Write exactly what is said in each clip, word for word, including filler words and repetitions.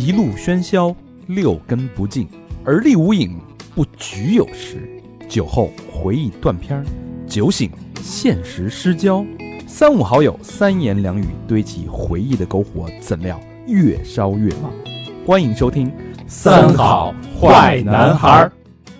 一路喧嚣，六根不净，而立无影，不局有时。酒后回忆断片，酒醒现实失焦。三五好友，三言两语堆起回忆的篝火，怎料越烧越旺。欢迎收听三好坏男孩。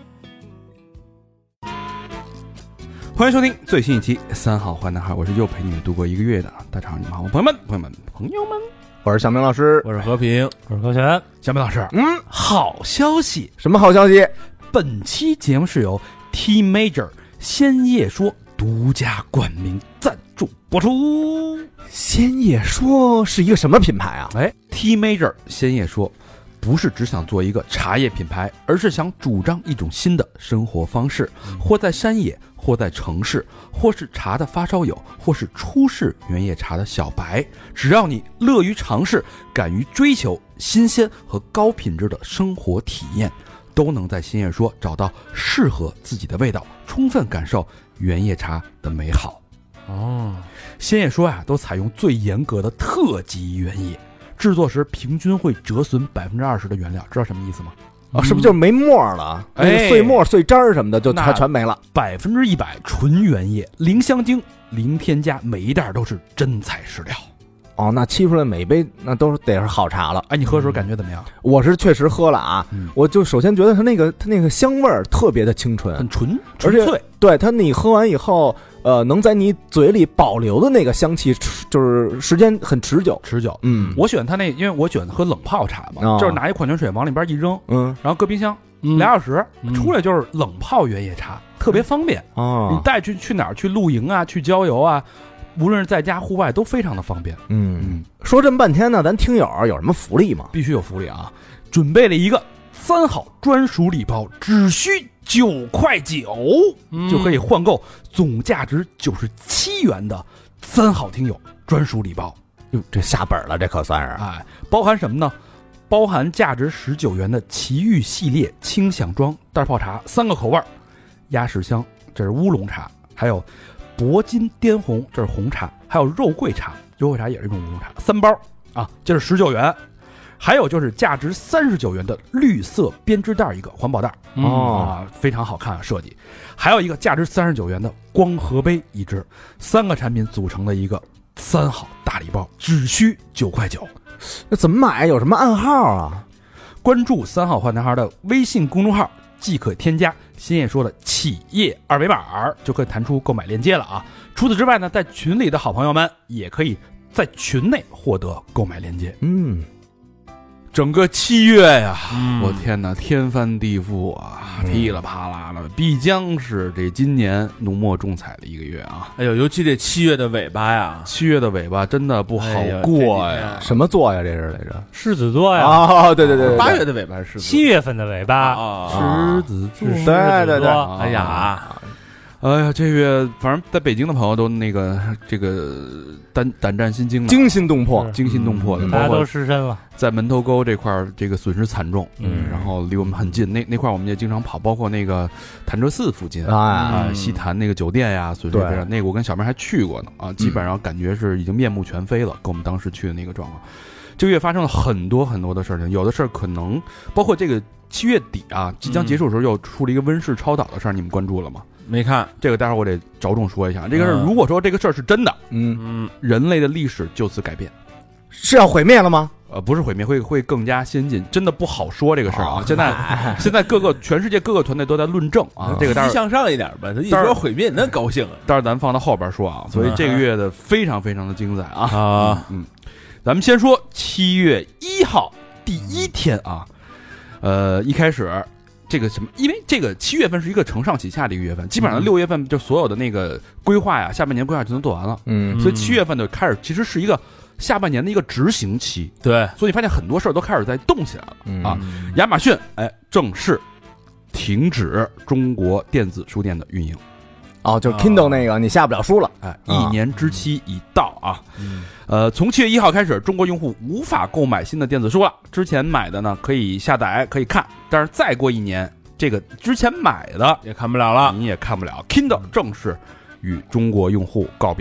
欢迎收听最新一期《三好坏男孩》，我是又陪你们度过一个月的大肠，你们好，朋友们，朋友们，朋友们， 我是小明老师， 我是和平， 我是高璇。 小明老师， 嗯， 好消息， 什么好消息？ 本期节目是由 T Major 鲜叶说独家冠名赞助播出。 鲜叶说是一个什么品牌啊？ 哎 ，T Major 鲜叶说不是只想做一个茶叶品牌，而是想主张一种新的生活方式，或在山野，或在城市，或是茶的发烧友，或是初试原叶茶的小白，只要你乐于尝试，敢于追求新鲜和高品质的生活体验，都能在鲜叶说找到适合自己的味道，充分感受原叶茶的美好。 哦， 鲜叶说呀、啊，都采用最严格的特级原叶，制作时平均会折损百分之二十的原料，知道什么意思吗？ 啊，是不是就是没沫了？ 哎， 那个碎沫、碎渣什么的就全全没了。 百分之一百纯原叶，零香精，零添加，每一袋都是真材实料。 哦，那沏出来每一杯那都是得是好茶了。 哎，你喝的时候感觉怎么样？ 我是确实喝了啊， 嗯、 我就首先觉得它那个它那个香味儿特别的清纯， 很纯， 而且纯粹。 对它，你喝完以后，呃，能在你嘴里保留的那个香气，就是时间很持久， 持久。 嗯， 我喜欢它那，因为我喜欢喝冷泡茶嘛， 哦、 就是拿一矿泉水往里边一扔， 嗯， 然后搁冰箱。 嗯、 俩小时、 嗯、 出来就是冷泡原叶茶，特别方便哦。 你带去去哪儿去露营啊，去郊游啊，无论是在家户外都非常的方便。 嗯嗯，说这么半天呢，咱听友有什么福利吗？ 必须有福利啊！准备了一个三好专属礼包，只需九块九、嗯、就可以换购总价值九十七元的三好听友专属礼包。 哟，这下本了，这可算是。 哎，包含什么呢？包含价值十九元的奇遇系列清响装袋泡茶三个口味，鸭屎香这是乌龙茶，还有铂金滇红这是红茶，还有肉桂茶，肉桂茶也是一种乌龙茶，三包啊，这是十九元。还有就是价值三十九元的绿色编织袋一个环保袋， 哦、 啊，非常好看啊设计。还有一个价值三十九元的光合杯一只，三个产品组成的一个三好大礼包，只需九块九。 那怎么买？有什么暗号啊？ 关注三好坏男孩的微信公众号，即可添加鲜叶说的企业二维码，就可以弹出购买链接了啊。除此之外呢，在群里的好朋友们也可以在群内获得购买链接。 嗯， 整个七月呀， 嗯、 我天哪，天翻地覆啊，噼里啪啦的，必将是这今年浓墨重彩的一个月啊！ 哎呦，尤其这七月的尾巴呀， 七月的尾巴真的不好过呀！ 哎、什么座呀？这是来着？ 狮子座呀！ 哦，对对 对, 对， 八月的尾巴是狮子座， 七月份的尾巴啊， 狮子座， 对对对， 哎呀。 哎呀，这个月反正在北京的朋友都那个这个胆胆战心惊的， 惊心动魄， 惊心动魄的， 嗯、大家都失身了。 在门头沟这块儿，这个损失惨重， 嗯， 然后离我们很近，那那块儿我们也经常跑，包括那个潭柘寺附近啊， 啊嗯、西坛那个酒店呀，损失非常。那个我跟小明还去过呢啊，基本上感觉是已经面目全非了，跟我们当时去的那个状况。这个月发生了很多很多的事情，有的事儿可能包括这个七月底啊，即将结束的时候又出了一个温室超导的事儿，你们关注了吗？ 没看这个，待会儿我得着重说一下。这个是如果说这个事儿是真的， 嗯嗯， 人类的历史就此改变， 是要毁灭了吗？ 呃，不是毁灭，会会更加先进，真的不好说这个事儿啊。现在现在各个全世界各个团队都在论证啊，这个待会儿向上一点吧。他一说毁灭，那高兴啊。 待会儿咱们放到后边说啊。所以这个月的非常非常的精彩啊啊嗯，咱们先说七月一号第一天啊，呃，一开始。这个什么？因为这个七月份是一个承上启下的一个月份，基本上六月份就所有的那个规划呀，下半年规划就能做完了。 嗯， 所以七月份就开始，其实是一个下半年的一个执行期。 对， 所以你发现很多事儿都开始在动起来了、 嗯、 啊。亚马逊哎正式停止中国电子书店的运营。 哦，就是 Kindle 那个、哦、你下不了书了， 哎，一年之期已到啊。 嗯、 呃，从七月一号开始，中国用户无法购买新的电子书了。之前买的呢可以下载可以看，但是再过一年，这个之前买的也看不了了， 你也看不了。Kindle 正式与中国用户告别啊。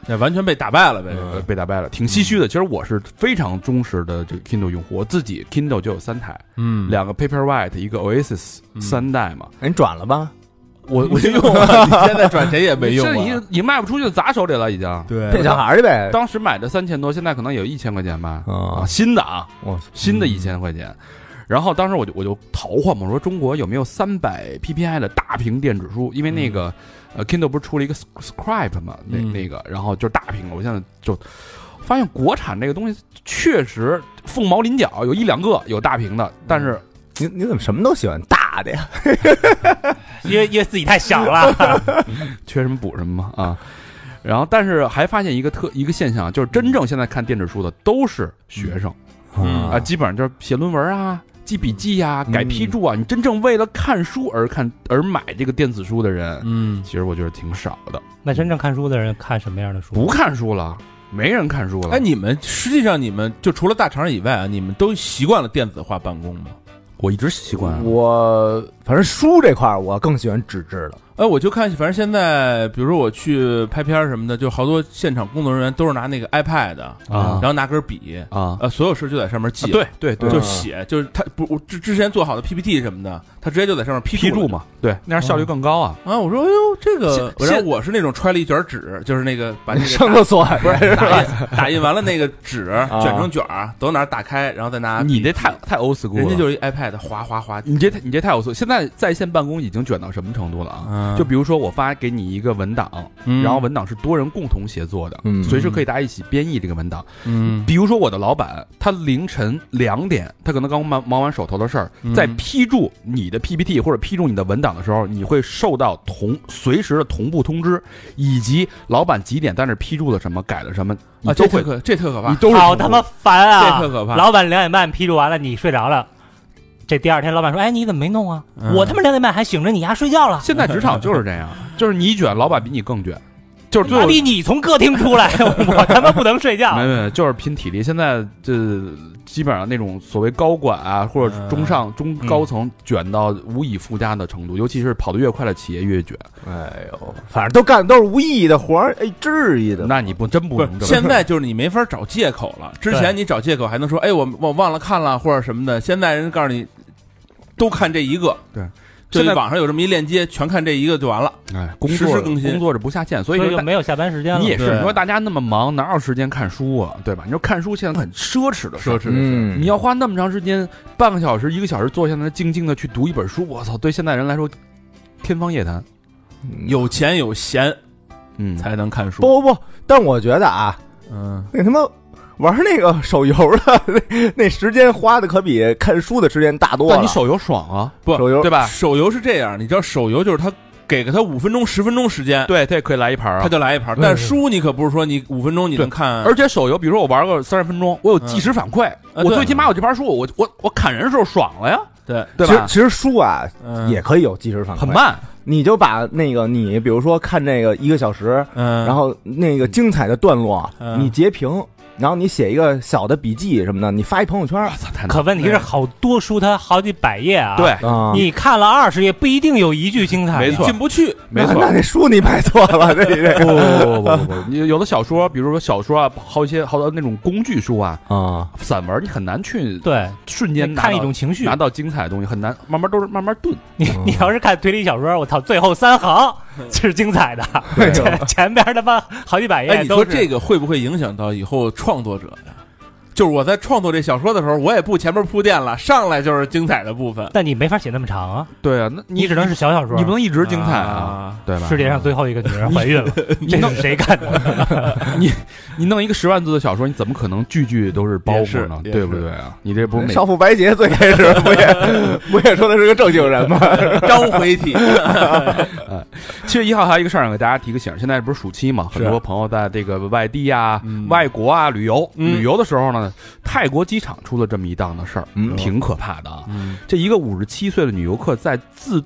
那完全被打败了呗。 呃被打败了，挺唏嘘的。其实我是非常忠实的这个 Kindle 用户，我自己 Kindle 就有三台， 嗯， 两个 Paperwhite， 一个 Oasis， 嗯三代嘛。 哎，你转了吧？ 我我没用啊！你现在转谁也没用现在已啊。 经已经卖不出去了，砸手里了已经。 对骗小孩去呗。 当时买的三千多，现在可能有一千块钱吧。 啊啊，新的啊， 哇， 新的一千块钱。然后当时我就我就淘换嘛，我说中国有没有三百 P P I 的大屏电子书？因为那个、嗯、呃 Kindle 不是出了一个 Scribe 嘛，那、 嗯、 那个，然后就是大屏了。我现在就发现国产这个东西确实凤毛麟角，有一两个有大屏的，但是你你怎么什么都喜欢大的呀？ 因为因为自己太小了， 缺什么补什么嘛啊。然后但是还发现一个特一个现象，就是真正现在看电子书的都是学生。 嗯啊，基本上就是写论文啊、记笔记呀、改批注啊。你真正为了看书而看而买这个电子书的人， 嗯， 其实我觉得挺少的。 那真正看书的人看什么样的书？ 不看书了，没人看书了。 哎，你们实际上你们就除了大厂以外啊，你们都习惯了电子化办公吗？ 我一直习惯、啊。 我反正书这块儿我更喜欢纸质的。 哎，我就看，反正现在，比如说我去拍片什么的，就好多现场工作人员都是拿那个 iPad 啊， 然后拿根笔啊， 呃，所有事就在上面记、 啊，对对对， 就写，就是他不，我之之前做好的 P P T 什么的，他直接就在上面批批注嘛，对，那样效率更高啊。 啊，我说，哎呦，这个， 现然后我是那种揣了一卷纸，就是那个把那个上厕所不是打印打印完了那个纸卷成卷儿，都哪打开，然后再拿。 你这太太 old school 了， 人家就是一 iPad 哗哗哗。 你这你这太 old school。现在在线办公已经卷到什么程度了啊？ 嗯、 就比如说我发给你一个文档， 嗯、 然后文档是多人共同协作的， 嗯， 随时可以大家一起编译这个文档。 嗯， 比如说我的老板，他凌晨两点，他可能刚忙忙完手头的事儿， 嗯、 在批注你的 P P T 或者批注你的文档的时候，你会受到同随时的同步通知，以及老板几点在那批注了什么，改了什么，你都会， 啊、这特这特可怕， 你都是好他妈烦啊！ 这特可怕。 老板两点半批注完了，你睡着了。这第二天，老板说：“哎，你怎么没弄啊？ 嗯、 我他妈两点半还醒着，你丫睡觉了。” 现在职场就是这样，就是你卷，老板比你更卷，就是最后逼你从歌厅出来，我他妈不能睡觉。 没没，就是拼体力。现在这基本上那种所谓高管啊，或者中上、嗯、中高层卷到无以复加的程度，尤其是跑得越快的企业越卷。 哎呦，反正都干的都是无意义的活儿，哎，至于的？ 那你不真不能这么。 现在就是你没法找借口了。之前你找借口还能说，哎，我我忘了看了或者什么的。现在人告诉你。都看这一个， 对， 就网上有这么一链接，全看这一个就完了。 哎，工作实时更新， 工作是不下线，所以就没有下班时间了。 你也是，你说大家那么忙，哪有时间看书啊？对吧？你说看书现在很奢侈的事， 奢侈的事。 嗯，你要花那么长时间，半个小时、一个小时坐下来静静的去读一本书，我操，对现代人来说，天方夜谭。 有钱有闲， 嗯， 才能看书。 不不不，但我觉得啊， 嗯， 那他妈。玩那个手游的那那时间花的可比看书的时间大多了。 但你手游爽啊， 不手游对吧？ 手游是这样，你知道手游就是他给个他五分钟、十分钟时间， 对，他也可以来一盘啊， 他就来一盘。但是书你可不是说你五分钟你能看， 而且手游，比如说我玩个三十分钟，我有即时反馈， 嗯、 我最起码我这盘书，我我我砍人的时候爽了呀， 对对吧？ 其实其实书啊、 嗯、 也可以有即时反馈， 很慢。 你就把那个你比如说看这个一个小时， 嗯， 然后那个精彩的段落， 嗯、 你截屏。然后你写一个小的笔记什么的，你发一朋友圈。 可问题是，好多书它好几百页啊。 对， 嗯、 你看了二十页，不一定有一句精彩， 没错， 进不去。 没错， 那那书你买错了，这这不不不不不，你有的小说，比如说小说啊，好一些好多那种工具书啊， 啊， 散文，你很难去对瞬间看一种情绪， 拿到精彩的东西，很难，慢慢都是慢慢炖。 你你要是看推理小说，我操，最后三行是精彩的，前前边的吧好几百页。 哎，你说这个会不会影响到以后创作者呀？就是我在创作这小说的时候，我也不前面铺垫了，上来就是精彩的部分。 但你没法写那么长啊。 对啊，那你只能是小小说， 你不能一直精彩啊， 啊对吧？ 世界上最后一个女人怀孕了，这是谁干的？ 你你弄一个十万字的小说，你怎么可能句句都是包袱呢？对不对啊？你这不是少妇白洁最开始不也不也说的是个正经人吗？ 章回体。 呃，七月一号还有一个事儿，给大家提个醒，现在不是暑期嘛，很多朋友在这个外地啊、 嗯、 外国啊旅游， 嗯、 旅游的时候呢，泰国机场出了这么一档的事儿， 嗯， 挺可怕的啊。 嗯， 这一个五十七岁的女游客在自动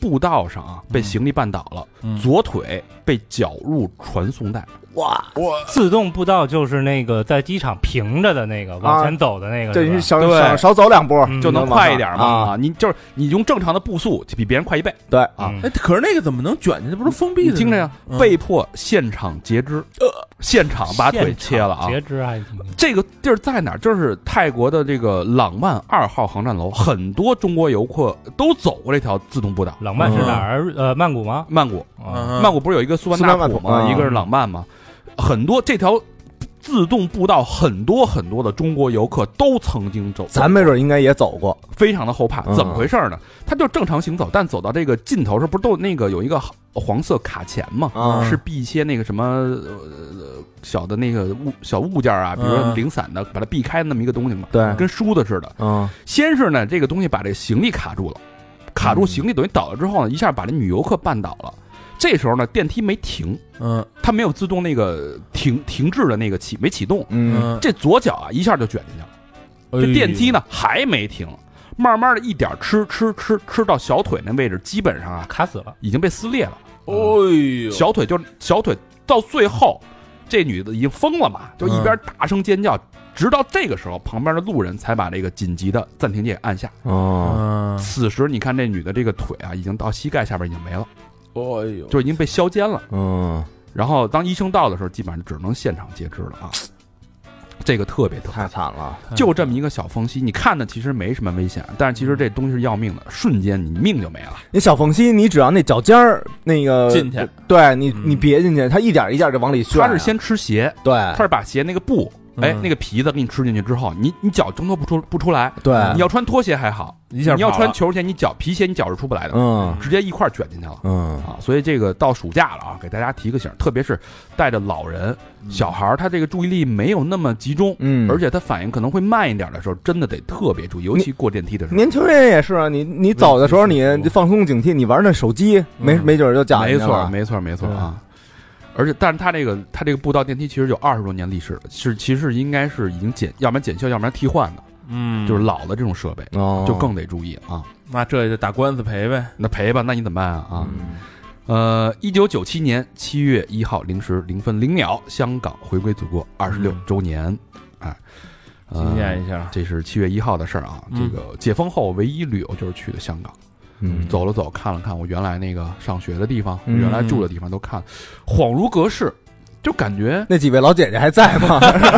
步道上啊被行李绊倒了， 嗯左腿被绞入传送带。 哇， 我自动步道就是那个在机场平着的那个往前走的那个，是吧这你少对少少走两步嗯就能快一点嘛啊！ 你就是你用正常的步速就比别人快一倍对， 啊！ 嗯哎，可是那个怎么能卷进去？不是封闭的吗？ 你听着呀， 嗯被迫现场截肢，现场把腿切了啊！ 截肢还挺这个地儿在哪儿？就是泰国的这个朗曼二号航站楼，很多中国游客都走过这条自动步道。 朗曼是哪儿？呃，曼谷吗？ 曼谷， 啊， 曼谷不是有一个苏万纳普吗？ 苏万纳普一个是朗曼吗？很多这条自动步道，很多很多的中国游客都曾经走， 咱没准应该也走过。 非常的后怕。 嗯怎么回事呢？他就正常行走，但走到这个尽头时，不是都那个有一个黄色卡钳吗？ 啊是避一些那个什么呃小的那个物小物件啊，比如说嗯零散的，把它避开那么一个东西嘛， 对， 跟梳子似的。 嗯先是呢，这个东西把这个行李卡住了，卡住行李等于倒了之后呢，一下把这女游客绊倒了。这时候呢，电梯没停， 嗯它没有自动那个停停滞的那个启没启动， 嗯， 嗯， 这左脚啊一下就卷进去了。这电梯呢还没停，慢慢的一点吃吃吃吃到小腿那位置，基本上啊卡死了。 已经被撕裂了。 哎呦， 小腿就是小腿到最后，这女的已经疯了嘛，就一边大声尖叫，直到这个时候，旁边的路人才把这个紧急的暂停键按下。 哦， 嗯， 此时你看这女的这个腿啊，已经到膝盖下边已经没了， 哎呦， 就已经被削尖了。 嗯， 然后当医生到的时候，基本上只能现场截肢了啊。这个特别特别太惨了。 就这么一个小缝隙，你看的其实没什么危险，但是其实这东西是要命的，瞬间你命就没了。 那小缝隙，你只要那脚尖儿那个进去， 对你嗯你别进去，它一点一点就往里旋啊。 他是先吃鞋， 对他是把鞋那个布，哎嗯， 那个皮子给你吃进去之后，你你脚挣脱不出不出来。 对， 你要穿拖鞋还好， 一下你要跑了穿球鞋，你脚皮鞋你脚是出不来的， 嗯直接一块儿卷进去了。 嗯啊，所以这个到暑假了啊，给大家提个醒，特别是带着老人、小孩儿，他这个注意力没有那么集中， 嗯， 而且他反应可能会慢一点的时候，真的得特别注意，尤其过电梯的时候。 年轻人也是啊，你你走的时候你你放松警惕，你玩那手机没嗯没准就讲没错，没错，没错啊。而且，但是它这个它这个步道电梯其实有二十多年历史了，是其实应该是已经检，要不然检修，要不然替换的， 嗯， 就是老的这种设备， 哦， 就更得注意啊。 那这就打官司赔呗那赔吧，那你怎么办啊？啊， 嗯呃，一九九七年七月一号零时零分零秒，香港回归祖国二十六周年，哎，呃纪念一下， 这是七月一号的事儿啊。 嗯这个解封后唯一旅游就是去的香港， 嗯走了走，看了看我原来那个上学的地方， 嗯原来住的地方都看了，恍如隔世，就感觉那几位老姐姐还在吗？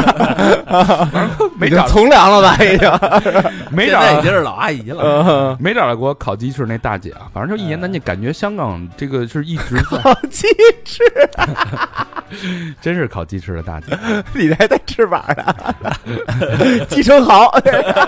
没找已经从良了吧？已经。 没找现在已经是老阿姨了， 嗯没找到过烤鸡翅那大姐啊，反正就一言难尽，感觉香港这个是一直在， 好鸡翅， 真是烤鸡翅的大姐。 里头还带翅膀的，鸡生蚝。 啊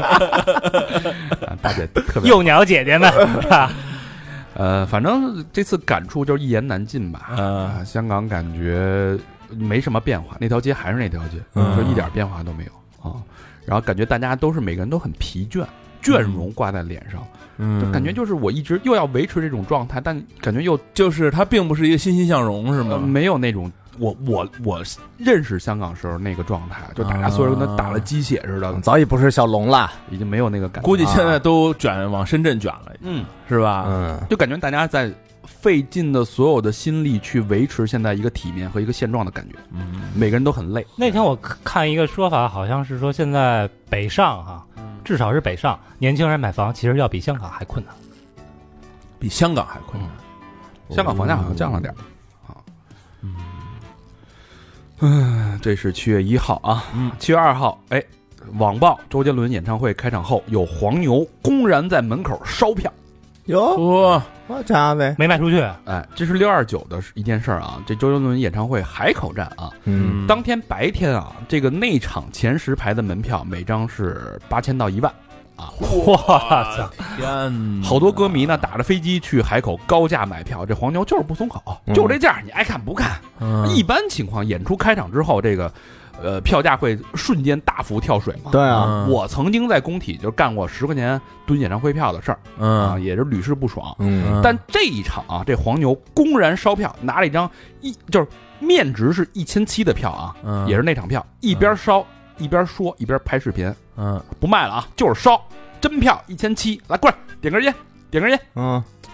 大姐特别幼鸟姐姐们，是吧？ 呃，反正这次感触就是一言难尽吧。 嗯啊，香港感觉没什么变化，那条街还是那条街， 嗯就一点变化都没有啊。然后感觉大家都是每个人都很疲倦，倦容挂在脸上， 嗯就感觉就是我一直又要维持这种状态，但感觉又就是它并不是一个欣欣向荣，是呃吗？ 没有那种我我我认识香港时候那个状态，就大家所有人都打了鸡血似的， 早已不是小龙了。 已经没有那个感觉。 估计现在都卷往深圳卷了， 嗯， 是吧？ 嗯就感觉大家在费尽的所有的心力去维持现在一个体面和一个现状的感觉， 嗯， 每个人都很累。 那天我看一个说法，好像是说现在北上哈、至少是北上，年轻人买房其实要比香港还困难。 比香港还困难。 香港房价好像降了点儿啊。嗯，这是七月一号啊。 嗯， 七月二号，哎，网曝周杰伦演唱会开场后，有黄牛公然在门口烧票。 哟， 哇， 好家伙， 没卖出去， 哎，这是六二九的一件事儿啊。这周杰伦演唱会海口站啊， 嗯当天白天啊，这个内场前十排的门票每张是八千到一万啊。 我操！ 天哪， 好多歌迷呢打着飞机去海口高价买票，这黄牛就是不松口， 嗯就这价，你爱看不看。 嗯一般情况，演出开场之后，这个呃票价会瞬间大幅跳水嘛。 对啊， 嗯我曾经在工体就干过十块钱蹲演唱会票的事儿啊， 嗯也是屡试不爽。 嗯但这一场啊，这黄牛公然烧票，拿了一张一就是面值是一千七的票啊， 嗯也是那场票，一边烧一边说一边拍视频， 嗯不卖了啊，就是烧真票一千七，来过来点根烟，点根烟。 嗯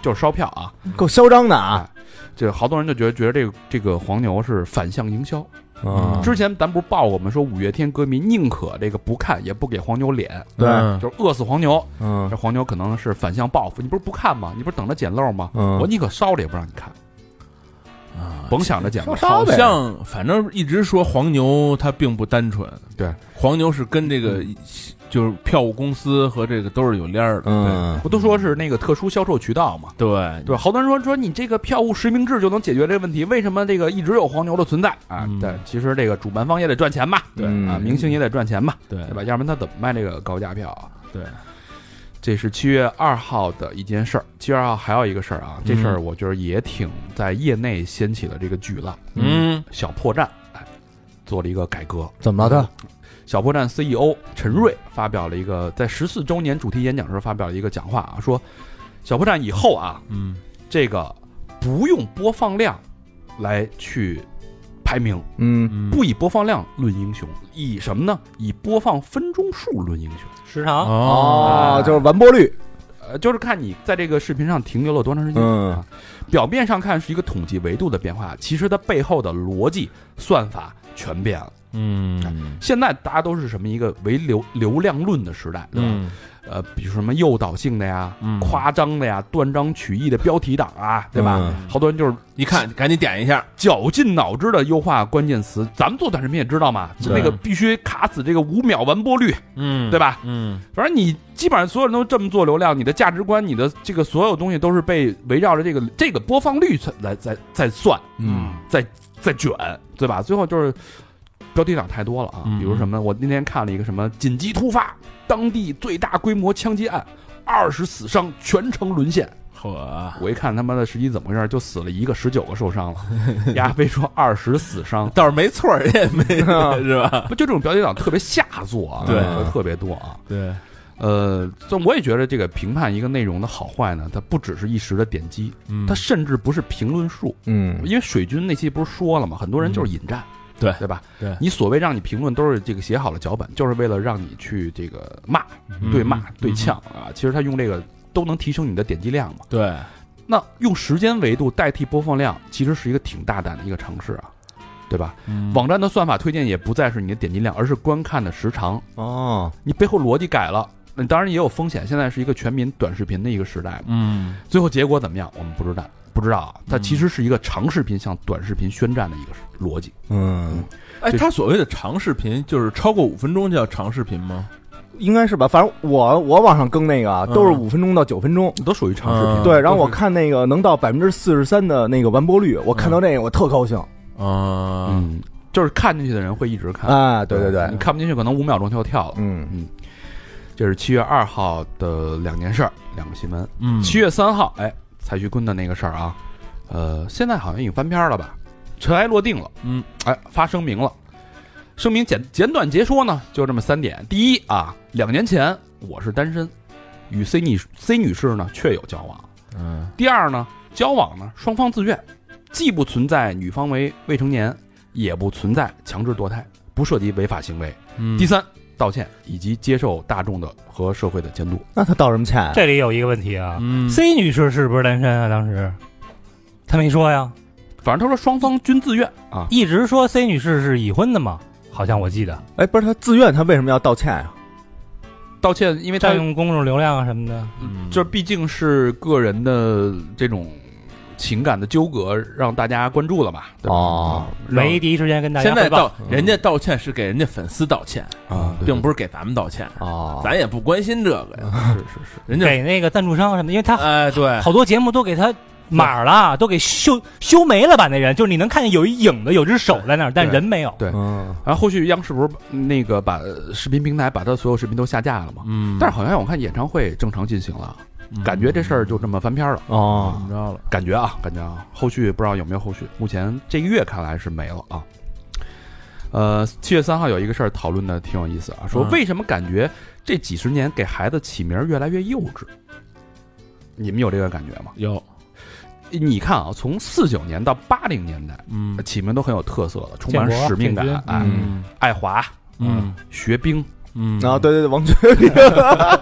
就是烧票啊， 够嚣张的啊！ 这好多人就觉得觉得这个这个黄牛是反向营销。 嗯， 之前咱不是报我们说五月天歌迷宁可这个不看也不给黄牛脸， 对， 就是饿死黄牛。 嗯， 这黄牛可能是反向报复，你不是不看吗？你不是等着捡漏吗？ 嗯， 我宁可烧了也不让你看。 啊， 甭想着捡漏， 好像反正一直说黄牛它并不单纯， 对， 黄牛是跟这个就是票务公司和这个都是有链儿的， 嗯， 不都说是那个特殊销售渠道嘛？ 对对，好多人说说你这个票务实名制就能解决这个问题，为什么这个一直有黄牛的存在啊？ 嗯、 对，其实这个主办方也得赚钱嘛， 对啊，明星也得赚钱嘛， 对对吧？要不然他怎么卖这个高价票啊？ 对。 这是七月二号的一件事儿。七月二号还有一个事儿啊，这事儿我觉得也挺在业内掀起了这个巨浪。 嗯， 小破站哎做了一个改革。 怎么了的？ 小破站 C E O 陈瑞发表了一个在十四周年主题演讲时候发表了一个讲话啊，说小破站以后啊， 嗯， 这个不用播放量来去排名， 嗯， 不以播放量论英雄，以什么呢？以播放分钟数论英雄。 时长哦，就是完播率， 呃，就是看你在这个视频上停留了多长时间。 嗯， 啊、表面上看是一个统计维度的变化，其实它背后的逻辑算法全变了。 嗯， 现在大家都是什么一个唯流流量论的时代，对吧？ 嗯、 呃，比如什么诱导性的呀、 嗯、 夸张的呀、断章取义的标题党啊，对吧？ 嗯、 好多人就是一看赶紧点一下， 绞尽脑汁的优化关键词。咱们做短视频也知道嘛，那个必须卡死这个五秒完播率， 嗯， 对吧？ 嗯， 反正你基本上所有人都这么做流量，你的价值观、你的这个所有东西都是被围绕着这个这个播放率来在在算， 嗯， 在在卷，对吧？最后就是。标题党太多了啊，比如什么，我那天看了一个什么紧急突发，当地最大规模枪击案，二十死伤，全城沦陷。 呵， 我一看他妈的实际怎么回事，就死了一个，十九个受伤了。亚非说二十死伤， 倒是没错，也没是吧？ 不就这种标题党特别下作啊， 对， 特别多啊。 对， 呃，这我也觉得这个评判一个内容的好坏呢，它不只是一时的点击， 嗯、 它甚至不是评论数。 嗯， 因为水军那期不是说了吗？很多人就是引战。嗯对对吧？ 对， 你所谓让你评论都是这个写好了脚本，就是为了让你去这个骂、 嗯、 对骂、对呛啊。其实他用这个都能提升你的点击量嘛。 对， 那用时间维度代替播放量，其实是一个挺大胆的一个尝试啊，对吧？ 嗯、 网站的算法推荐也不再是你的点击量，而是观看的时长。 哦， 你背后逻辑改了，那当然也有风险。现在是一个全民短视频的一个时代嘛。 嗯， 最后结果怎么样，我们不知道。不知道啊，它其实是一个长视频向短视频宣战的一个逻辑。 嗯， 哎，他所谓的长视频就是超过五分钟叫长视频吗？ 应该是吧，反正我我网上更那个啊，都是五分钟到九分钟， 都属于长视频。 对，然后我看那个能到百分之四十三的那个完播率，我看到这个我特高兴啊， 嗯，就是看进去的人会一直看啊，对对对， 你看不进去可能五秒钟就跳了。 嗯嗯，这是七月二号的两件事儿，两个新闻。 嗯， 七月三号，哎。蔡徐坤的那个事儿啊，呃，现在好像已经翻篇了吧？尘埃落定了， 嗯， 哎，发声明了，声明简简短截说呢，就这么三点。第一啊，两年前我是单身，与 C 女 C 女士呢确有交往。 嗯。 第二呢，交往呢双方自愿，既不存在女方为未成年，也不存在强制堕胎，不涉及违法行为。 嗯。 第三。道歉以及接受大众的和社会的监督。 那他道什么歉、啊？ 这里有一个问题啊、 嗯、 ，C 女士是不是单身啊？当时他没说呀， 反正他说双方均自愿啊， 一直说 C 女士是已婚的嘛，好像我记得。 哎，不是他自愿，他为什么要道歉啊？ 道歉，因为他占用公众流量啊什么的， 嗯，这毕竟是个人的这种。情感的纠葛让大家关注了嘛？对吧？ 哦， 没第一时间跟大家现在道人家道歉是给人家粉丝道歉啊， 并不是给咱们道歉啊， 咱也不关心这个呀。 是是是， 人家给那个赞助商什么的，因为他哎对， 好多节目都给他码了，都给修修没了吧？那人就是你能看见有一影子，有只手在那儿，但人没有。 对，然后后续央视不是那个把视频平台把他所有视频都下架了嘛？嗯，但是好像我看演唱会正常进行了。感觉这事儿就这么翻篇了哦， 怎么着了？ 感觉啊，感觉啊，后续不知道有没有后续。目前这个月看来是没了啊。呃，七月三号有一个事儿讨论的挺有意思啊，说为什么感觉这几十年给孩子起名越来越幼稚？你们有这个感觉吗？ 有。 你看啊，从四九年到八零年代， 嗯， 起名都很有特色的，充满使命感，哎， 嗯， 爱华， 嗯， 学兵。 嗯啊，对对对，王学兵，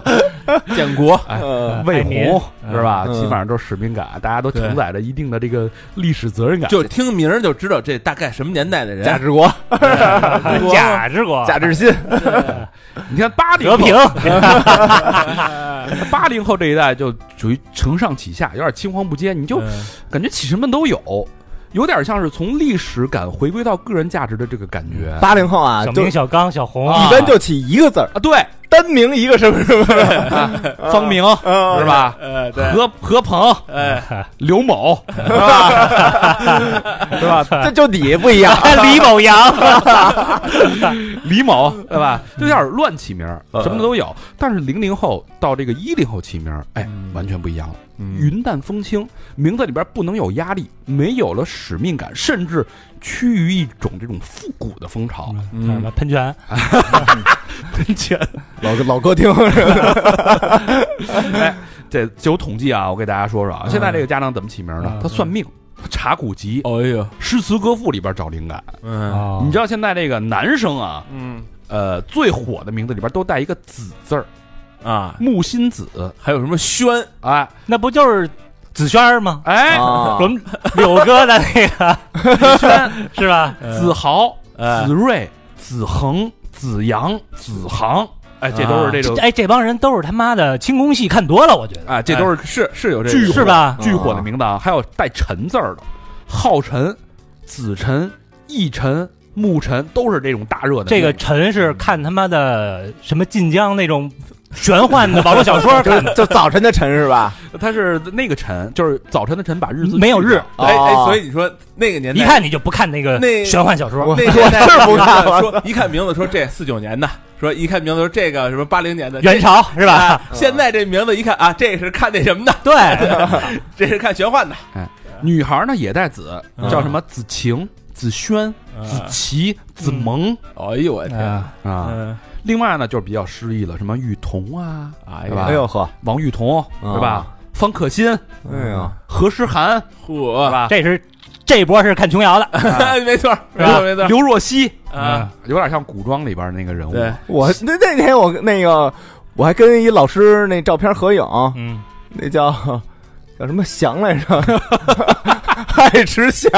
建国， 哎， 呃卫爱民红是吧？ 嗯基本上都是使命感，大家都承载着一定的这个历史责任感。 就听名儿就知道这大概什么年代的人。 贾志国、 贾志国、 贾志新， 你看八零和平， 八零后这一代就属于承上启下，有点青黄不接，你就嗯感觉起什么都有，有点像是从历史感回归到个人价值的这个感觉。 八零后啊，就小明、小刚、小红， 一般就起一个字儿， 啊，对， 单名一个什么什么， 方明嗯是吧？ 呃，对， 何何鹏、 哎， 刘某是吧？是吧？ 这就你不一样， 李某阳， 李某对吧？就有点乱起名儿， 嗯什么都有。但是零零后到这个一零后起名儿，哎， 嗯完全不一样了。 嗯云淡风轻，名字里边不能有压力，没有了使命感，甚至趋于一种这种复古的风潮。 嗯什么喷泉， 喷泉， 老老歌厅， 哎，这就有统计啊，我给大家说说啊，现在这个家长怎么起名呢？ 嗯他算命，他查古籍， 哎呦， 诗词歌赋里边找灵感。 嗯哦你知道现在这个男生啊， 嗯呃，最火的名字里边都带一个子字儿， 啊， 木心子， 还有什么轩？ 哎那不就是子轩吗？ 哎， 啊我们柳哥的那个子轩、 是吧？ 子豪、 哎子睿、子恒、子阳、子航，哎，这都是这种哎，这帮人都是他妈的轻功戏看多了，我觉得啊，这都是哎是是有这巨个是吧？ 巨火的名字啊，还有带辰字儿的，浩辰、子辰、义辰、木辰，都是这种大热的。 这个陈是看他妈的什么晋江那种玄幻的网络小说看的， 就早晨的晨是吧？ 它是那个辰，就是早晨的晨，把日字没有日去掉， 哎哎， 哦所以你说那个年代， 一看你就不看那个那玄幻小说。 我那年代是不看了说一看名字说这四九年的，说一看名字说这个什么八零年的元朝是吧？ 啊现在这名字一看啊，这是看那什么的， 对， 这是看玄幻的。 女孩呢也带子， 嗯叫什么子晴、子轩、子琪、子萌哎呦我天啊， 啊。 嗯， 另外呢，就是比较诗意了，什么雨桐啊， 哎对吧哎呦呵， 王雨桐嗯是吧？方可欣、 哎呀， 何诗涵是嚯， 吧？ 这是这波是看琼瑶的， 没错没是吧错没错刘若曦啊， 有点像古装里边那个人物。 对， 我那那天我那个我还跟一老师那照片合影， 嗯， 那叫叫什么祥来着？爱吃祥。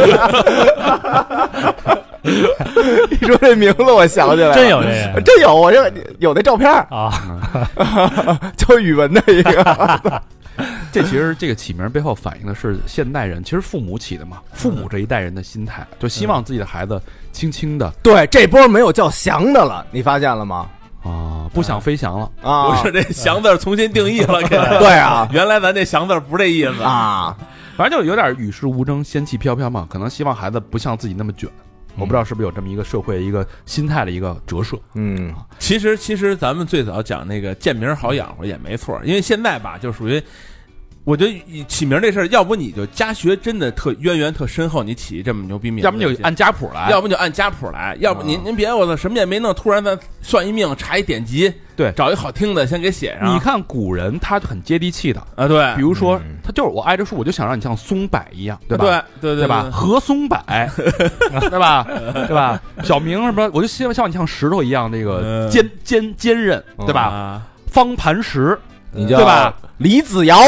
你说这名字，我想起来了， 真有这个真有，我这有那照片儿， 啊， 教语文的一个。 这其实这个起名背后反映的是现代人，其实父母起的嘛，父母这一代人的心态，就希望自己的孩子轻轻的对，这波没有叫祥的了，你发现了吗？ 啊，不想飞翔了。 啊， 不是这祥字儿重新定义了，给它对啊原来咱这祥字儿不是这意思。 啊， 反正就有点与世无争、仙气飘飘嘛，可能希望孩子不像自己那么卷。我不知道是不是有这么一个社会一个心态的一个折射。 嗯， 其实其实咱们最早讲那个贱名好养活也没错，因为现在吧就属于。我觉得起名这事儿，要不你就家学真的特渊源特深厚，你起这么牛逼名字， 要不就按家谱来， 要不就按家谱来，要不您您别我操什么也没弄，突然咱算一命，查一典籍， 对找一好听的先给写上。 你看古人他很接地气的， 啊，对， 比如说嗯他就是我挨着树，我就想让你像松柏一样，对吧？ 对对对吧？何松柏，对吧？对吧？小明什么，我就希望像你像石头一样，这个嗯坚坚坚韧，对吧？ 啊方磐石， 你叫对吧？ 李子尧，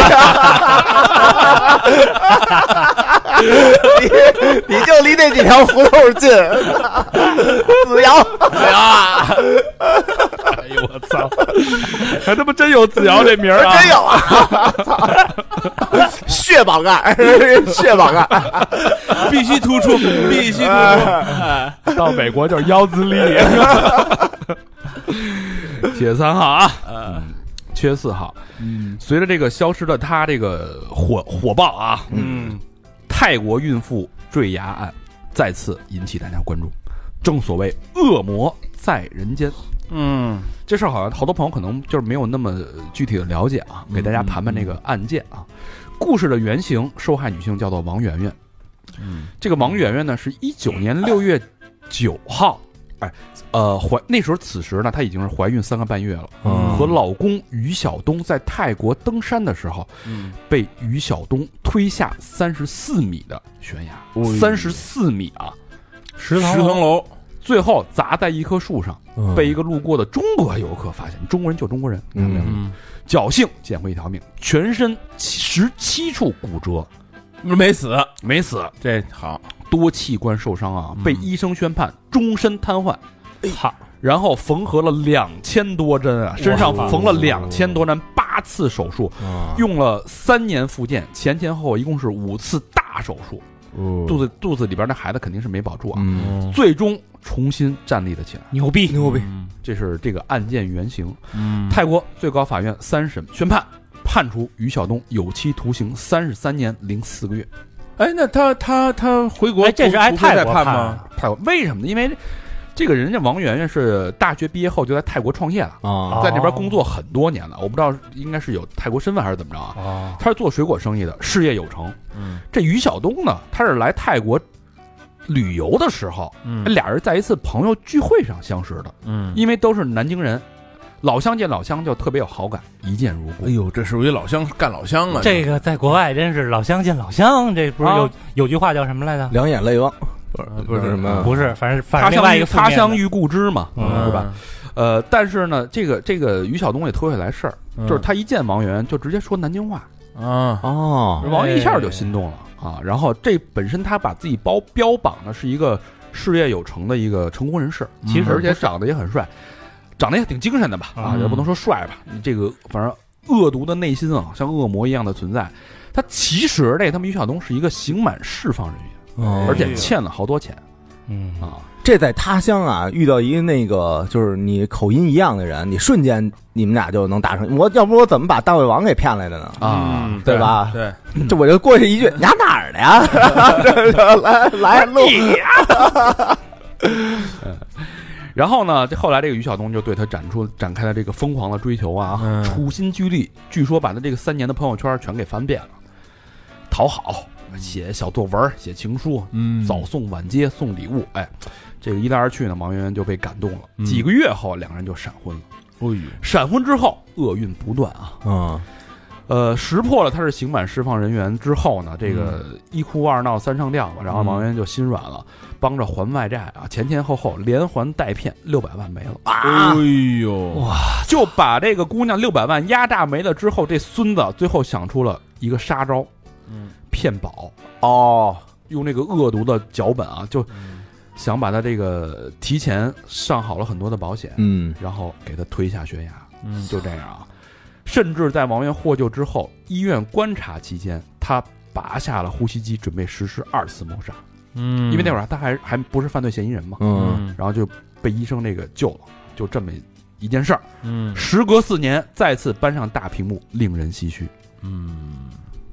你你就离那几条胡同近，子尧， 哎呀，哎呦我操，还他妈真有子尧这名儿啊！ 真有啊！血榜案，血榜案， 必须突出，必须突出。哎到美国就是腰子力，铁三号啊， 呃缺四号。 嗯随着这个消失的他这个火火爆啊， 嗯泰国孕妇坠崖案再次引起大家关注。正所谓恶魔在人间， 嗯这事儿好像好多朋友可能就是没有那么具体的了解啊，给大家盘盘这个案件啊。故事的原型受害女性叫做王媛媛， 嗯这个王媛媛呢是一九年六月九号，哎，呃怀那时候此时呢她已经是怀孕三个半月了， 嗯和老公于晓东在泰国登山的时候， 嗯被于晓东推下三十四米的悬崖， 哦呦三十四米啊！ 石十层楼， 最后砸在一棵树上， 嗯被一个路过的中国游客发现。中国人救中国人，看到没有？ 嗯， 侥幸捡回一条命，全身十七处骨折， 没死， 没死， 这好， 多器官受伤啊， 嗯被医生宣判终身瘫痪。 好， 然后缝合了两千多针啊，身上缝了两千多针，八次手术，用了三年复健，前前后后一共是五次大手术。肚子肚子里边那孩子肯定是没保住啊， 嗯， 最终重新站立了起来。 牛逼牛逼， 这是这个案件原型。 嗯， 泰国最高法院三审宣判，判处于晓东有期徒刑三十三年零四个月。 哎，那他他他回国哎，这是挨不不会再泰国判吗？ 泰国为什么呢？因为这个人家王媛媛是大学毕业后就在泰国创业了， 啊， 在那边工作很多年了。我不知道应该是有泰国身份还是怎么着啊？ 哦， 他是做水果生意的，事业有成。 嗯这于晓东呢，他是来泰国旅游的时候， 嗯俩人在一次朋友聚会上相识的， 嗯， 因为都是南京人，老乡见老乡就特别有好感，一见如故哎。呦，这属于老乡干老乡啊！ 这个在国外真是老乡见老乡，这不是有、 啊有句话叫什么来着？ 两眼泪汪，不是不是什么， 不是，反正反他正另外乡遇一个负面的他乡遇故知嘛， 嗯是吧？？呃，但是呢，这个这个于晓东也脱下来事儿， 嗯就是他一见王源就直接说南京话， 啊， 哦， 王源一下就心动了啊。然后这本身他把自己包标榜的是一个事业有成的一个成功人士， 其实而且长得也很帅，长得也挺精神的吧？啊， 嗯也不能说帅吧，这个反正恶毒的内心啊，像恶魔一样的存在。他其实这他们于晓东是一个刑满释放人员， 哦而且欠了好多钱嗯啊。 这在他乡啊，遇到一个那个就是你口音一样的人，你瞬间你们俩就能打成。我要不我怎么把大胃王给骗来的呢？ 啊嗯对吧对， 这我就过去一句，你家哪儿的呀？这就来来录然后呢，这后来这个于晓东就对他展出展开了这个疯狂的追求啊， 嗯处心积虑，据说把他这个三年的朋友圈全给翻遍了，讨好，写小作文，写情书， 嗯早送晚接送礼物，哎，这个一来二去呢，王媛媛就被感动了。 嗯几个月后，两人就闪婚了。 哎呦， 闪婚之后，厄运不断啊。 嗯呃，识破了他是刑满释放人员之后呢，这个一哭二闹三上吊嘛，然后王媛媛就心软了，帮着还外债啊，前前后后连还带骗六百万没了啊， 哎呦，哇， 就把这个姑娘六百万压榨没了之后，这孙子最后想出了一个杀招， 嗯骗保， 哦， 用这个恶毒的脚本啊，就想把他这个提前上好了很多的保险， 嗯然后给他推下悬崖， 嗯就这样啊。甚至在王源获救之后，医院观察期间，他拔下了呼吸机，准备实施二次谋杀。 嗯， 因为那会儿他还还不是犯罪嫌疑人嘛， 嗯然后就被医生这个救了，就这么一件事儿。 嗯时隔四年，再次搬上大屏幕，令人唏嘘。 嗯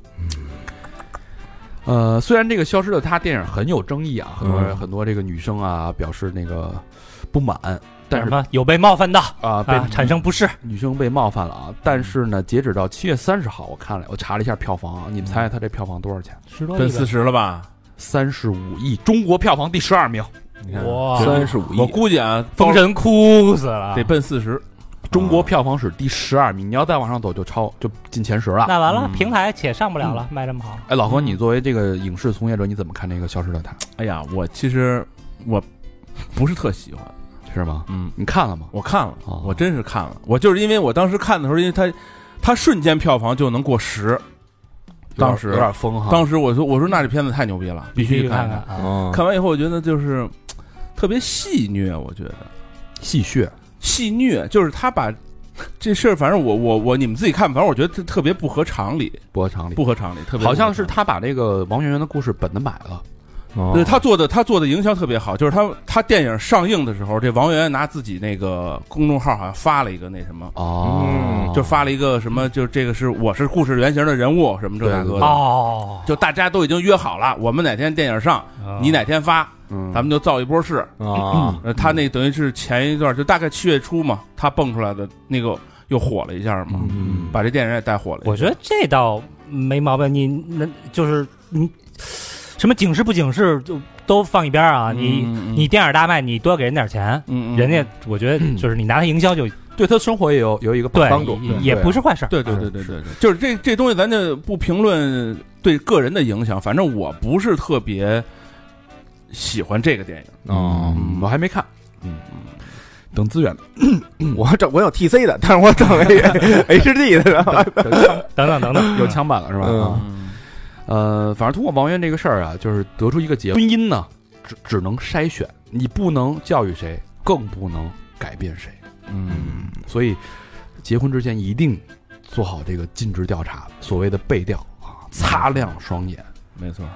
呃，虽然这个《消失的她》电影很有争议啊，很多、 嗯很多这个女生啊表示那个不满，但是什么有被冒犯到啊被啊，产生不适。 女生被冒犯了啊。但是呢，截止到七月三十号，我看了，我查了一下票房啊，你们猜猜它这票房多少钱？ 十多亿呗奔四十了吧？ 三十五亿，中国票房第十二名， 你看， 哇， 三十五亿， 我估计啊， 封神哭死了得。奔四十。 中国票房史第十二名。你要再往上走，就超就进前十了。 那完了， 嗯平台且上不了了，卖这么好。 哎，老何，你作为这个影视从业者，你怎么看这个《消失的她》？ 哎呀，我其实我不是特喜欢， 是吗？ 嗯， 你看了吗？ 我看了， 哦我真是看了，我就是因为我当时看的时候，因为它它瞬间票房就能过十，当时有点疯哈。 当时我说我说那这片子太牛逼了，必须去看看。 啊！ 嗯， 看完以后，我觉得就是特别戏谑，我觉得戏谑， 戏谑就是他把这事儿，反正我我我你们自己看，反正我觉得特特别不合常理， 不合常理。 不合常理，特别不合常理好像是他把这个王媛媛的故事本子买了。 哦对他做的，他做的营销特别好，就是他他电影上映的时候，这王源拿自己那个公众号好像发了一个那什么， 哦嗯，就发了一个什么，就这个是我是故事原型的人物什么这那个的， 哦， 就大家都已经约好了，我们哪天电影上，你哪天发， 嗯， 咱们就造一波势。 啊， 呃，他那等于是前一段就大概七月初嘛，他蹦出来的那个又火了一下嘛， 嗯把这电影也带火了一下。 我觉得这倒没毛病。你那就是你什么警示不警示就都放一边啊！你嗯你电影大卖，你多给人点钱， 嗯嗯人家我觉得就是你拿它营销就对他生活也有有一个对帮助， 也也不是坏事儿。 对对对对对对，就是这这东西咱就不评论对个人的影响，反正我不是特别喜欢这个电影。 哦， 嗯，我还没看，嗯，等资源， 我这我有 T C 的，但是我等 H D 的， 等等等等， 有枪版了是吧？ 嗯啊呃，反正通过王源这个事儿啊，就是得出一个结论：婚姻呢，只只能筛选，你不能教育谁，更不能改变谁。 嗯， 所以结婚之前一定做好这个尽职调查，所谓的背调啊，擦亮双眼。 没错。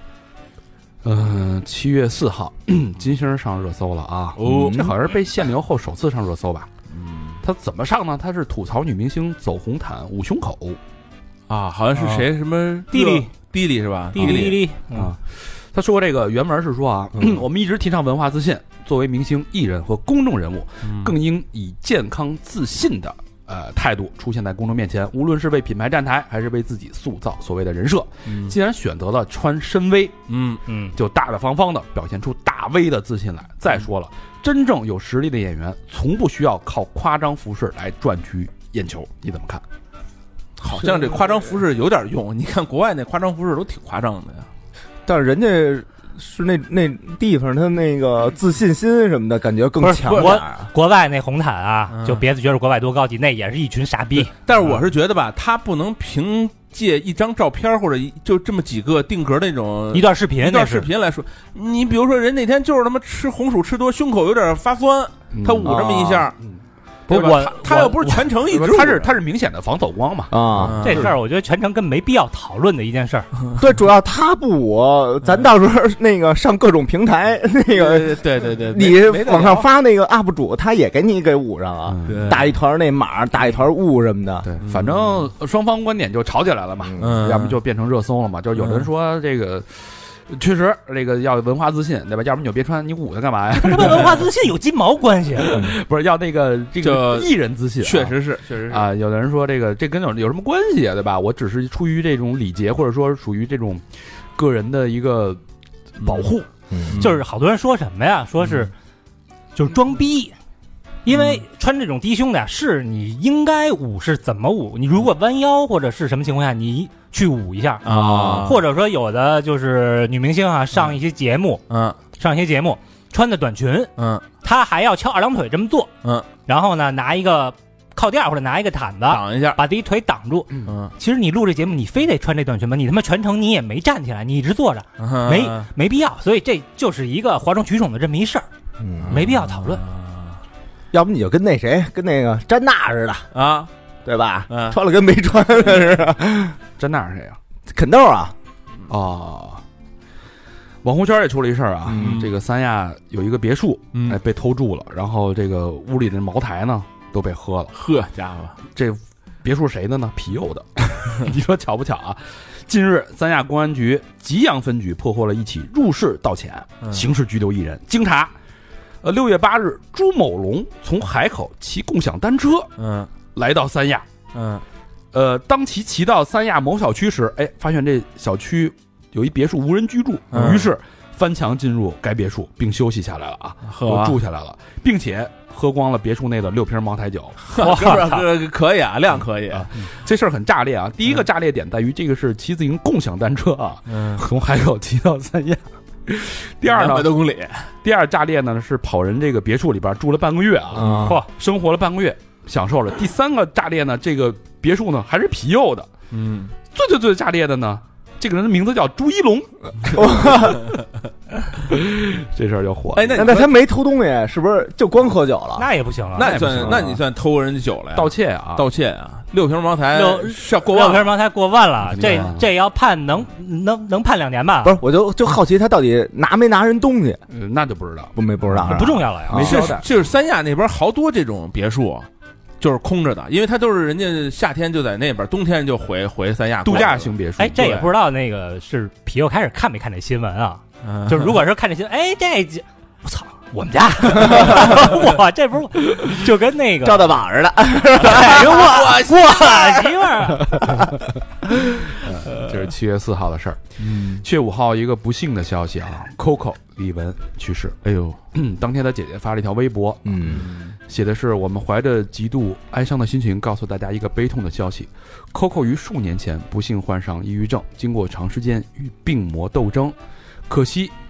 嗯，七月四号，金星上热搜了啊！ 哦这好像是被限流后首次上热搜吧？ 嗯他怎么上呢？他是吐槽女明星走红毯捂胸口啊，好像是谁什么弟弟弟弟是吧？ 滴哩滴哩啊。他说这个原文是说啊，我们一直提倡文化自信，作为明星、艺人和公众人物，更应以健康自信的呃态度出现在公众面前，无论是为品牌站台，还是为自己塑造所谓的人设。 嗯既然选择了穿深 V， 嗯嗯， 就大大方方的表现出大 V 的自信来。再说了，真正有实力的演员，从不需要靠夸张服饰来赚取眼球。你怎么看？ 好像这夸张服饰有点用，你看国外那夸张服饰都挺夸张的呀。 但是人家是那那地方他那个自信心什么的感觉更不是强点我儿。 国外那红毯啊， 嗯就别觉得国外多高级，那也是一群傻逼。 但是我是觉得吧，他不能凭借一张照片或者一就这么几个定格的那种一段视频， 一段那是视频来说，你比如说人那天就是他妈吃红薯吃多，胸口有点发酸，他捂这么一下， 嗯不是我对吧他他要不是全程一直捂， 他是他是明显的防走光嘛。 啊， 这事儿，我觉得全程根本没必要讨论的一件事儿。 对，主要他不捂，咱到时候那个上各种平台，那个对对对， 你没往上发那个 U P 主，他也给你给捂上啊， 嗯打一团那码，打一团雾什么的。 对，反正双方观点就吵起来了嘛， 嗯要不就变成热搜了嘛。就有人说这个确实这个要有文化自信，对吧？要不你就别穿，你捂它干嘛呀？ 他跟文化自信有鸡毛关系？ 不是要那个这个就艺人自信啊， 确实是确实是啊，有的人说这个这跟有有什么关系啊，对吧？我只是出于这种礼节，或者说属于这种个人的一个保护。 嗯就是好多人说什么呀？说是就是装逼。因为穿这种低胸的呀，是你应该捂是怎么捂？你如果弯腰或者是什么情况下，你去捂一下啊或者说有的就是女明星啊，上一些节目， 嗯上一些节目穿的短裙， 嗯她还要翘二郎腿这么做， 嗯， 然后呢拿一个靠垫或者拿一个毯子挡一下， 把自己腿挡住。 嗯， 其实你录这节目，你非得穿这短裙吗？你他妈全程你也没站起来，你一直坐着，没没必要。所以这就是一个哗众取宠的这么一事儿， 嗯， 没必要讨论。 要不你就跟那谁，跟那个詹娜似的， 啊， 对吧？ 嗯穿了跟没穿的似的。 真那是谁呀？ 肯豆啊， 哦，网红圈也出了一事儿啊， 嗯这个三亚有一个别墅， 嗯哎，被偷住了，然后这个屋里的茅台呢都被喝了。 呵家伙， 这别墅谁的呢？皮佑的，你说巧不巧啊？近日，三亚公安局吉阳分局破获了一起入室盗潜、 嗯刑事拘留一人。经查，呃，六月八日，朱某龙从海口骑共享单车嗯来到三亚， 嗯呃，当其骑到三亚某小区时，哎，发现这小区有一别墅无人居住， 嗯于是翻墙进入该别墅并休息下来了啊， 喝都住下来了，并且喝光了别墅内的六瓶茅台酒。 哇，可可以啊，量可以， 啊这事儿很炸裂啊！第一个炸裂点在于这个是骑自行共享单车啊， 嗯， 从海口骑到三亚。第二呢， 两百多公里， 第二炸裂呢是跑人这个别墅里边住了半个月啊， 啊嚯， 生活了半个月，享受了。第三个炸裂呢，这个别墅呢还是皮佑的。 嗯， 最最最炸裂的呢，这个人的名字叫朱一龙。这事儿就火了。 哎，那那那他没偷东西，是不是就光喝酒了？ 那也不行啊。 那你算那也不行啊那你算偷人家酒了呀？ 盗窃啊！ 盗窃啊！六瓶茅台六是要过万了， 六瓶茅台过万了，这肯定啊这要判能能能判两年吧？ 不是，我就就好奇他到底拿没拿人东西， 呃那就不知道。 不没不知道是吧， 不重要了呀。 啊是没交代就是三亚那边好多这种别墅，就是空着的，因为它都是人家夏天就在那边，冬天就回回三亚度假型别墅。 哎，这也对不知道那个是皮佑开始看没看这新闻啊？ 嗯就是如果是看这新闻，哎，这这我操，我们家，哇，这不是就跟那个照大榜似的。 哎我我媳妇儿， 这是七月四号的事儿。 嗯， 七月五号，一个不幸的消息啊 ，Coco 李玟去世。 哎呦， 当天他姐姐发了一条微博， 嗯， 写的是我们怀着极度哀伤的心情，告诉大家一个悲痛的消息：Coco 于数年前不幸患上抑郁症，经过长时间与病魔斗争，可惜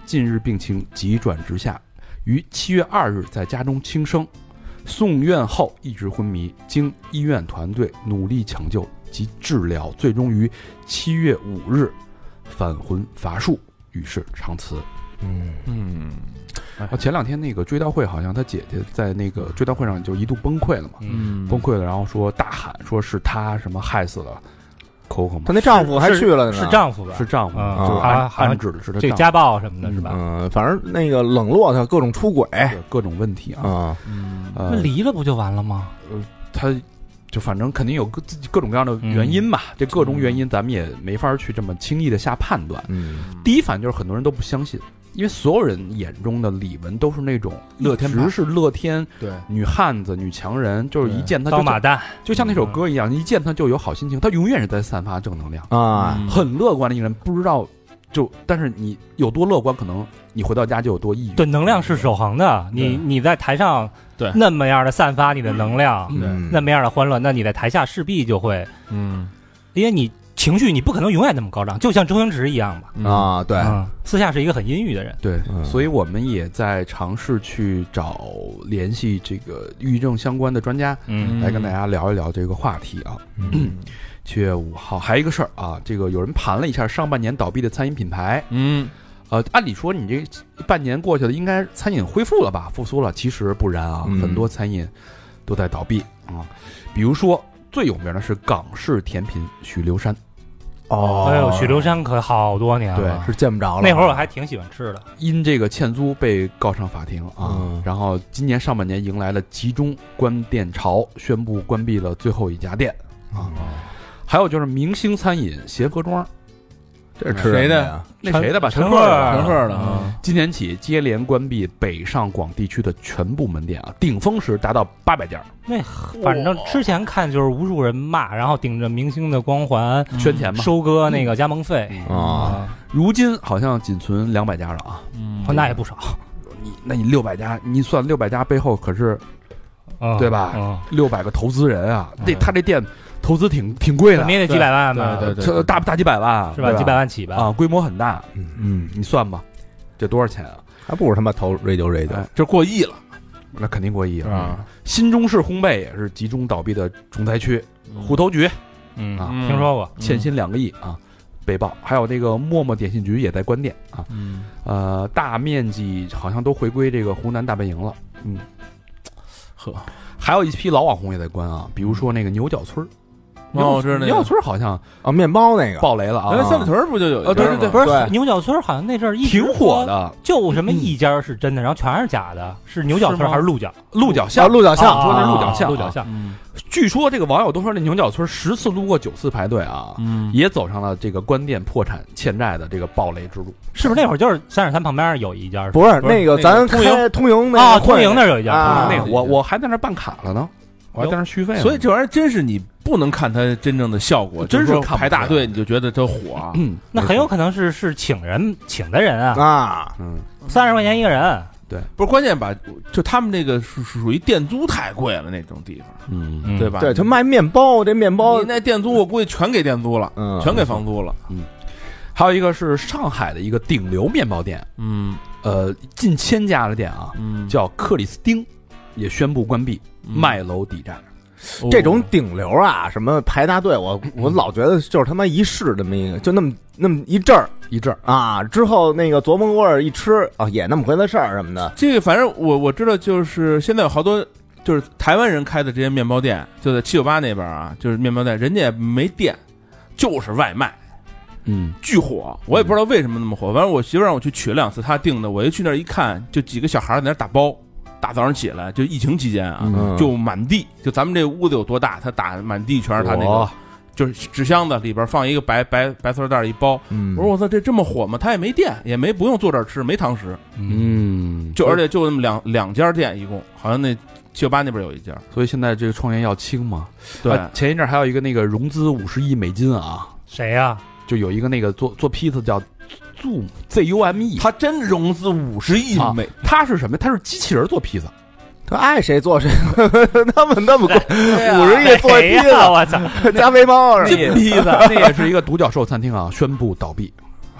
近日病情急转直下，于七月二日在家中轻生，送院后一直昏迷，经医院团队努力抢救及治疗，最终于七月五日返魂乏术，与世长辞。 嗯嗯， 啊，前两天那个追悼会，好像他姐姐在那个追悼会上就一度崩溃了嘛， 嗯崩溃了，然后说大喊说是他什么害死了 Coco 嘛， 她那丈夫还去了呢， 是丈夫吧？ 是丈夫， 嗯就是暗好像好像暗指的是他丈夫， 这个家暴什么的，是吧？ 嗯，反正那个冷落她，各种出轨对各种问题啊， 啊， 嗯呃那，离了不就完了吗？ 他就反正肯定有各自己各种各样的原因吧，这各种原因咱们也没法去这么轻易的下判断。 嗯第一反应就是很多人都不相信，因为所有人眼中的李玟都是那种乐天派一直是乐天对， 女汉子、女强人，就是一见她就刀马旦， 就像那首歌一样，一见她就有好心情，她永远是在散发正能量， 啊， 嗯很乐观的一个人。不知道就，但是你有多乐观，可能你回到家就有多抑郁。 对，能量是守恒的。你你在台上对那么样的散发你的能量， 嗯那么样的欢乐，那你在台下势必就会， 嗯因为你情绪你不可能永远那么高涨，就像周星驰一样嘛。 啊，对， 嗯，私下是一个很阴郁的人。 对， 嗯所以我们也在尝试去找联系这个抑郁症相关的专家， 嗯来跟大家聊一聊这个话题啊。 嗯七月五号还有一个事儿啊，这个有人盘了一下上半年倒闭的餐饮品牌， 嗯呃，按理说你这半年过去了，应该餐饮恢复了吧，复苏了，其实不然啊， 嗯很多餐饮都在倒闭啊。比如说最有名的是港式甜品许留山， 哦， 哎呦，许留山可好多年了， 是见不着了， 那会儿我还挺喜欢吃的。 因这个欠租被告上法庭啊， 嗯然后今年上半年迎来了集中关店潮，宣布关闭了最后一家店啊。还有就是明星餐饮协和庄， 这是吃谁的什么呀？ 那谁的吧？ 陈赫的吧陈赫的嗯啊， 今年起接连关闭北上广地区的全部门店啊，顶峰时达到八百家， 那反正之前看就是无数人骂，然后顶着明星的光环圈钱嘛。 收割那个加盟费嗯啊， 如今好像仅存两百家了啊， 嗯哦那也不少， 你那你六百家，你算六百家背后可是嗯对吧嗯， 六百个投资人啊，这嗯他这店投资挺挺贵的你，也得几百万吧， 对对这大大几百万是吧？几百万起吧。 啊，规模很大。 嗯嗯，你算吧，这多少钱啊？ 还不如他妈投 radio radio 哎这过亿了那肯定过亿了。 啊， 新中式烘焙也是集中倒闭的重灾区，虎头局嗯啊听说过。 欠薪两个亿啊，被曝。还有那个陌陌点心局也在关店啊， 嗯， 呃，大面积好像都回归这个湖南大本营了。嗯， 呵， 还有一批老网红也在关啊，比如说那个牛角村儿。 哦我知道那个牛角村儿好像啊，面包那个爆雷了啊， 原来三里屯不就有一啊对对对家吗不是对牛角村好像那阵儿一直挺火说， 的。 就什么一家是真的，然后全是假的，是牛角是吗村还是鹿角？ 啊， 鹿角巷， 鹿角巷， 说的是鹿啊角巷啊鹿角巷。 嗯据说这个网友都说那牛角村十次路过九次排队啊， 嗯也走上了这个关店破产欠债的这个暴雷之路。 是不是那会儿就是三十三旁边有一家？ 不是不是那个， 那个咱通营开通营那啊， 个通营那儿有一家啊那个我对我还在那儿办卡了呢，我还在那儿续费呢。 所以这玩意儿真是你不能看它真正的效果， 真是就是说看不出来排大队你就觉得它火啊， 嗯， 那很有可能是是请人请的人啊， 啊， 嗯， 三十块钱一个人。 不是关键吧？就他们这个属属于店租太贵了那种地方， 嗯嗯对吧？ 对他卖面包，这面包你那店租我估计全给店租了， 嗯全给房租了， 还有一个是上海的一个顶流面包店， 嗯呃，近千家的店啊， 嗯， 叫克里斯汀，也宣布关闭， 嗯卖楼抵债。 这种顶流啊，什么排大队，我我老觉得就是他妈一试这么一个，就那么那么一阵儿一阵儿， 啊，之后那个琢磨过儿一吃啊，也那么回事儿什么的， 这个反正我我知道，就是现在有好多就是台湾人开的这些面包店，就在七九八那边啊，就是面包店，人家也没店，就是外卖， 嗯， 巨火。我也不知道为什么那么火，反正我媳妇让我去取了两次她订的，我一去那儿一看，就几个小孩在那儿打包，大早上起来就疫情期间啊， 嗯就满地，就咱们这屋子有多大，他打满地全是他那个哇， 就是纸箱子里边放一个白白白塑料袋一包。 嗯我说我操，这这么火吗？他也没店，也没不用坐这儿吃，没堂食， 嗯， 就而且就那么两两家店，一共好像那七九八那边有一家。 所以现在这个创业要轻嘛。 对， 啊前一阵儿还有一个那个融资五十亿美金啊， 谁呀？ 就有一个那个做做披萨叫 Zoom Z U M E， 他真融资五十亿啊美， 它是什么？它是机器人做披萨。 他爱谁做谁，他们那么贵， 对五十亿做一披谁呀？ 萨我操！ 加肥猫是吧？ 金披萨，那也是一个独角兽餐厅啊，宣布倒闭啊。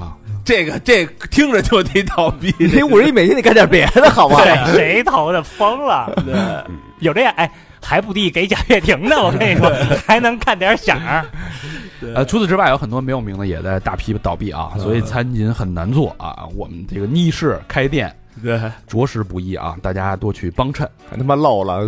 这个这个听着就得倒闭。 你五十亿美金，你干点别的好吗？ 对，谁投的疯了？对，有这样哎，还不地给贾跃亭呢，我跟你说，还能看点响儿。 呃，除此之外，有很多没有名的也在大批倒闭啊，所以餐饮很难做啊。我们这个逆市开店， 对， 着实不易啊，大家多去帮衬。 还他妈漏了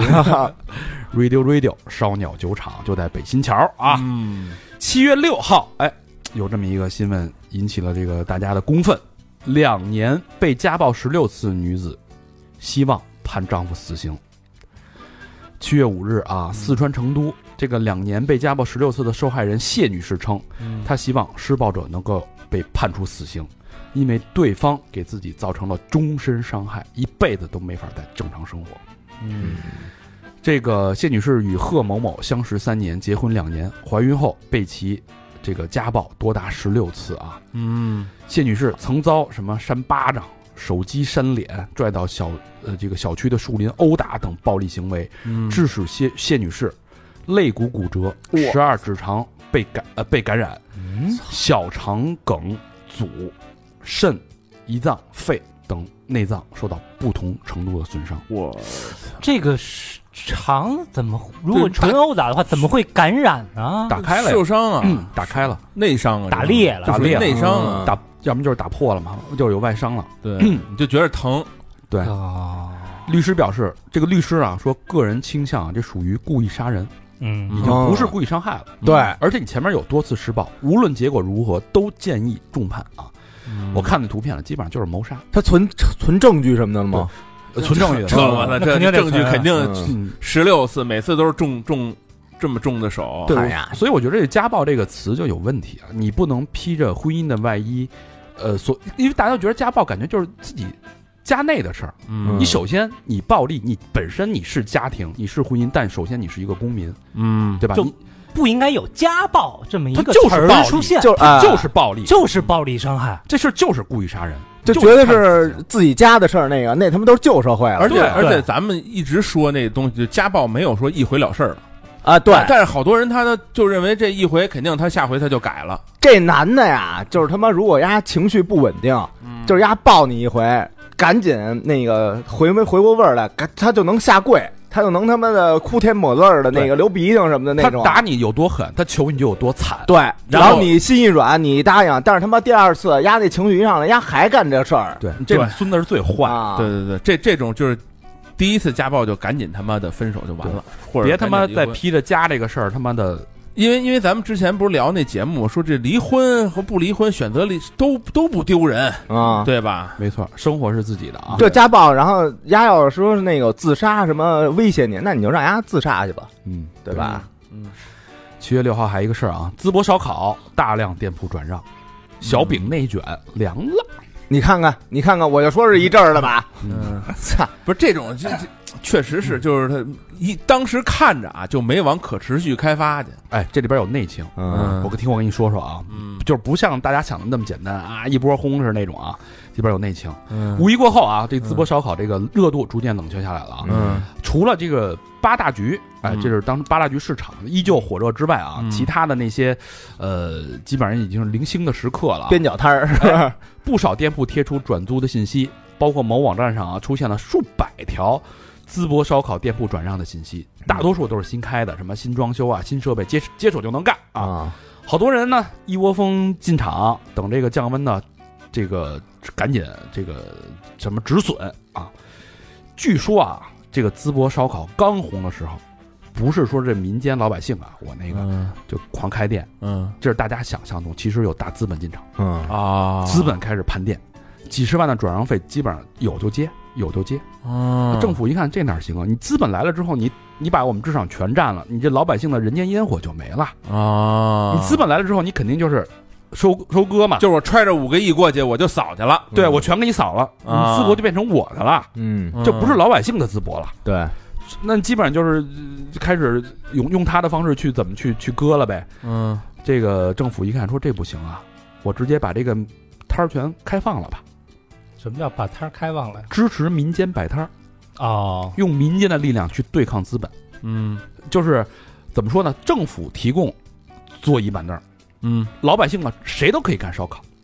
Radio Radio 烧鸟酒厂就在北新桥啊。 嗯， 七月六号，哎，有这么一个新闻引起了这个大家的公愤，两年被家暴十六次女子，希望判丈夫死刑。七月五日啊，四川成都这个两年被家暴十六次的受害人谢女士称，她希望施暴者能够被判处死刑，因为对方给自己造成了终身伤害，一辈子都没法再正常生活。 嗯， 这个谢女士与贺某某相识三年，结婚两年，怀孕后被其这个家暴多达十六次啊。 嗯， 谢女士曾遭什么扇巴掌、手机扇脸、拽到小呃这个小区的树林殴打等暴力行为， 嗯致使谢谢女士肋骨骨折，十二指肠被感呃被感染， 嗯， 小肠梗阻、肾、胰脏、肺等内脏受到不同程度的损伤。 我这个是肠怎么如果纯殴打的话，怎么会感染呢？ 打开了呀， 受伤啊， 嗯，打开了， 内伤啊， 打裂了， 打裂了内伤啊， 打要么就是打破了嘛，就是有外伤了。 对，你就觉得疼。 对， 哦， 律师表示，这个律师啊说，个人倾向啊，这属于故意杀人， 嗯， 已经不是故意伤害了。 对， 而且你前面有多次施暴，无论结果如何，都建议重判啊。我看那图片了，基本上就是谋杀， 他存存证据什么的了吗？ 呃存证据的。 这我操，这肯定得证据肯定嗯， 十六次，每次都是重重这么重的手。 对哎呀， 所以我觉得这家暴这个词就有问题啊，你不能披着婚姻的外衣，呃，所因为大家都觉得家暴感觉就是自己家内的事儿。 嗯你首先你暴力，你本身你是家庭，你是婚姻，但首先你是一个公民， 嗯， 对吧？ 就你不应该有家暴这么一它个词儿就是暴力出现， 就啊就是暴力， 就是暴力伤害。 这事儿就是故意杀人， 就觉得是自己家的事儿，那个那他妈都是旧社会了。 而且对而且咱们一直说那东西，就家暴没有说一回了事儿了。 啊，对， 但是好多人他呢就认为这一回肯定他下回他就改了。 这男的呀，就是他妈如果丫情绪不稳定，就是丫抱你一回，赶紧那个回没回过味儿来，赶他就能下跪，他就能他妈的哭天抹泪儿的那个流鼻涕什么的那种。 他打你有多狠，他求你就有多惨。 对， 然后然后你心一软，你答应，但是他妈第二次丫那情绪一上来，丫还干这事儿。 对，这种孙子是最坏。 啊， 对对对，这这种就是第一次家暴就赶紧他妈的分手就完了，或者别他妈赶紧离婚再披着家这个事儿，他妈的， 因为因为咱们之前不是聊那节目说这离婚和不离婚选择离都都不丢人， 啊， 对吧？ 没错，生活是自己的啊。 这家暴，然后丫要是说是那个自杀什么威胁你，那你就让丫自杀去吧， 嗯， 对吧？ 嗯， 七月六号还有一个事儿啊，淄博烧烤大量店铺转让，小饼内卷凉了。 你看看，你看看，我就说是一阵儿的吧。 嗯， 操， 不是这种这这确实是就是他一当时看着啊就没往可持续开发去。 哎，这里边有内情， 嗯我跟听我跟你说说啊， 嗯就是不像大家想的那么简单啊，一波轰是那种啊，里边有内情。 嗯五一过后啊，这淄博烧烤这个热度逐渐冷却下来了啊。 嗯除了这个八大局，哎， 嗯这是当时八大局市场依旧火热之外啊， 嗯其他的那些，呃，基本上已经是零星的时刻了啊。 边角摊儿是吧？ 不少店铺贴出转租的信息，包括某网站上啊出现了数百条淄博烧烤店铺转让的信息，大多数都是新开的，什么新装修啊、新设备，接接手就能干啊。 啊， 好多人呢一窝蜂进场，等这个降温呢，这个赶紧这个什么止损啊。据说啊，这个淄博烧烤刚红的时候，不是说这民间老百姓啊，我那个嗯就狂开店， 嗯这是大家想象中，其实有大资本进场， 嗯啊， 资本开始盘店，几十万的转让费基本上有就接，有就接。 啊， 政府一看这哪行啊？你资本来了之后，你你把我们市场全占了，你这老百姓的人间烟火就没了。 啊， 你资本来了之后，你肯定就是收收割嘛。 就是我揣着五个亿过去，我就扫去了。 对我全给你扫了，你啊淄博就变成我的了， 嗯， 这不是老百姓的淄博了。 对， 那基本上就是呃开始用用他的方式去怎么去去割了呗。 嗯这个政府一看说这不行啊，我直接把这个摊儿全开放了吧， 什么叫把摊儿开放了？ 支持民间摆摊儿， 哦， 用民间的力量去对抗资本。 嗯就是怎么说呢？政府提供座椅板凳， 嗯老百姓呢谁都可以干烧烤，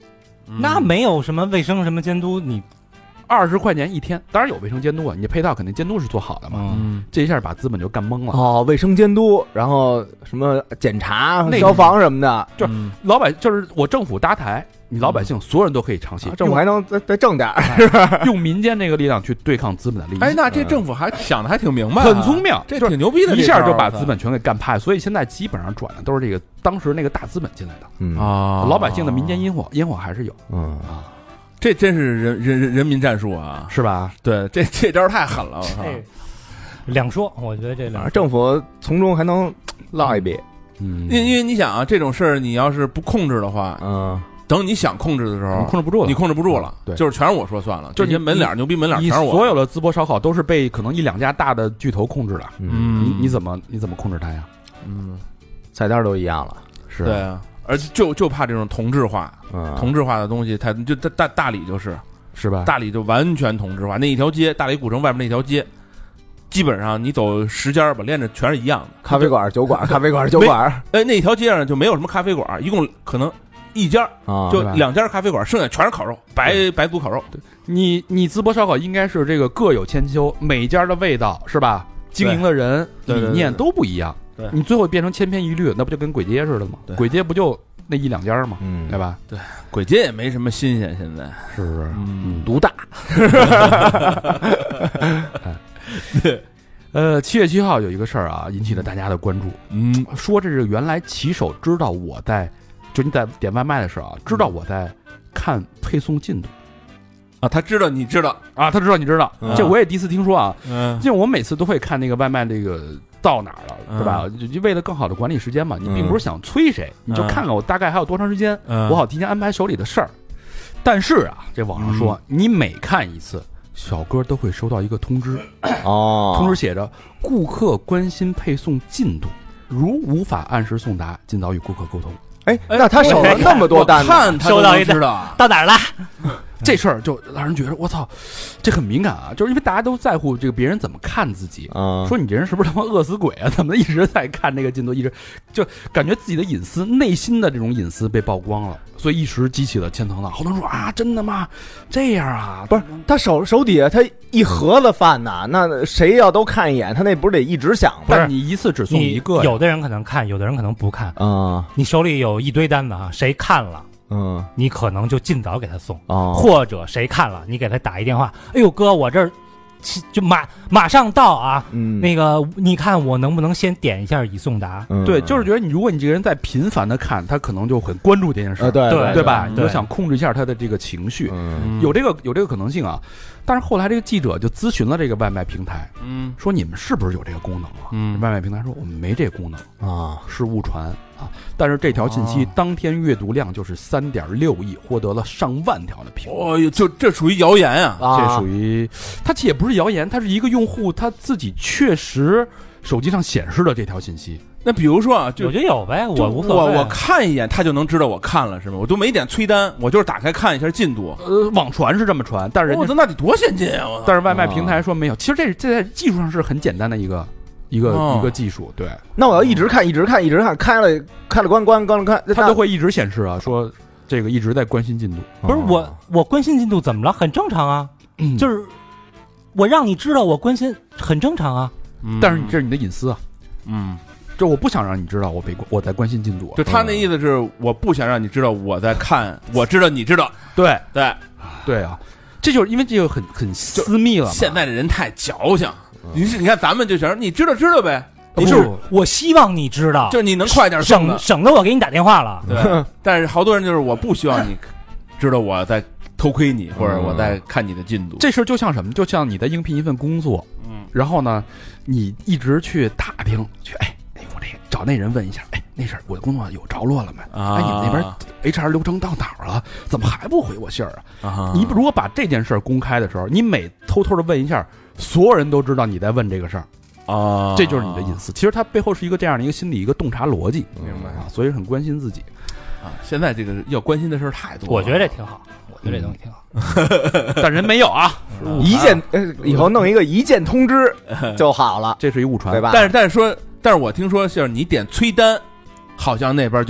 那没有什么卫生什么监督，你二十块钱一天，当然有卫生监督啊，你配套肯定监督是做好的嘛。 嗯， 这一下把资本就干懵了。 哦，卫生监督，然后什么检查、 那个消防什么的， 就是老百就是我政府搭台，你老百姓所有人都可以唱戏， 啊政府还能再再挣点儿。 用民间这个力量去对抗资本的利益。 哎，那这政府还想的还挺明白啊， 很聪明， 这挺牛逼的， 一下就把这招资本全给干派，所以现在基本上转的都是这个当时那个大资本进来的， 嗯啊， 老百姓的民间烟火烟火还是有嗯啊， 这真是人人人人民战术啊！ 是吧？ 对，这这招太狠了，我操！ 这两说，我觉得这两说政府从中还能捞一笔。 嗯， 因因为你想啊，这种事儿你要是不控制的话， 嗯， 等你想控制的时候， 控制不住了， 你控制不住了， 对， 就是全是我说算了， 就是这些门脸牛逼门脸你全是我。 所有的淄博烧烤都是被可能一两家大的巨头控制的， 嗯， 你你怎么你怎么控制它呀？ 嗯， 菜单都一样了。 是对啊，而且就就怕这种同质化， 嗯， 同质化的东西，它就大大大理就是是吧？ 大理就完全同质化，那一条街大理古城外面那条街，基本上你走十家吧，连着全是一样的咖啡馆、酒馆、咖啡馆、酒馆哎，那条街上就没有什么咖啡馆，一共可能一家啊， 就两家咖啡馆，剩下全是烤肉，白白族烤肉。 你你淄博烧烤应该是这个各有千秋，每家的味道是吧？经营的人对对对理念都不一样， 对你最后变成千篇一律，那不就跟簋街似的吗？ 对簋街不就那一两家吗？ 嗯， 对吧？ 簋街也没什么新鲜，现在是不是？ 嗯， 独大。 呃，七月七号有一个事儿啊，引起了大家的关注。 嗯， 说这是原来骑手知道我在，就你在点外卖的时候啊，知道我在看配送进度啊，他知道你知道， 啊，他知道你知道， 嗯这我也第一次听说啊。 嗯因为我每次都会看那个外卖这个到哪儿了， 嗯对吧？就就为了更好的管理时间嘛，你嗯并不是想催谁，你就看看我大概还有多长时间， 嗯我好提前安排手里的事儿。但是啊，这网上说，你每看一次，小哥都会收到一个通知， 哦， 通知写着顾客关心配送进度，如无法按时送达，尽早与顾客沟通。 哎，那他手了那么多单呢， 看他收到一知道， 到哪儿了？ 这事儿就让人觉得我操，这很敏感啊！就是因为大家都在乎这个别人怎么看自己， 嗯， 说你这人是不是他妈饿死鬼啊？怎么一直在看这个进度，一直就感觉自己的隐私、内心的这种隐私被曝光了，所以一时激起了千层浪。好多人说啊，真的吗？这样啊？ 不是他手手底下他一盒子饭呐，那谁要都看一眼，他那不是得一直想吗？ 但你一次只送你一个呀， 有的人可能看，有的人可能不看。 啊， 你手里有一堆单子啊，谁看了， 嗯， 你可能就尽早给他送， 哦， 或者谁看了，你给他打一电话，哎呦哥，我这儿就马马上到啊， 嗯， 那个你看我能不能先点一下已送达？ 嗯对，就是觉得你如果你这个人在频繁的看，他可能就很关注这件事呃， 儿， 对对对吧？ 对你就想控制一下他的这个情绪， 嗯有这个有这个可能性啊。但是后来这个记者就咨询了这个外卖平台， 嗯说你们是不是有这个功能啊？ 嗯外卖平台说我们没这个功能， 啊， 是误传啊。但是这条信息哦当天阅读量就是三点六亿，获得了上万条的评论。 哦哟，就这属于谣言啊！ 这啊属于，它其实也不是谣言，它是一个用户他自己确实手机上显示的这条信息。 那比如说啊，就我觉得有呗， 就我无所谓。 我我看一眼，他就能知道我看了是吗？我都没点催单，我就是打开看一下进度。 呃，网传是这么传，但是人家我操，那得多先进啊！我操， 但是外卖平台说没有。其实这这在技术上是很简单的一个一个、 哦一个技术，对， 那我要一直看，一直看，一直看，开了开了关关关了看， 它都会一直显示啊，说这个一直在关心进度。 不是我我关心进度怎么了？很正常啊， 嗯就是我让你知道我关心很正常啊。 嗯但是你这是你的隐私啊， 嗯， 这我不想让你知道我被我在关心进度啊。 就他那意思是，我不想让你知道我在看，我知道你知道， 对对。 对啊，这就是因为这个很很私密了嘛。 现在的人太矫情，你是你看咱们就想你知道知道呗， 不是，我希望你知道， 就是你能快点送省的， 省得我给你打电话了。 对。但是好多人就是我不希望你知道我在偷窥你，或者我在看你的进度。 这事儿就像什么？就像你在应聘一份工作， 嗯， 然后呢，你一直去打听，去哎，哎，我这找那人问一下，哎，那事儿我的工作有着落了没？ 啊哎，你们那边 H R 流程到哪儿了？怎么还不回我信儿啊？ 啊你如果把这件事儿公开的时候，你每偷偷的问一下，所有人都知道你在问这个事儿， 啊， 这就是你的隐私。其实它背后是一个这样的一个心理一个洞察逻辑， 明白啊？所以很关心自己。 啊。现在这个要关心的事儿太多了， 我觉得这挺好，我觉得这东西挺好。 但人没有啊， 一键，呃以后弄一个一键通知就好了， 这是一误传， 对？吧？ 但是但是说，但是我听说就是你点催单，好像那边就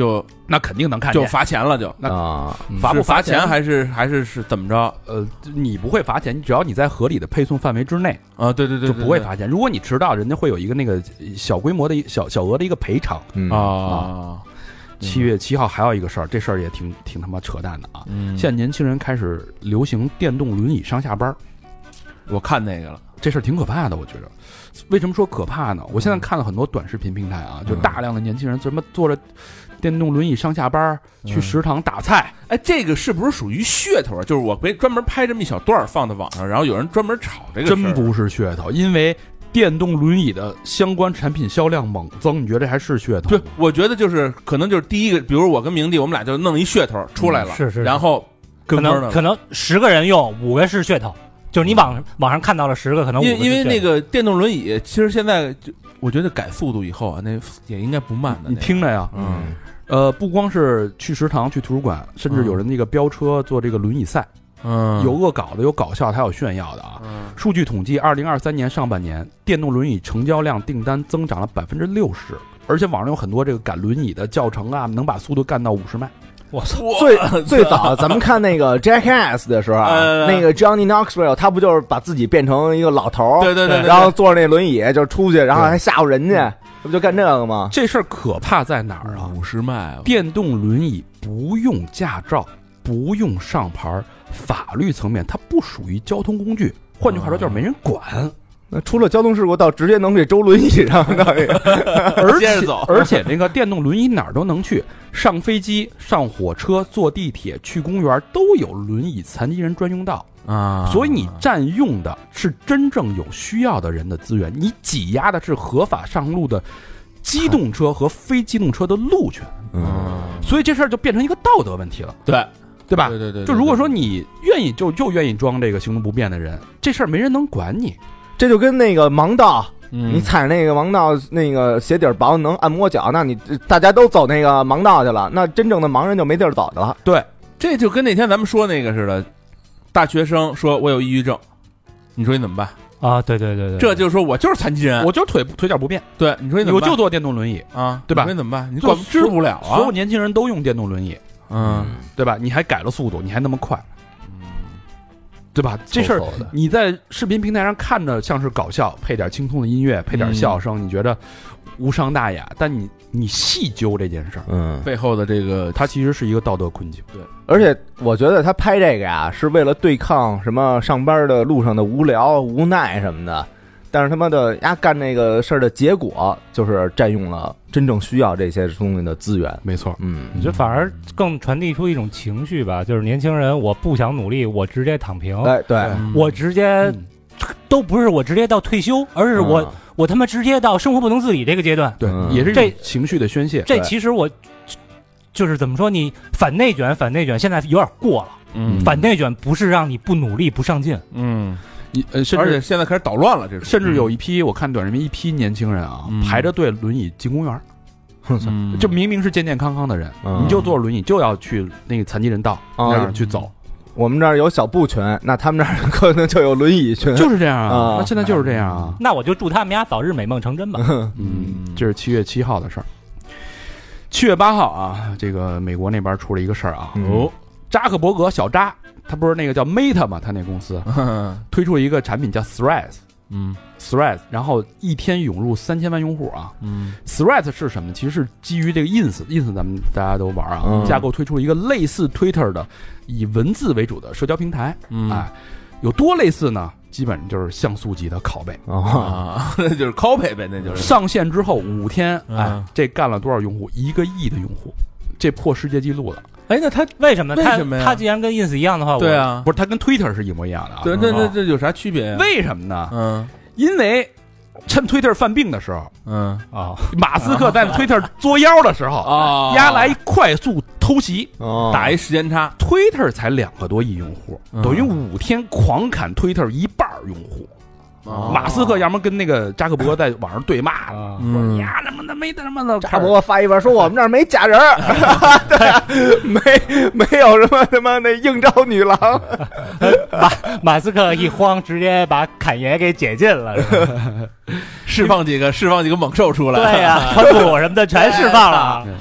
那肯定能看见， 就罚钱了就。 那啊， 罚不是罚钱钱还是还是是怎么着？ 呃，你不会罚钱，只要你在合理的配送范围之内啊，对对对， 就不会罚钱。如果你迟到，人家会有一个那个小规模的一小小额的一个赔偿。 嗯啊。 七月七号还有一个事儿，这事儿也挺挺他妈扯淡的啊！ 嗯， 现在年轻人开始流行电动轮椅上下班， 我看那个了， 这事儿挺可怕的，我觉得。为什么说可怕呢？我现在看了很多短视频平台啊，就大量的年轻人怎么坐着电动轮椅上下班，去食堂打菜。 哎，这个是不是属于噱头啊？就是我没专门拍这么一小段放到网上，然后有人专门炒这个事儿。 真不是噱头，因为电动轮椅的相关产品销量猛增，你觉得这还是噱头？ 对，我觉得就是可能就是第一个，比如我跟明帝，我们俩就弄一噱头出来了， 嗯、是是， 然后可跟能可能十个人用，五个是噱头。就是你网网上看到了十个，可能五个因因为那个电动轮椅，其实现在就我觉得改速度以后啊，那也应该不慢的。 你听着呀， 嗯， 呃，不光是去食堂、去图书馆，甚至有人那个飙车做这个轮椅赛， 嗯， 有恶搞的，有搞笑，还有炫耀的啊。 嗯、 数据统计，二零二三年上半年，电动轮椅成交量订单增长了百分之六十，而且网上有很多这个赶轮椅的教程啊，能把速度干到五十迈。 我操！ 最最早咱们看那个 Jackass 的时候啊， 呃、 那个 Johnny Knoxville 他不就是把自己变成一个老头儿， 对对 对, 对, 对， 然后坐着那轮椅就出去，然后还吓唬人家，这不就干这个吗？ 这事儿可怕在哪儿啊？ 五十迈啊！ 电动轮椅不用驾照，不用上牌，法律层面它不属于交通工具，换句话说就是没人管。 那出了交通事故，到直接能给周轮椅上的， 而且而且那个电动轮椅哪儿都能去，上飞机、上火车、坐地铁、去公园都有轮椅残疾人专用道啊， 所以你占用的是真正有需要的人的资源，你挤压的是合法上路的机动车和非机动车的路权。 嗯， 所以这事儿就变成一个道德问题了。 对。 对吧？ 对对 对, 对, 对， 就如果说你愿意就就愿意装这个行动不便的人，这事儿没人能管你。 这就跟那个盲道， 嗯、 你踩那个盲道，那个鞋底薄能按摩脚，那你大家都走那个盲道去了，那真正的盲人就没地儿走去了。 对， 这就跟那天咱们说那个似的，大学生说我有抑郁症，你说你怎么办啊？对对对对， 这就是说我就是残疾人， 我就是腿腿脚不便。 对，你说你怎么办？ 我就坐电动轮椅啊， 对吧？ 你说你怎么办？你管治不了啊！ 所有年轻人都用电动轮椅， 嗯， 对吧？你还改了速度，你还那么快。对吧？这事儿你在视频平台上看着像是搞笑，配点轻松的音乐，配点笑声，嗯、你觉得无伤大雅。但你你细究这件事儿， 嗯， 背后的这个， 它其实是一个道德困境。 对， 而且我觉得他拍这个呀，是为了对抗什么上班的路上的无聊、无奈什么的。但是他妈的呀，干那个事儿的结果就是占用了真正需要这些东西的资源。 没错， 嗯， 我觉得反而更传递出一种情绪吧，就是年轻人我不想努力，我直接躺平。 哎，对， 嗯、 我直接、嗯、都不是我直接到退休，而是我、嗯、我他妈直接到生活不能自理这个阶段。 对， 嗯、 也是这情绪的宣泄。 这其实我就是怎么说，你反内卷，反内卷现在有点过了。 嗯， 反内卷不是让你不努力不上进。 嗯。 你呃，甚至而且现在开始捣乱了，这甚至有一批、嗯、我看短视频，一批年轻人啊， 嗯、 排着队轮椅进公园， 嗯、 就明明是健健康康的人， 嗯、 你就坐着轮椅就要去那个残疾人道、 嗯、 那样去走。 我们这儿有小布群，那他们这儿可能就有轮椅群， 就是这样啊。 啊那现在就是这样啊。 那我就祝他们家早日美梦成真吧。 嗯，这是七月七号的事儿。七月八号啊，这个美国那边出了一个事儿啊。 哦， 扎克伯格小扎。他不是那个叫 Meta 嘛？他那公司推出一个产品叫 Threads， 嗯 ，Threads， 然后一天涌入三千万用户啊， 嗯 ，Threads 是什么？其实是基于这个 Ins，Ins 咱们大家都玩啊， 嗯、 架构推出了一个类似 Twitter 的以文字为主的社交平台， 嗯， 哎，有多类似呢？基本就是像素级的拷贝啊，那就是 copy 呗，那就是上线之后五天，哎， 嗯、 这干了多少用户？一个亿的用户，这破世界纪录了。 哎，那他为什么？ 为什么呀？ 他既然跟 ins 一样的话， 对啊， 不是他跟 Twitter 是一模一样的啊。 对，那那这有啥区别呀？ 为什么呢？ 嗯， 因为趁 Twitter 犯病的时候， 嗯啊， 马斯克在 Twitter 作妖的时候啊， 压来快速偷袭， 打一时间差。 Twitter 才两个多亿用户，等于五天狂砍 Twitter 一半用户。 哦、 马斯克要么跟那个扎克伯格在网上对骂， 啊、 说你呀他妈的没他妈的。 扎克伯格发一篇说我们这儿没假人对，没没有什么他妈那应召女郎。 马马斯克一慌，直接把侃爷给解禁了， 释放几个释放几个猛兽出来。 对呀、啊，川普什么的全释放了。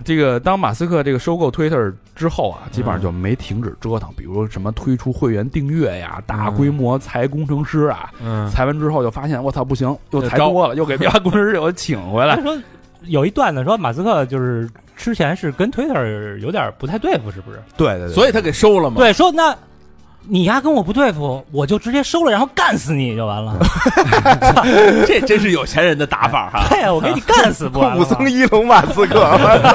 这个当马斯克这个收购 Twitter 之后啊，基本上就没停止折腾，比如什么推出会员订阅呀，大规模裁工程师啊， 嗯， 裁完之后就发现我操不行，又裁多了，又给别的工程师又请回来他。说有一段子说马斯克就是之前是跟 Twitter 有点不太对付，是不是？ 对对对， 所以他给收了嘛。 对，说那你丫跟我不对付，我就直接收了，然后干死你就完了。 这真是有钱人的打法哈。 对呀，我给你干死不完了吗？ 武僧伊隆马斯克。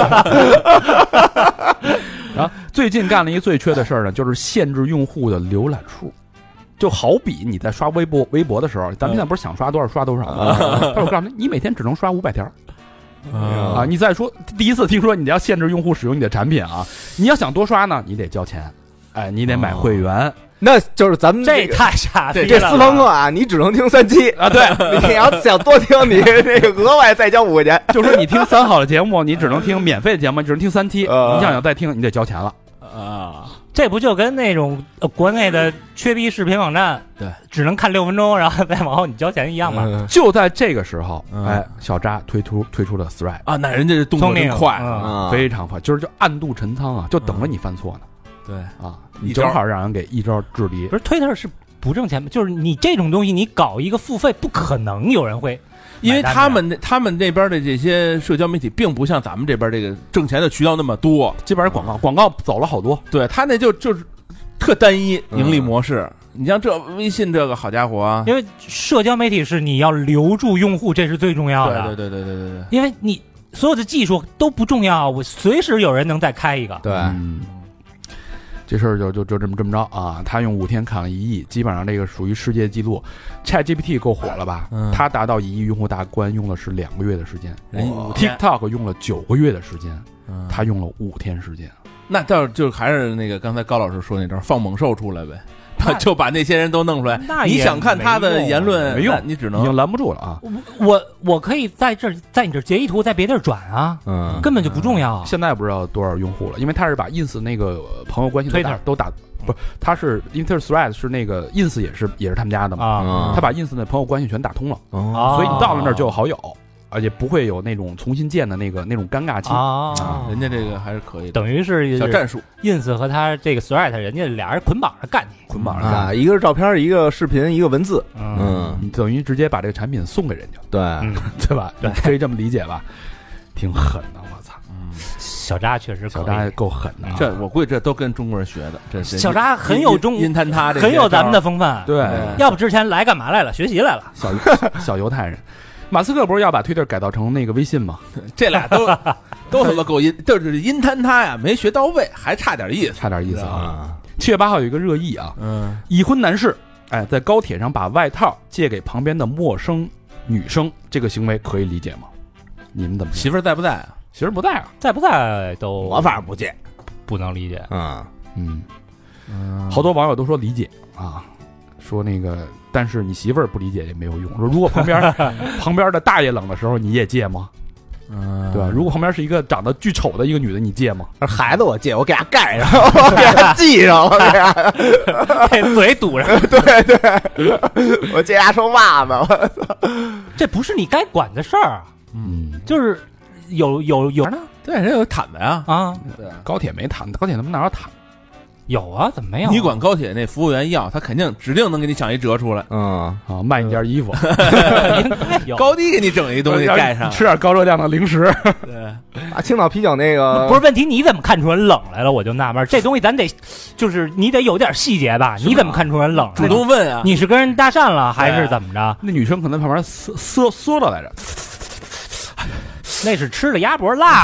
然后最近干了一个最缺的事儿呢，就是限制用户的浏览数。就好比你在刷微博微博的时候，咱们现在不是想刷多少刷多少吗？但是我告诉你，你每天只能刷五百条。啊！你再说第一次听说你要限制用户使用你的产品啊，你要想多刷呢，你得交钱，哎，你得买会员， 那就是咱们这太傻逼了。 这私房课啊，你只能听三期啊。对， 你要想多听，你这个额外再交五块钱。 就是你听三好的节目，你只能听免费的节目，你只能听三期。 呃、 你想想再听，你得交钱了啊。 这不就跟那种、呃、国内的缺逼视频网站， 对， 只能看六分钟，然后再往后你交钱一样吗？ 嗯、 就在这个时候， 嗯、 哎，小扎推出推出了 Thread 啊，那人家这动作真快啊、 嗯，非常快，就是就暗度陈仓啊，就等着你犯错呢。 对啊，你正好让人给一招制敌。 不是 Twitter 是不挣钱吗？就是你这种东西，你搞一个付费，不可能有人会。 因为他们他们那边的这些社交媒体并不像咱们这边这个挣钱的渠道那么多， 基本上广告广告走了好多。 对他那就就是特单一盈利模式。嗯、你像这微信这个好家伙啊， 因为社交媒体是你要留住用户，这是最重要的。 对对对对对对对。 因为你所有的技术都不重要，我随时有人能再开一个。 对。 嗯，这事儿就就就这么这么着啊！他用五天砍了一亿，基本上这个属于世界纪录。ChatGPT 够火了吧？ 嗯， 他达到一亿用户大关用的是两个月的时间， 哦、 TikTok 用了九个月的时间， 嗯、 他用了五天时间。 那倒就还是那个刚才高老师说那招，放猛兽出来呗，就把那些人都弄出来。你想看他的言论没用， 你只能已经拦不住了啊！ 我我可以在这儿在你这儿截一图，在别地儿转啊， 嗯， 根本就不重要。 现在不知道多少用户了，因为他是把 ins 那个朋友关系都打都打。不是，他是 Inter Thread 是那个 ins 也是也是他们家的嘛， 啊、 他把 ins 的朋友关系全打通了， 哦、 所以你到了那儿就有好友，而且不会有那种重新建的那个那种尴尬期啊、 哦。人家这个还是可以的， 等于是小战术。 ins 和他这个 Thread 人家俩人捆绑着干去， 捆绑着啊，一个是照片，一个视频，一个文字， 嗯， 你等于直接把这个产品送给人家， 对， 嗯、 对吧？对，可以这么理解吧？挺狠的，我操！ 嗯， 小扎确实， 小扎够狠的、啊。 这我估计这都跟中国人学的。这小扎很有中阴坍塌， 很有咱们的风范。 对， 要不之前来干嘛来了？学习来了。 小小犹太人，马斯克不是要把推特改造成那个微信吗？ 这俩都都他妈够阴，就是阴坍塌呀，没学到位，还差点意思， 差点意思啊！七月八号有一个热议啊， 嗯， 已婚男士哎在高铁上把外套借给旁边的陌生女生，这个行为可以理解吗？你们怎么？ 媳妇儿在不在啊？ 媳妇儿不在啊， 在不在都我反正不借， 不能理解。 嗯嗯嗯，好多网友都说理解啊，说那个，但是你媳妇儿不理解也没有用。说如果旁边旁边的大爷冷的时候，你也借吗？ 嗯， 对吧？如果旁边是一个长得巨丑的一个女的，你借吗？ 孩子我借，我给他盖上，我给他系上，我给他这嘴堵上。 对对，我借他双袜子，我操， 这不是你该管的事儿。 嗯， 就是有有有呢，对，人有毯子呀啊， 对， 高铁没毯子，高铁他妈哪有毯？ 有啊，怎么没有、啊？ 你管高铁那服务员要，他肯定指定能给你想一折出来。 嗯啊，卖你件衣服， 高低给你整一东西盖上， 吃点高热量的零食。 对， 啊，青岛啤酒那个不是问题，你怎么看出人冷来了？我就纳闷，这东西咱得就是你得有点细节吧？你怎么看出人冷？ 主动问啊！ 你是跟人搭讪了还是怎么着？ 那女生可能旁边缩缩缩了来着。 那是吃了鸭脖辣。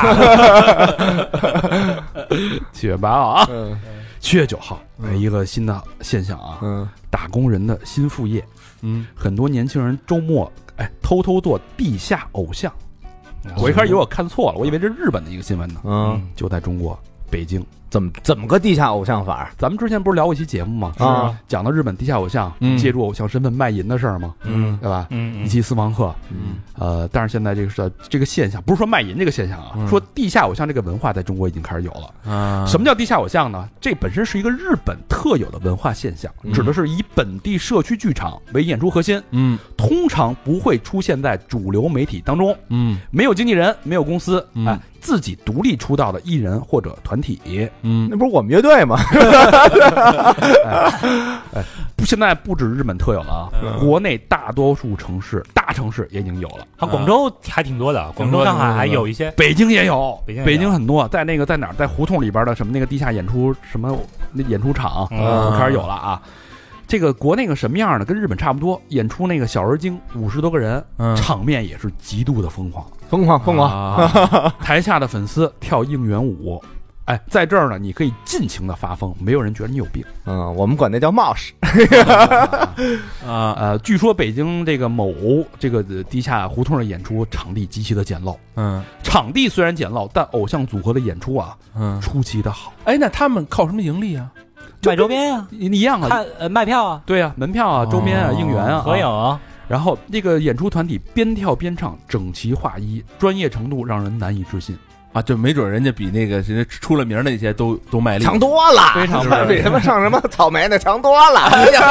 七月八号啊， 嗯七月九号，哎，一个新的现象啊， 嗯， 打工人的新副业， 嗯， 很多年轻人周末哎偷偷做地下偶像。我一开始以为我看错了，我以为这是日本的一个新闻呢。 嗯， 就在中国北京怎么怎么个地下偶像法？ 咱们之前不是聊过一期节目吗？ 啊， 讲到日本地下偶像、 嗯、 借助偶像身份卖淫的事儿吗？ 嗯， 对吧？ 嗯， 一期私房课， 嗯， 呃，但是现在这个是这个现象，不是说卖淫这个现象啊， 嗯、 说地下偶像这个文化在中国已经开始有了。 啊， 什么叫地下偶像呢？这本身是一个日本特有的文化现象， 嗯、 指的是以本地社区剧场为演出核心， 嗯， 通常不会出现在主流媒体当中， 嗯， 没有经纪人，没有公司，哎、 嗯呃，自己独立出道的艺人或者团体， 嗯， 那不是我们乐队吗？ 哎哎，现在不止日本特有了啊， 嗯、 国内大多数城市、大城市也已经有了。 啊，广州还挺多的，广州、上海还有一些， 北京也有， 北京北京很多，在那个在哪儿，在胡同里边的什么那个地下演出什么那演出场， 嗯、 开始有了啊。这个国内个什么样呢？跟日本差不多，演出那个小而精，五十多个人， 嗯、 场面也是极度的疯狂， 疯狂疯狂。 啊、台下的粉丝跳应援舞，哎，在这儿呢，你可以尽情的发疯，没有人觉得你有病。 嗯，我们管那叫冒失。 啊呃，据说北京这个某这个地下胡同的演出场地极其的简陋， 嗯， 场地虽然简陋，但偶像组合的演出啊， 嗯， 出奇的好。 哎，那他们靠什么盈利啊？ 卖周边啊， 一样啊， 看呃卖票啊， 对啊，门票啊，周边啊，应援啊， 合影啊。 然后这个演出团体边跳边唱，整齐划一，专业程度让人难以置信啊！就没准人家比那个谁出了名的那些都都卖力， 强多了， 非常比什么上什么草莓的强多了。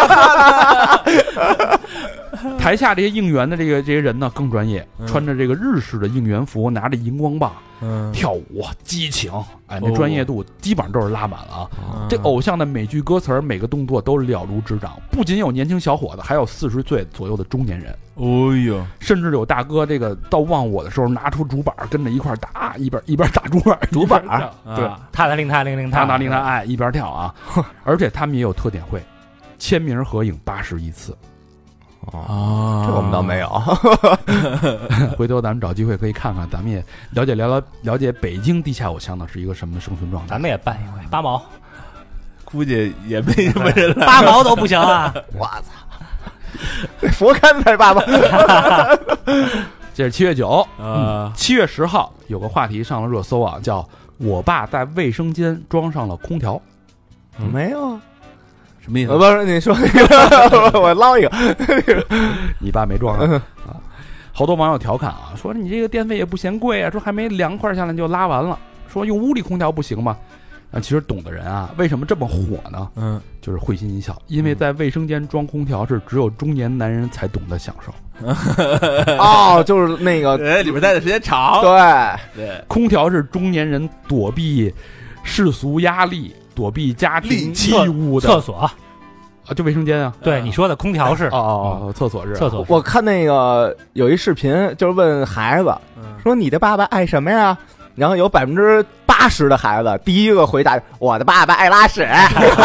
台下这些应援的这个这些人呢更专业， 嗯、 穿着这个日式的应援服，拿着荧光棒， 嗯， 跳舞激情，哎，那专业度基本上都是拉满了啊。 哦、 这偶像的每句歌词每个动作都了如指掌，不仅有年轻小伙子，还有四十岁左右的中年人。 哦呦， 甚至有大哥这个到忘我的时候拿出竹板跟着一块打，一边一边打竹板， 竹板， 对， 他他令他令令他拿令他爱，一边跳啊。而且他们也有特点会，签名合影八十一次。 哦，这我们倒没有。 回头咱们找机会可以看看，咱们也了解聊聊了解北京地下偶像呢是一一个什么生存状态。 咱们也办一回八毛， 估计也没什么人来， 八毛都不行啊！ 我操，佛龛才八毛。 这是七月九啊， 七月十号有个话题上了热搜啊，叫我爸在卫生间装上了空调。 没有。 什么意思？ 不是你说那个，我捞一个。 你爸没装上啊？好多网友调侃啊，说你这个电费也不嫌贵啊，说还没凉快下来就拉完了，说用屋里空调不行吗？啊，其实懂的人啊，为什么这么火呢？嗯，就是会心一笑，因为在卫生间装空调是只有中年男人才懂得享受。 哦，就是那个哎，里边待的时间长。 对对， 空调是中年人躲避世俗压力。躲避家庭义务的厕所啊， 就卫生间啊。 对，你说的空调是哦哦，厕所是厕所。 我看那个有一视频，就是问孩子说：“你的爸爸爱什么呀？”然后有百分之八十的孩子第一个回答：“我的爸爸爱拉屎。”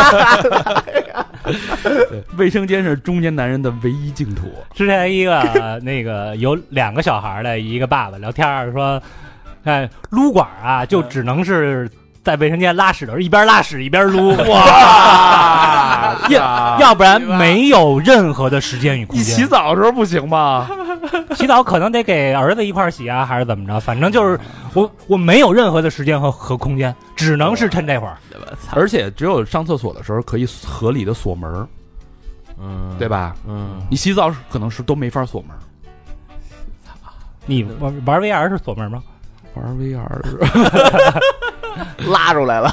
卫生间是中年男人的唯一净土。 之前一个那个有两个小孩的一个爸爸聊天说：“哎，撸管啊，就只能是。”在卫生间拉屎的时候，一边拉屎一边撸，哇！要要不然没有任何的时间与空间。 你洗澡的时候不行吗？ 洗澡可能得给儿子一块洗啊，还是怎么着？反正就是我我没有任何的时间和和空间，只能是趁这会儿。 而且只有上厕所的时候可以合理的锁门，嗯，对吧？嗯，你洗澡可能是都没法锁门。 你玩玩 V R 是锁门吗？ 玩 V R 拉出来了，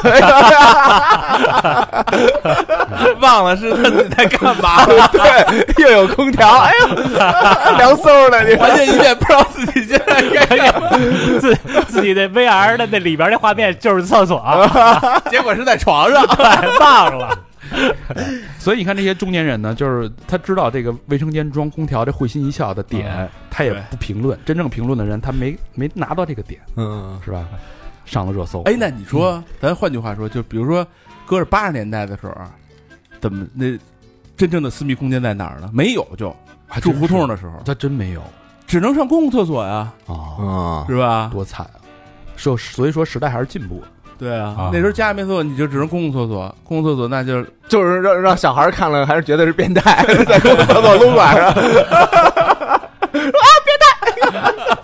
忘了是他自己在干嘛了。对，又有空调，哎呀，凉飕的，你完全一遍不知道自己现在干什么。 自自己的 V R 的那里边的画面就是厕所， 结果是在床上， 对，忘了。 所以你看这些中年人呢，就是他知道这个卫生间装空调这会心一笑的点，嗯、他也不评论。真正评论的人，他没没拿到这个点，嗯，是吧？上了热搜。 哎，那你说，嗯、咱换句话说，就比如说，搁着八十年代的时候，怎么那真正的私密空间在哪儿呢？没有就，就住胡同的时候， 他真没有， 只能上公共厕所呀， 啊， 是吧？ 多惨啊！所所以说时代还是进步。 对啊，啊那时候家里没厕所，你就只能公共厕所。公共厕所那就就是让让小孩看了还是觉得是变态，在公共厕所撸管上啊，变态！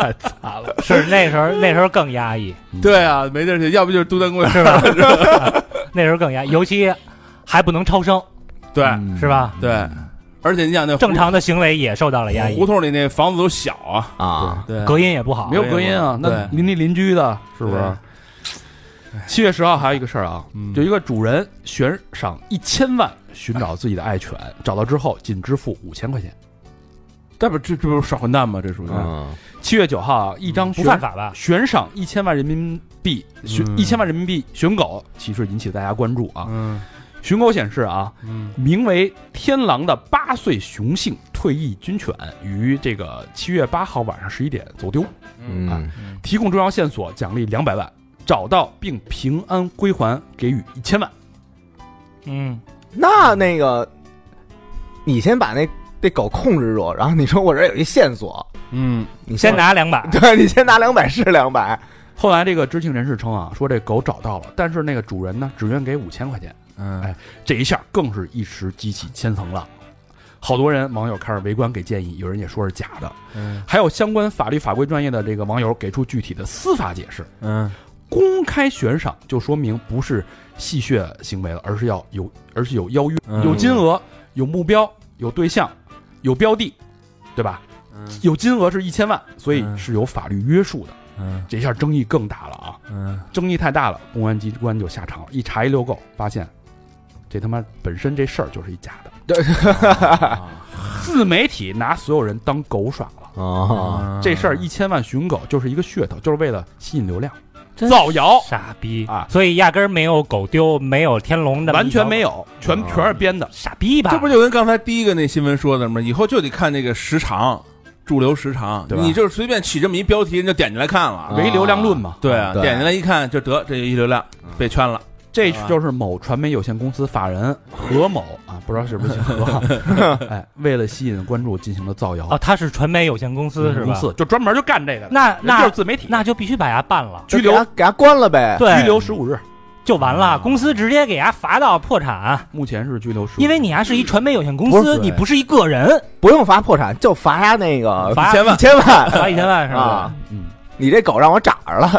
太惨了。 是那时候那时候更压抑， 对啊，没地儿去，要不就是都丹公园， 是吧？那时候更压抑，尤其还不能超生， 对嗯是吧？ 对，而且你想那正常的行为也受到了压抑胡，同里那房子都小啊， 啊， 对， 隔音也不好没。有隔音啊，那对邻里邻居的，是不是？七月十号还有一个事儿啊， 嗯有一个主人悬赏一千万寻找自己的爱犬，找到之后仅支付五千块钱。 这不这这不是耍混蛋吗？这属于嗯七月九号啊，一张不悬犯法吧？ 悬赏一千万人民币寻嗯一千万人民币寻狗，其实引起大家关注啊。 嗯寻狗显示啊， 嗯名为天狼的八岁雄性退役军犬于这个七月八号晚上十一点走丢， 嗯提供重要线索，奖励两百万，找到并平安归还，给予一千万。 嗯， 那那个，你先把那这狗控制住，然后你说我这儿有一线索， 嗯你先拿两百， 对你先拿两百是两百， 后来这个知情人士称啊，说这狗找到了，但是那个主人呢只愿给五千块钱。 嗯， 哎这一下更是一时激起千层浪，好多人网友开始围观给建议，有人也说是假的， 嗯还有相关法律法规专业的这个网友给出具体的司法解释。 嗯公开悬赏就说明不是戏谑行为了，而是要有，而是有邀约、 嗯有金额、有目标、有对象、有标的，对吧？ 嗯有金额是一千万，所以嗯是有法律约束的。 嗯这下争议更大了啊！ 嗯争议太大了，公安机关就下场了，一查一溜够，发现这他妈本身这事儿就是一假的。自媒体拿所有人当狗耍了， 哦， 这事儿一千万寻狗就是一个噱头，就是为了吸引流量， 真造谣傻逼啊！ 所以压根儿没有狗丢，没有天龙的， 完全没有，全全是编的。 傻逼吧？ 这不就跟刚才第一个那新闻说的吗？以后就得看这个时长，驻留时长， 对吧你就是随便起这么一标题，人就点进来看了。 唯流量论嘛， 对啊， 对点进来一看就得这一流量被圈了。 这就是某传媒有限公司法人何某啊，不知道是不是姓何，哎，为了吸引关注进行了造谣。 哦，他是传媒有限公司是吧？ 公司就专门就干这个的，人那那就是自媒体， 那就必须把他办了， 拘留给他给他关了呗， 对， 拘留十五日， 就完了，公司直接给他罚到破产， 目前是拘留十五日， 因为你还是一传媒有限公不司， 是你不是一个人， 不用罚破产，就罚他那个罚一千万，一千万罚一千万是吧啊？ 嗯， 你这狗让我长着了，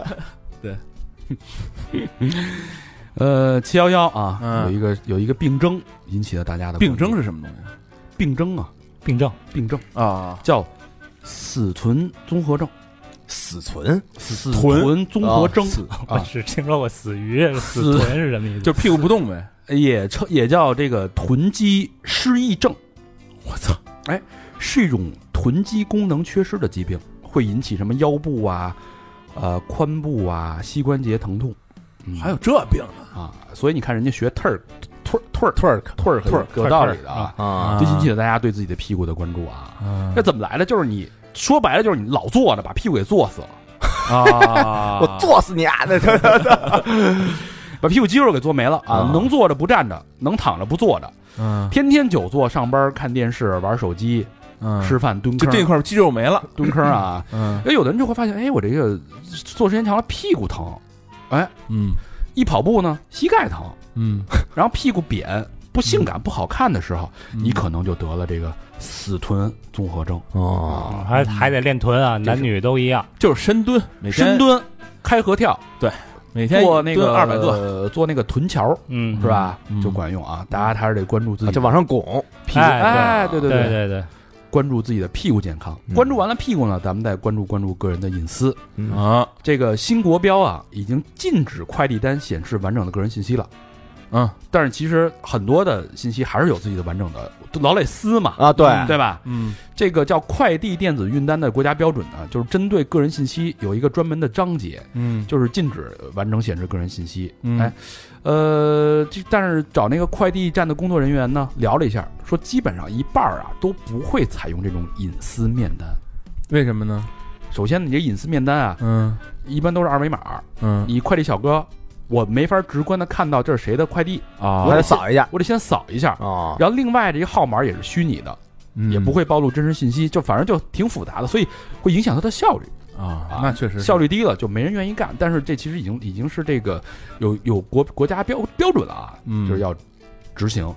呃，七幺幺啊， 嗯有一个有一个病症引起了大家的病症是是什么东西病症啊， 病症， 病症啊？ 叫死臀综合症， 死存死臀臀综合征我啊， 只听说过死鱼、死死豚是什么意思？ 就屁股不动呗。 也称也叫这个臀肌失忆症。 我操！ 哎，是一种臀肌功能缺失的疾病，会引起什么腰部啊、呃髋部啊、膝关节疼痛，嗯、 还有这病呢？ 啊，所以你看人家学 turk turk turk Turk turk Turk 有道理的啊， 啊就引起了大家对自己的屁股的关注啊。 嗯这怎么来的？就是你说白了就是你老坐着，把屁股给坐死了， 啊！ 我作死你啊！那把屁股肌肉给坐没了啊！ 啊能坐着不站着，能躺着不坐着， 嗯天天久坐，上班看电视、玩手机、 嗯， 吃饭蹲坑， 就这块肌肉没了。 蹲坑啊。 嗯哎，有的人就会发现，哎，我这个坐时间长了屁股疼，哎， 嗯一跑步呢膝盖疼， 嗯， 然后屁股扁不性感不好看的时候，你可能就得了这个死臀综合症。 哦， 还还得练臀啊，男女都一样。 就是深蹲，每天深蹲、开合跳、 每天做那个二百个， 呃做那个臀桥嗯， 是吧嗯？ 就管用啊！大家还是得关注自己就往上拱， 屁股， 哎哎，对对对对对， 关注自己的屁股健康。 嗯关注完了屁股呢，咱们再关注关注个人的隐私。 嗯啊， 这个新国标啊，已经禁止快递单显示完整的个人信息了。 嗯但是其实很多的信息还是有自己的完整的劳累斯嘛， 啊，对， 对吧？ 嗯这个叫快递电子运单的国家标准呢，就是针对个人信息有一个专门的章节， 嗯就是禁止完整显示个人信息。 嗯哎，呃，这但是找那个快递站的工作人员呢聊了一下，说基本上一半儿啊都不会采用这种隐私面单。 为什么呢？ 首先，你这隐私面单啊， 嗯一般都是二维码， 嗯你快递小哥，我没法直观的看到这是谁的快递， 啊我得扫一下我得先扫一下。 哦， 然后另外这个号码也是虚拟的，也不会暴露真实信息，就反正就挺复杂的，所以会影响它的效率。 啊啊， 那确实是效率低了，就没人愿意干。但是这其实已经已经是这个有有国国家标标准了啊， 嗯就是要执行。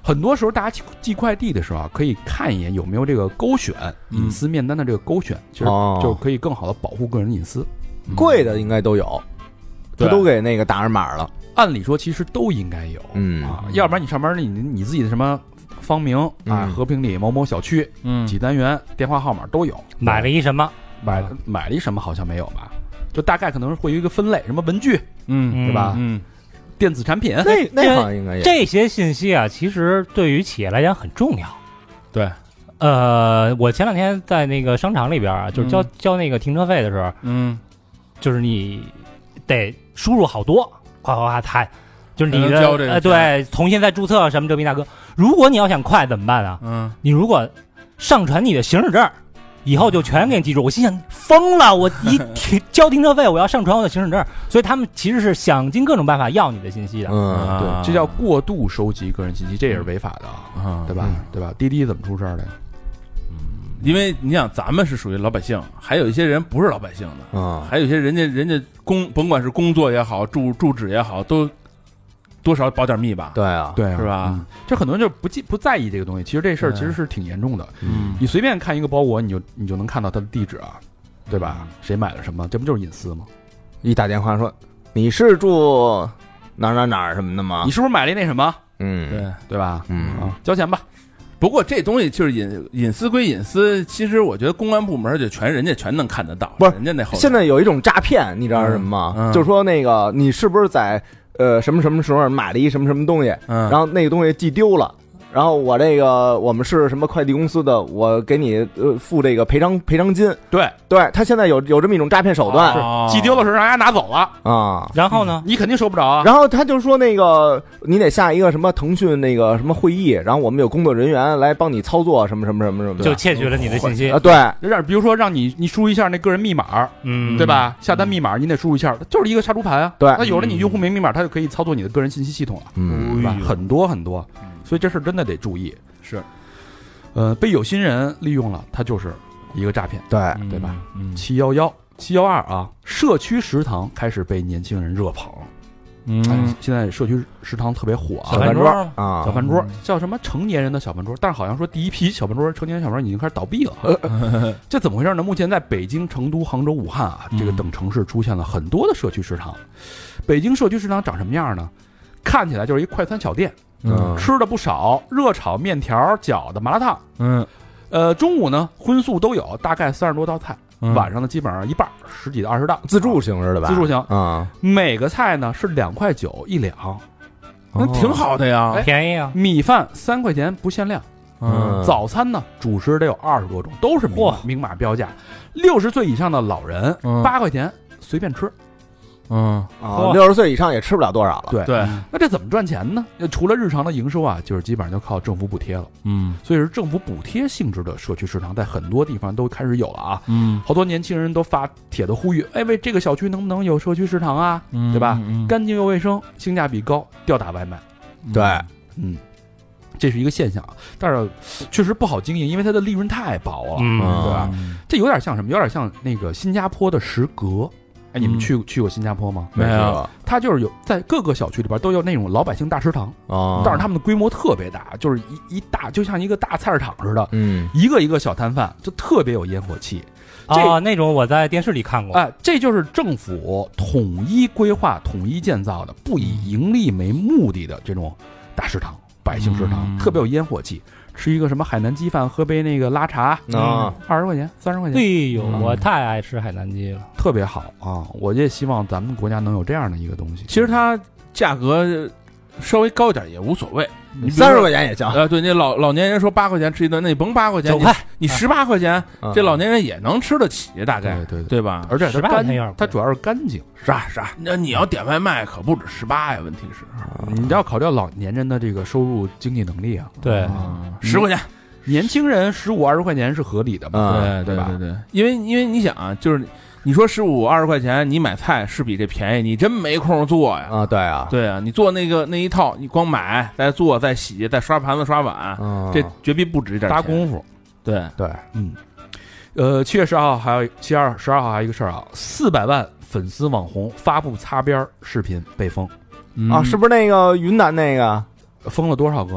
很多时候大家寄寄快递的时候啊，可以看一眼有没有这个勾选隐私面单的这个勾选，其实就可以更好的保护个人隐私。 贵的应该都有，他都给那个打上码了。 按理说其实都应该有， 嗯啊，要不然你上班你你自己的什么方名啊，和平里某某小区，嗯，几单元，电话号码都有。 买了一什么？ 买买了一什么？好像没有吧？就大概可能会有一个分类，什么文具， 嗯， 对吧？ 嗯。 电子产品， 那那好像应该有这些信息啊，其实对于企业来讲很重要。 对， 呃，我前两天在那个商场里边啊，就是交、嗯、交那个停车费的时候， 嗯， 就是你得输入好多，夸夸夸太，就是你的交这呃对，重新再注册什么这逼那个。如果你要想快怎么办啊？ 嗯， 你如果上传你的行驶证。以后就全给你记住，我心想疯了，我一停交停车费，我要上传我的行驶证，所以他们其实是想尽各种办法要你的信息的。 嗯， 对，这叫过度收集个人信息，这也是违法的，嗯、对吧？嗯、对吧？滴滴怎么出事的呀？ 嗯，因为你想，咱们是属于老百姓，还有一些人不是老百姓的， 啊、嗯， 还有一些人家人家工，甭管是工作也好，住住址也好，都。多少保点密吧， 对啊， 对啊， 是吧？ 嗯、这很多人就不记不在意这个东西。其实这事儿其实是挺严重的。 嗯， 你随便看一个包裹，你就你就能看到它的地址啊，对吧？谁买了什么，这不就是隐私吗？ 一打电话说你是住哪儿哪儿哪儿什么的吗？ 你是不是买了那什么？ 嗯， 对对吧？ 嗯啊，交钱吧。 不过这东西就是隐隐私归隐私，其实我觉得公安部门就全人家全能看得到。 不是人家那后现在有一种诈骗，你知道是什么吗？ 嗯嗯、 就是说那个你是不是在。呃，什么什么时候买了一什么什么东西， 嗯， 然后那个东西寄丢了，然后我这个我们是什么快递公司的，我给你呃付这个赔偿赔偿金。 对对，他现在有有这么一种诈骗手段， 哦、 寄丢的时候让人家拿走了啊， 然后呢， 你肯定收不着啊。 然后他就说那个你得下一个什么腾讯那个什么会议，然后我们有工作人员来帮你操作什么什么什么什么， 就窃取了你的信息啊。对， 让比如说让你你输入一下那个人密码， 嗯， 对吧？下单密码你得输入一下，就是一个杀猪盘啊。 对， 那有了你用户名密码，他就可以操作你的个人信息系统了， 嗯， 对吧？很多很多，所以这事真的得注意。 是， 呃，被有心人利用了，它就是一个诈骗， 对对吧？ 嗯， 七幺幺七幺二啊，社区食堂开始被年轻人热捧。 嗯， 现在社区食堂特别火啊， 小饭桌啊， 小饭桌叫什么成年人的小饭桌，但是好像说第一批小饭桌成年人小饭桌已经开始倒闭了，这怎么回事呢？目前在北京、成都、杭州、武汉啊，这个等城市出现了很多的社区食堂。北京社区食堂长什么样呢？看起来就是一快餐小店。 嗯， 吃的不少，热炒、面条、饺子、麻辣烫， 嗯， 呃，中午呢荤素都有，大概三十多道菜， 嗯、 晚上呢基本上一半，十几到二十道， 自助形式的吧？ 自助型啊、 嗯，每个菜呢是两块九一两， 那挺好的呀， 哎、 便宜啊。 米饭三块钱不限量， 嗯， 早餐呢主食得有二十多种，都是明明码标价，六十岁以上的老人八、嗯、块钱随便吃。 嗯啊，六十岁以上也吃不了多少了。 对对， 那这怎么赚钱呢？除了日常的营收啊，就是基本上就靠政府补贴了。 嗯， 所以是政府补贴性质的社区食堂，在很多地方都开始有了啊。 嗯， 好多年轻人都发帖子呼吁，哎，为这个小区能不能有社区食堂啊？ 嗯、 对吧？ 嗯、 干净又卫生，性价比高，吊打外卖。 对， 嗯，这是一个现象，但是确实不好经营，因为它的利润太薄了， 嗯、 对吧？这有点像什么？有点像那个新加坡的食阁。哎，你们去、嗯、去过新加坡吗？ 没有。 它就是有在各个小区里边都有那种老百姓大食堂， 哦， 但是他们的规模特别大，就是一一大就像一个大菜市场似的， 嗯， 一个一个小摊贩，就特别有烟火气。 哦，那种我在电视里看过。 哎，这就是政府统一规划、统一建造的，不以盈利为目的的这种大食堂、百姓食堂， 嗯、 特别有烟火气。吃一个什么海南鸡饭，喝杯那个拉茶啊， 二十块钱、三十块钱。 哎呦，嗯、我太爱吃海南鸡了， 特别好啊！我也希望咱们国家能有这样的一个东西。 其实它价格稍微高一点也无所谓， 你三十块钱也行。 呃，对，那老老年人说八块钱吃一顿，那你甭八块钱， 九块， 你十八块钱， 啊、 这老年人也能吃得起，大概对对对, 对吧？ 而且它干，它主要是干净， 是啊是啊。那你要点外卖可不止十八呀，问题是， 你要考虑到老年人的这个收入经济能力啊。 对， 十块钱。 年轻人十五二十块钱是合理的嘛？ 对对对对，因为因为你想啊，就是你说十五二十块钱，你买菜是比这便宜，你真没空做呀。 啊，对啊， 对啊，你做那个那一套，你光买再做再洗再刷盘子刷碗， 嗯、 这绝逼不止一点大功夫。 对对， 嗯，呃，七月十二号还有七二十二号还有一个事儿啊，四百万粉丝网红发布擦边视频被封、 嗯、 啊，是不是那个云南那个？ 封了多少个呢？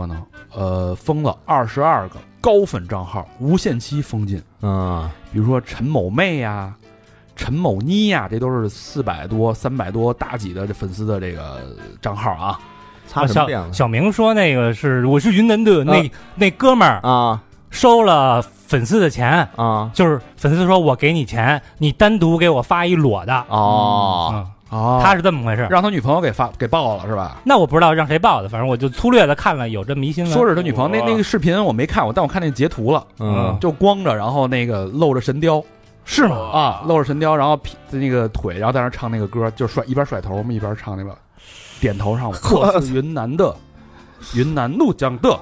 呃，封了二十二个高粉账号，无限期封禁。 嗯， 比如说陈某妹呀、陈某妮呀，这都是四百多、三百多大几的这粉丝的这个账号啊。 小擦什么边了小明说那个是我是云南的那、啊、那哥们儿啊， 收了粉丝的钱啊， 就是粉丝说我给你钱，你单独给我发一裸的哦。 嗯哦， 他是这么回事， 让他女朋友给发给爆了是吧？ 那我不知道让谁爆的，反正我就粗略的看了有这么一新闻， 说是他女朋友。那那个视频我没看过，但我看那截图了， 嗯， 就光着，然后那个露着神雕， 是吗？ 啊，露着神雕，然后劈那个腿，然后在那唱那个歌，就甩一边甩头，我们一边唱那个点头上，我是云南的，云南怒江的，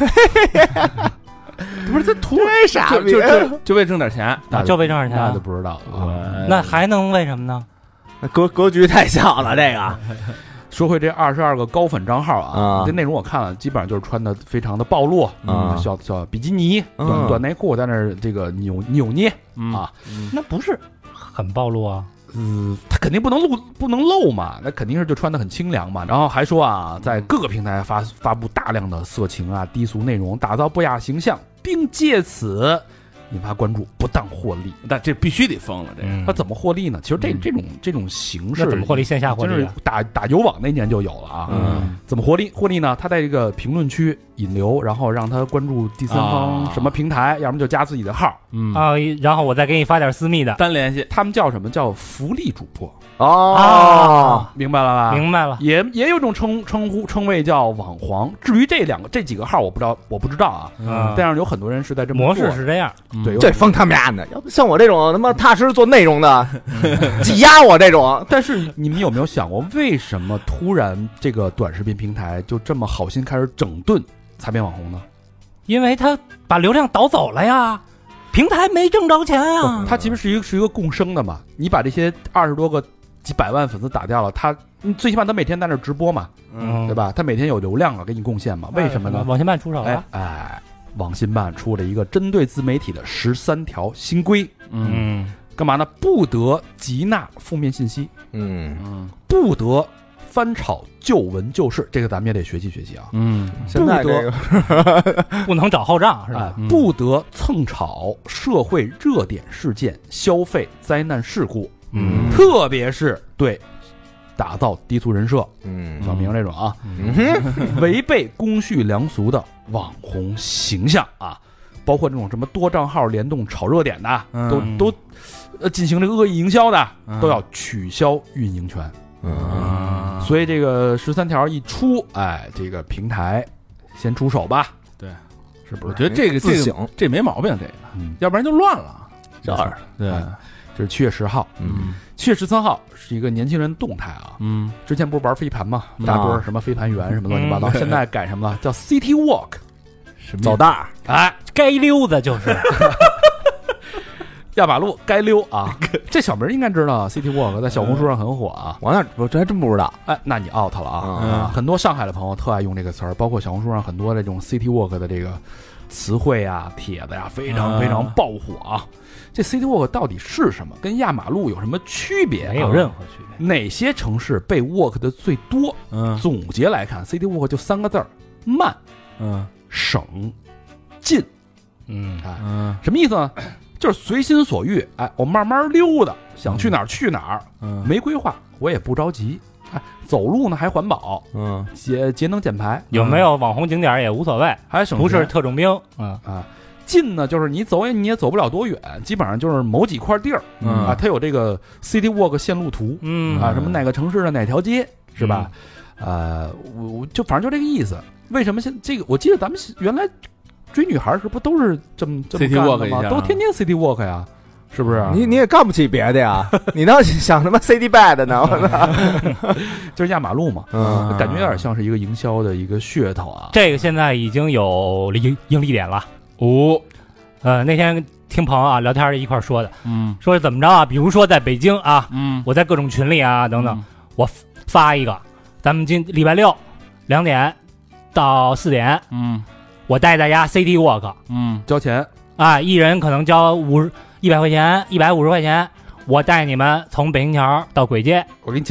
不是这图这傻逼， 就就就为挣点钱， 啊，就为挣点钱， 那就不知道了。 那还能为什么呢？ 格格局太小了，这个。 说回这二十二个高粉账号啊， 嗯、 这内容我看了，基本上就是穿的非常的暴露， 嗯， 小小比基尼、 嗯、 短短内裤在那儿这个扭扭捏、嗯、啊、 嗯，那不是很暴露啊？ 嗯，他肯定不能露不能露嘛，那肯定是就穿的很清凉嘛。然后还说啊，在各个平台发发布大量的色情啊、低俗内容，打造不雅形象，并借此引发关注，不当获利。 但这必须得封了，这个、 嗯、他怎么获利呢？其实这、嗯、这种这种形式怎么获利？线下获利、啊， 就是打打油网那年就有了啊。 嗯， 怎么获利？获利呢？他在这个评论区引流，然后让他关注第三方什么平台，啊、要么就加自己的号， 嗯啊，然后我再给你发点私密的单联系。 他们叫什么？叫福利主播。 哦， 明白了吧？ 明白了。 也也有种称称呼称谓叫网黄。至于这两个这几个号，我不知道，我不知道啊。嗯，但是有很多人是在这么模式是这样。 对， 这封他们家的，要不像我这种他妈踏实做内容的，挤压我这种。 但是你们有没有想过，为什么突然这个短视频平台就这么好心开始整顿擦边网红呢？ 因为他把流量导走了呀。平台没挣着钱呀， 它其实是一个是一个共生的嘛。你把这些二十多个、几百万粉丝打掉了，他最起码他每天在那直播嘛，嗯，对吧？他每天有流量了，给你贡献嘛。为什么呢？ 网信办出手了， 哎，哎，网信办出了一个针对自媒体的十三条新规， 嗯， 干嘛呢？不得集纳负面信息， 嗯嗯， 不得翻炒旧闻旧事，这个咱们也得学习学习啊。 嗯，现在这个不能找后账是吧？ 哎、不得蹭炒社会热点事件、消费灾难事故， 嗯， 特别是对打造低俗人设， 嗯， 小明这种啊， 嗯， 违背公序良俗的网红形象啊，包括这种什么多账号联动炒热点的， 嗯、 都都呃进行这个恶意营销的，嗯、都要取消运营权。 嗯， 所以这个十三条一出，哎，这个平台先出手吧。 对， 是不是？ 我觉得这个这个这没毛病，这个， 嗯， 要不然就乱了。 这儿， 对， 这是七月十号， 嗯， 七月十三号是一个年轻人动态啊， 嗯， 之前不是玩飞盘吗？大波什么飞盘员什么乱七八糟，现在改什么了？叫 City Walk， 走道儿， 哎， 该溜的就是。 压马路该溜啊！这小明应该知道 ，City Walk 在小红书上很火啊。 我那我这还真不知道。 哎，那你 out 了啊！ 嗯、 很多上海的朋友特爱用这个词儿，包括小红书上很多这种 City Walk 的这个词汇啊、帖子呀、啊，非常非常爆火啊。嗯、这 City Walk 到底是什么？跟压马路有什么区别？ 没有任何区别。 哪些城市被 walk 的最多？ 嗯， 总结来看 ，City Walk 就三个字儿：慢、 嗯， 省、近。 嗯， 哎，嗯，什么意思呢？就是随心所欲，哎，我慢慢溜达，想去哪儿去哪儿， 嗯， 没规划，我也不着急，哎，走路呢还环保， 嗯， 节节能减排， 有没有网红景点也无所谓， 还省不是特种兵，嗯啊，近呢就是你走也你也走不了多远，基本上就是某几块地儿， 嗯啊，它有这个 City Walk 线路图， 嗯啊，什么哪个城市的哪条街是吧？呃，我我就反正就这个意思。为什么现这个？我记得咱们原来。追女孩是不都是这么这么干的吗？都天天 City Walk 呀，是不是？ 你你也干不起别的呀，你倒想他妈 City Bad 呢？ 就是压马路嘛， 嗯， 感觉有点像是一个营销的一个噱头啊。 这个现在已经有盈盈利点了哦。 呃，那天听朋友啊聊天一块说的， 嗯， 说是怎么着啊？比如说在北京啊， 嗯， 我在各种群里啊等等， 嗯、 我发一个，咱们今礼拜六两点到四点， 嗯。 我带大家 City Walk， 嗯， 交钱啊，一人可能交五十一百块钱，一百五十块钱，我带你们从北京桥到簋街。 我给你讲讲，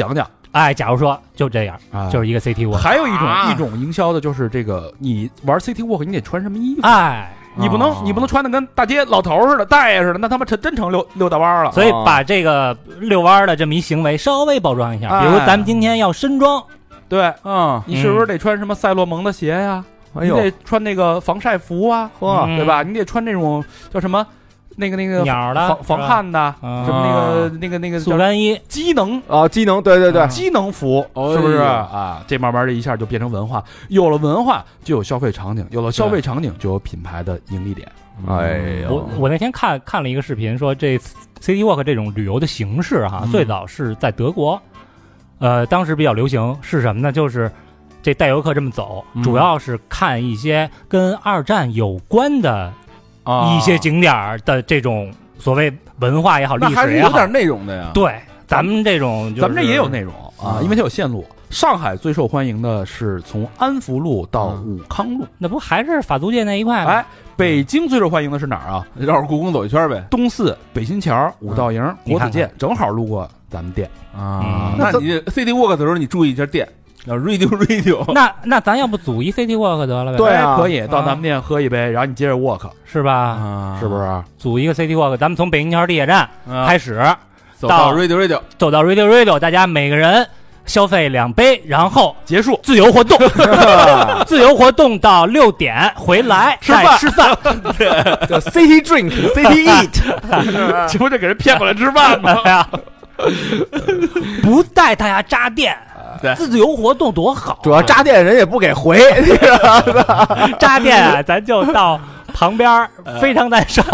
哎，假如说就这样， 啊就是一个 City Walk， 还有一种、 啊一种营销的就是这个，你玩 City Walk 你得穿什么衣服？ 哎， 你不能、 哦你不能穿的跟大街老头似的大爷似的，那他妈真真成溜溜大弯了。 所以把这个遛弯的这么一行为稍微包装一下， 哎比如咱们今天要深装， 对， 嗯， 你是不是得穿什么赛洛蒙的鞋呀、 哎呦， 你得穿那个防晒服啊， 嚯嗯对吧？你得穿那种叫什么那个那个鸟的防防汗的， 嗯什么那个那个那个速叫干衣， 机能啊，机能，对对对， 嗯机能服， 哎是不是呦啊？这慢慢的一下就变成文化，有了文化就有消费场景，有了消费场景就有品牌的盈利点。 哎我呦， 我那天看看了一个视频，说这 City Walk 这种旅游的形式哈， 嗯最早是在德国，呃，当时比较流行是什么呢？就是这带游客这么走， 嗯主要是看一些跟二战有关的啊一些景点儿的这种所谓文化也好、 那历史也好还是有点。内容的呀。 对，咱们这种就是咱们这也有内容啊， 嗯因为它有线路。上海最受欢迎的是从安福路到嗯武康路， 那不还是法租界那一块吗？ 哎，北京最受欢迎的是哪儿啊？ 绕着故宫走一圈呗。 东四、北新桥、五道营、 你看看国子监，正好路过咱们店。 啊嗯那你 City Walk 的时候，你注意一下店，要 radio radio。 那那咱要不组一 City Walk 得了呗？ 对啊哎可以到咱们店喝一杯，然后你接着 walk， 是吧？ 啊是不是？ 组一个 City Walk，咱们从北京桥地铁站啊开始， 走到到 radio radio， 走到 Radio Radio，大家每个人消费两杯，然后结束。 自由活动，自由活动到六点回来吃饭再吃饭。 叫 City Drink，City Eat， 这不就给人骗过来吃饭吗？ 哎呀，不带大家扎店对， 自由活动多好啊。 主要扎店人也不给回， 扎店啊，咱就到旁边儿，非常难受。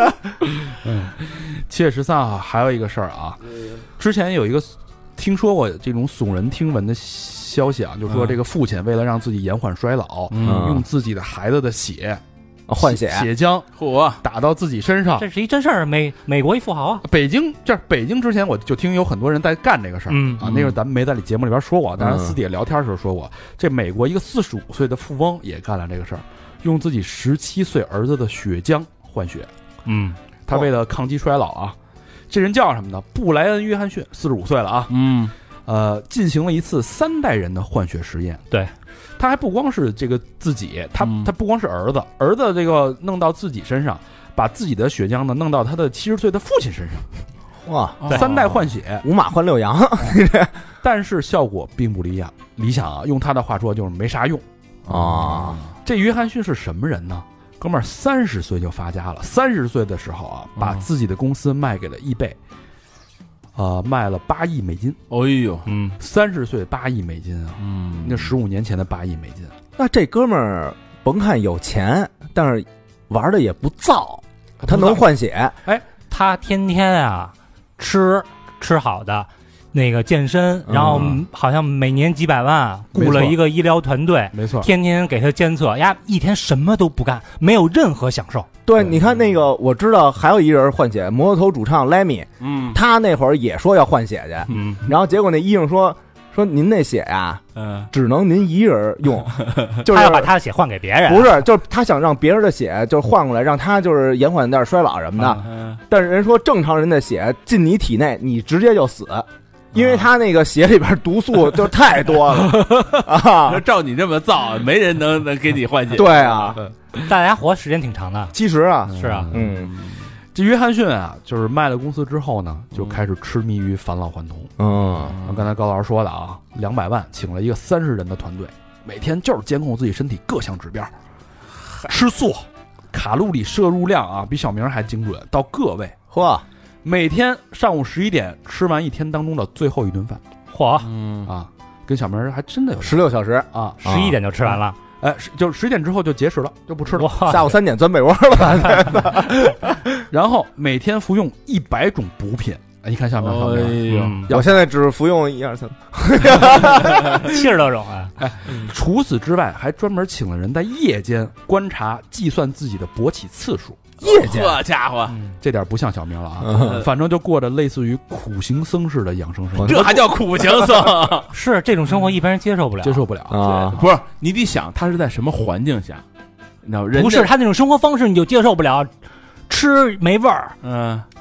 七月十三号还有一个事儿啊，之前有一个听说过这种耸人听闻的消息啊，就说这个父亲为了让自己延缓衰老， 嗯用自己的孩子的血换血， 血浆嚯， 打到自己身上。 这是一真事儿，美美国一富豪啊。 北京这儿北京之前我就听有很多人在干这个事儿、 嗯啊，那个咱们没在节目里边说过，但是嗯私底下聊天的时候说过，这美国一个四十五岁的富翁也干了这个事儿，用自己十七岁儿子的血浆换血。 嗯， 他为了抗击衰老啊，这人叫什么呢？布莱恩·约翰逊，四十五岁了啊， 嗯呃，进行了一次三代人的换血实验。 对， 他还不光是这个自己，他、 嗯他不光是儿子，儿子这个弄到自己身上，把自己的血浆呢弄到他的七十岁的父亲身上， 哇， 三代换血， 五马换六羊， 但是效果并不理想。理想啊，用他的话说就是没啥用。 啊， 这约翰逊是什么人呢？哥们儿三十岁就发家了，三十岁的时候啊，把自己的公司卖给了易贝，呃，卖了八亿美金。 哎呦， 嗯， 三十岁八亿美金啊， 嗯那十五年前的八亿美金。 那这哥们儿甭看有钱，但是玩的也不造，他能换血， 他天天啊吃吃好的，那个健身，然后嗯好像每年几百万雇了没错一个医疗团队， 没错， 天天给他监测呀，一天什么都不干，没有任何享受。 对， 对你看那个，我知道还有一人换血，摩托头主唱 Lemmy， 嗯他那会儿也说要换血去， 嗯， 然后结果那医生说说您那血呀， 嗯只能您一人用，就是他要把他的血换给别人， 不是，就是他想让别人的血就是换过来，让他就是延缓点衰老什么的。 嗯但是人说正常人的血进你体内，你直接就死，因为他那个血里边毒素就太多了啊要。照你这么造，没人能能给你换血。 对啊， 大家活时间挺长的。 其实啊， 是啊， 嗯这约翰逊啊，就是卖了公司之后呢，就开始痴迷于返老还童。 嗯刚才高老师说的啊，两百万请了一个三十人的团队，每天就是监控自己身体各项指标，吃素，卡路里摄入量啊比小明还精准，到个位。 嚯， 每天上午十一点吃完一天当中的最后一顿饭嚯， 嗯啊，跟小明还真的有十六小时， 啊， 十一点就吃完了， 哎，是就十点之后就节食了，就不吃了。 哇， 下午三点钻被窝了。 然后每天服用一百种补品，哎，你看像不像小哎明？ 呦， 嗯我现在只服用一二三， 七十多种啊， 除此之外，还专门请了人在夜间观察、计算自己的勃起次数。 夜间这家伙， 嗯这点不像小明了啊， 嗯反正就过着类似于苦行僧式的养生生活， 这还叫苦行僧？ 是这种生活一般人接受不了， 接受不了。 啊， 不是，你得想他是在什么环境下，你知道人家不是他那种生活方式你就接受不了，吃没味儿， 嗯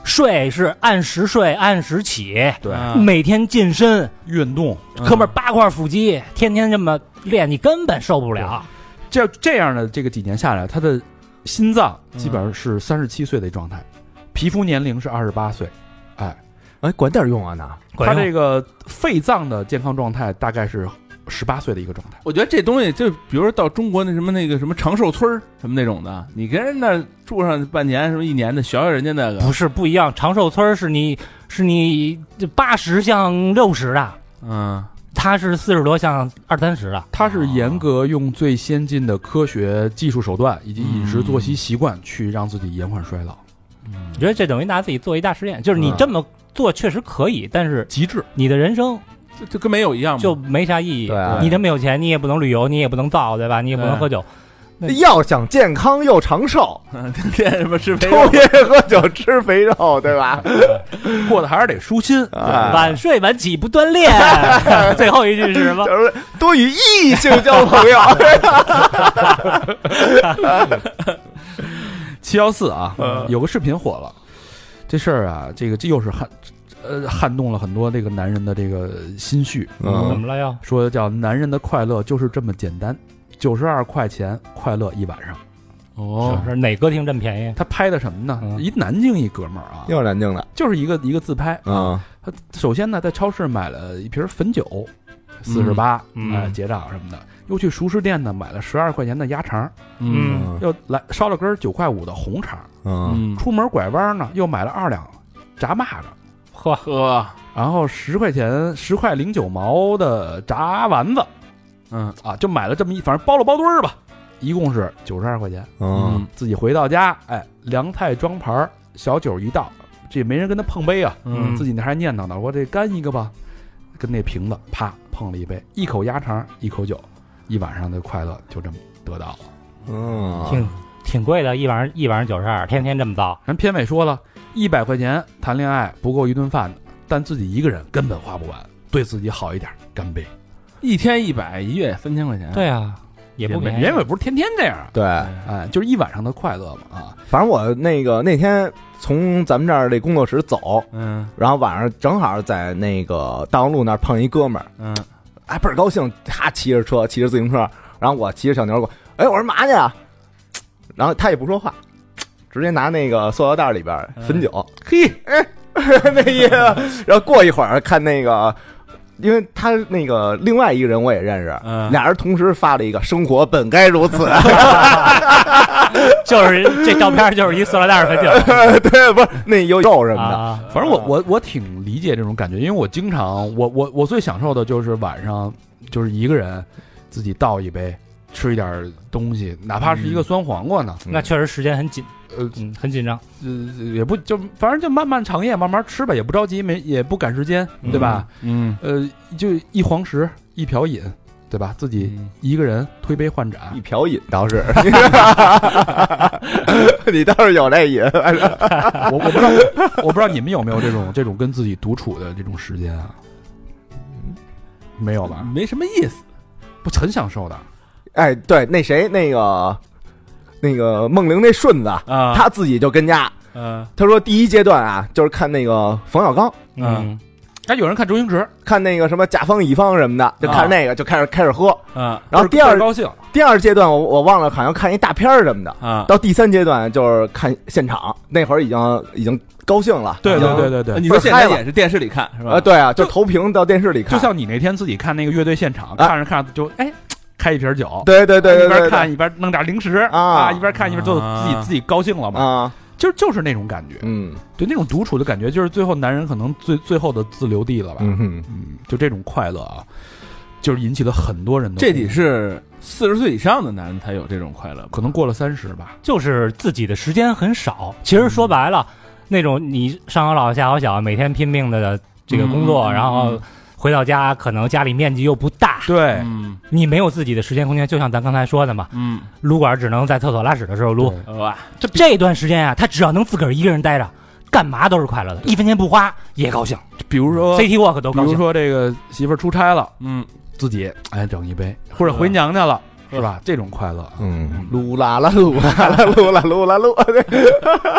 睡是按时睡按时起， 对啊每天健身， 运动， 哥们儿八块腹肌，天天这么练，你根本受不了。 这这样的这个几年下来，他的心脏基本上是三十七岁的状态，皮肤年龄是二十八岁，哎， 哎，管点用啊那。 他这个肺脏的健康状态大概是十八岁的一个状态。 我觉得这东西就比如说到中国那什么那个什么长寿村什么那种的，你跟人那住上半年什么一年的，学学人家那个不是不一样，长寿村是你是你八十像六十的， 嗯。 他是四十多像二三十的， 他是严格用最先进的科学技术手段以及饮食作息习惯去让自己延缓衰老。 我觉得这等于拿自己做一大实验，就是你这么做确实可以，但是极致， 你的人生就就跟没有一样嘛， 就没啥意义。 对啊你这么有钱，你也不能旅游，你也不能造，对吧？你也不能喝酒。 要想健康又长寿， 天天什么吃肥抽肉， 烟喝酒吃肥肉，对吧？ 过得还是得舒心。 啊， 晚睡晚起不锻炼，最后一句是什么？ 就是多与异性交朋友。 七幺四啊，有个视频火了，这事儿啊，这个这又是撼呃撼动了很多这个男人的这个心绪。 怎嗯么了又？ 说叫男人的快乐就是这么简单，九十二块钱快乐一晚上。 哦， 是哪歌厅这么便宜？ 他拍的什么呢？ 嗯一南京一哥们儿啊， 又是南京的， 就是一个一个自拍。 嗯他首先呢，在超市买了一瓶汾酒，四十八， 嗯哎，结账什么的。又去熟食店呢买了十二块钱的鸭肠， 嗯又来烧了根九块五的红肠。 嗯嗯， 出门拐弯呢，又买了二两炸蚂蚱， 呵， 呵， 然后十块钱十块零九毛的炸丸子嗯啊，就买了这么一，反正包了包堆儿吧，一共是九十二块钱。 嗯自己回到家，哎，凉菜装盘儿，小酒一倒，这也没人跟他碰杯啊， 嗯自己那还念叨呢，我这干一个吧，跟那瓶子啪碰了一杯，一口鸭肠，一口酒，一晚上的快乐就这么得到了。 嗯， 挺挺贵的，一晚上一晚上九十二，天天这么造。 人片尾说了，一百块钱谈恋爱不够一顿饭的，但自己一个人根本花不完，对自己好一点，干杯。 一天一百，一月三千块钱， 对啊，也不便宜。 人也不是天天这样， 对， 哎，就是一晚上的快乐嘛啊。 反正我那个那天从咱们这儿这工作室走， 嗯然后晚上正好在那个大望路那儿碰见一哥们儿， 嗯哎，倍儿高兴，他骑着车，骑着自行车，然后我骑着小牛过，哎，我说嘛去啊？然后他也不说话，直接拿那个塑料袋里边汾酒，嘿，哎，那意思。然后过一会儿看那个，因为他那个另外一个人我也认识， 嗯， 俩人同时发了一个“生活本该如此”， 就是这照片就是一塑料袋汾酒对，不是那有肉什么的， 啊， 反正我我我挺理解这种感觉，因为我经常我我我最享受的就是晚上就是一个人自己倒一杯，吃一点东西，哪怕是一个酸黄瓜呢， 那确实时间很紧， 呃嗯，很紧张。 呃也不就反正就漫漫长夜慢慢吃吧，也不着急，没也不赶时间，对吧？ 嗯呃，就一黄食一瓢饮，对吧？自己嗯一个人推杯换盏一，瓢饮倒是，你倒是有这瘾，反正我我不知道我不知道你们有没有这种这种跟自己独处的这种时间啊？没有吧？ 没什么意思， 不很享受的。 哎，对，那谁那个那个梦玲那顺子， 啊， 他自己就跟家， 嗯他说第一阶段啊，就是看那个冯小刚， 嗯， 哎，有人看周星驰， 看那个什么甲方乙方什么的，就看着那个就开始开始喝， 啊然后第二倍儿高兴， 第二阶段我我忘了，好像看一大片儿什么的， 啊， 到第三阶段就是看现场，那会儿已经已经高兴了， 对已经对对对对， 你说现在也是电视里看是吧？ 啊，对啊，就投屏到电视里看， 就像你那天自己看那个乐队现场， 啊看着看着就哎开一瓶酒， 对对对对一边对对看一边弄点零食啊一边看一边就自己啊自己高兴了嘛， 啊， 就就是那种感觉， 嗯对那种独处的感觉，就是最后男人可能最最后的自留地了吧， 嗯哼， 嗯，就这种快乐啊，就是引起了很多人的这得是四十岁以上的男人才有这种快乐吧， 可能过了三十吧， 就是自己的时间很少。其实说白了，那种你上有老下有小，每天拼命的这个工作， 嗯然后回到家，可能家里面积又不大， 对， 嗯你没有自己的时间空间。就像咱刚才说的嘛， 嗯， 撸管只能在厕所拉屎的时候撸。 对哇， 就这段时间啊，他只要能自个儿一个人待着，干嘛都是快乐的，一分钱不花也高兴。 比如说 ，City Walk 都比如高兴。 说这个媳妇儿出差了， 嗯， 自己哎整一杯，或者回娘家了，是吧？这种快乐， 嗯，噜啦啦噜啦啦噜啦噜啦噜，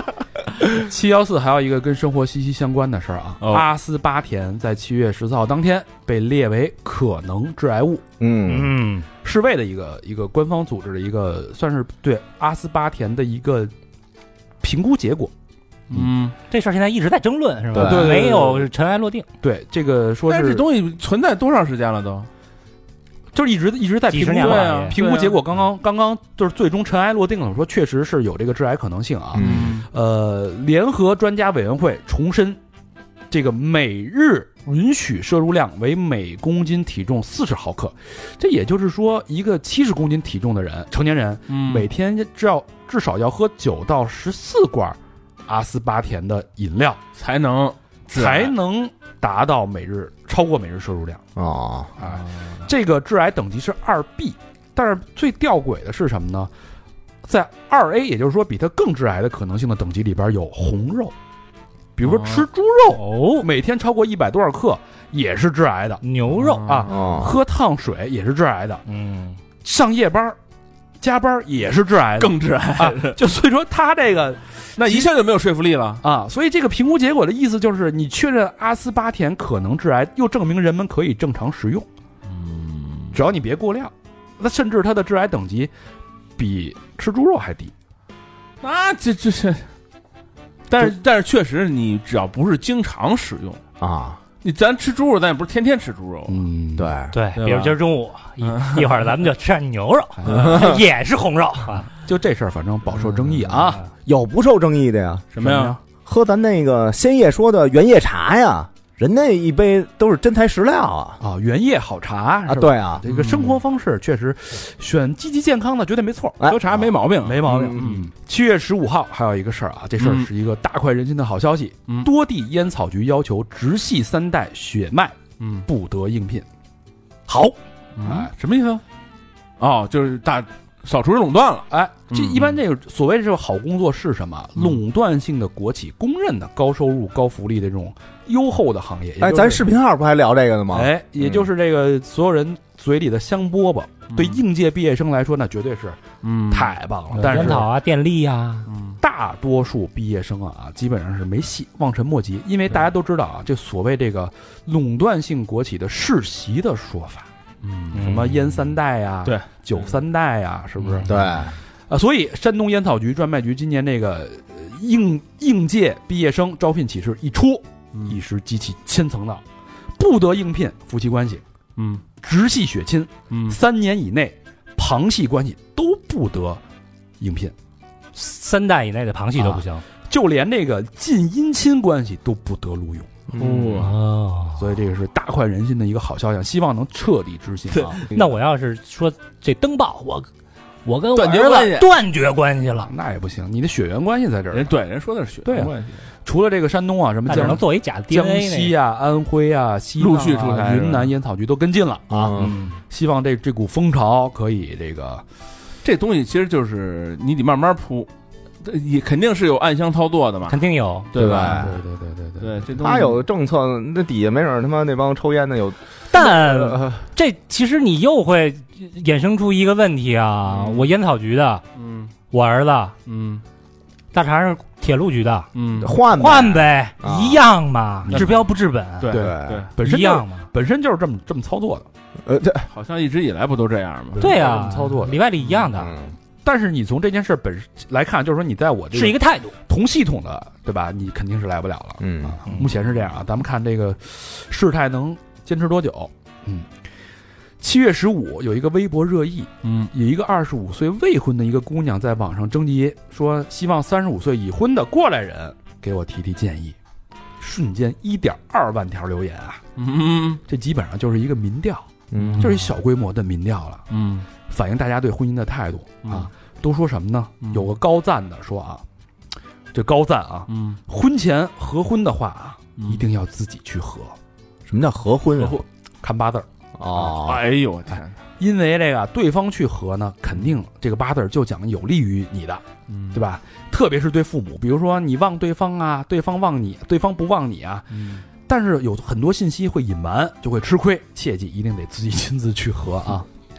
七幺四还有一个跟生活息息相关的事儿啊， 哦阿斯巴甜在七月十四号当天被列为可能致癌物。 嗯嗯， 世卫的一个一个官方组织的一个算是对阿斯巴甜的一个评估结果。 嗯， 这事儿现在一直在争论，是吧？ 对对对对没有尘埃落定。 对，这个说是但是这东西存在多长时间了都？ 就是一直一直在评估几十年了对啊也评估结果刚刚刚刚就是最终尘埃落定了，说确实是有这个致癌可能性啊。 嗯呃，联合专家委员会重申，这个每日允许摄入量为每公斤体重四十毫克，这也就是说，一个七十公斤体重的人，成年人， 嗯每天至要至少要喝九到十四罐阿斯巴甜的饮料， 才能致癌才能达到每日超过每日摄入量。 哦， 啊，这个致癌等级是二 B， 但是最吊诡的是什么呢？在二 A， 也就是说比它更致癌的可能性的等级里边有红肉，比如说吃猪肉， 哦， 每天超过一百多少克也是致癌的牛肉， 啊， 哦， 喝烫水也是致癌的， 嗯， 上夜班加班也是致癌的， 更致癌啊，就所以说他这个那一下就没有说服力了。 啊，所以这个评估结果的意思就是，你确认阿斯巴甜可能致癌，又证明人们可以正常食用， 嗯， 只要你别过量。那甚至它的致癌等级比吃猪肉还低。 那这这这，但是但是确实，你只要不是经常使用， 啊， 你咱吃猪肉，咱也不是天天吃猪肉。 嗯， 对， 对， 对吧比如今儿中午一一会儿咱们就吃点牛肉，也是红肉啊。 就这事儿，反正饱受争议啊。 有不受争议的呀， 什么呀？ 喝咱那个鲜叶说的原叶茶呀，人那一杯都是真材实料啊啊，原叶好茶啊，对啊， 这个生活方式确实选积极健康的绝对没错， 哎喝茶没毛病， 没毛病。 嗯， 七月十五号还有一个事儿啊，这事儿是一个大快人心的好消息， 嗯多地烟草局要求直系三代血脉嗯， 不得应聘。好， 哎，什么意思？哦，就是大扫除垄断了。 哎，这嗯一般这个所谓的这个好工作是什么？ 嗯垄断性的国企，公认的高收入、高福利的这种优厚的行业。也哎， 就是咱视频号不还聊这个呢吗？ 哎，也就是这个所有人嘴里的香饽饽，对应届毕业生来说，那绝对是嗯， 太棒了。但是烟草啊、电力呀， 嗯大多数毕业生啊，基本上是没戏，望尘莫及。因为大家都知道啊，这所谓这个垄断性国企的世袭的说法， 嗯什么烟三代呀、 对， 酒三代呀，是不是？ 对， 啊，所以山东烟草局专卖局今年这个呃应应届毕业生招聘启事一出，一时激起千层浪，不得应聘夫妻关系、 嗯直系血亲， 嗯三年以内旁系关系都不得应聘， 三代以内的旁系都不行。 就连这个近姻亲关系都不得录用。 哦， 哦， 所以这个是大快人心的一个好消息，希望能彻底执行啊！ 那我要是说这登报，我我跟我断绝儿关系子断绝关系了， 那也不行，你的血缘关系在这儿人。对人说的是血对啊缘关系， 除了这个山东啊，什么那只能江做一假 D 江 N A 西啊、安徽啊、西藏啊陆续出台是吧云南烟草局都跟进了啊。 嗯， 希望这这股风潮可以这个这东西其实就是你得慢慢铺，这也肯定是有暗箱操作的嘛， 肯定有。 对吧？ 对对对对对对，这东西他有政策，那底下没准他妈那帮抽烟的有， 但呃这其实你又会衍生出一个问题啊！ 嗯我烟草局的， 嗯我儿子嗯大肠是铁路局的， 嗯， 换呗换呗， 啊一样嘛， 嗯治标不治本， 对对对， 本身就是一样嘛。 本身就是这么这么操作的。 呃，这好像一直以来不都这样吗？ 这对呀么，操作的里外里一样的， 嗯但是你从这件事本身来看，就是说你在我这是一个态度。 同系统的，对吧？你肯定是来不了了。 嗯啊，目前是这样啊，咱们看这个事态能坚持多久？嗯，七月十五有一个微博热议， 嗯有一个二十五岁未婚的一个姑娘在网上征集，说希望三十五岁已婚的过来人给我提提建议。瞬间一点二万条留言啊， 嗯这基本上就是一个民调， 嗯， 就是一小规模的民调了， 嗯反映大家对婚姻的态度嗯啊。都说什么呢嗯？ 有个高赞的说啊，这高赞啊， 嗯， 婚前合婚的话啊， 嗯一定要自己去合， 什么叫合婚啊？ 看八字儿。 哦， 哎呦我天， 因为这个对方去合呢，肯定这个八字儿就讲有利于你的， 嗯对吧？特别是对父母，比如说你忘对方啊，对方忘你，对方不忘你啊。 嗯但是有很多信息会隐瞒，就会吃亏，切记一定得自己亲自去合啊。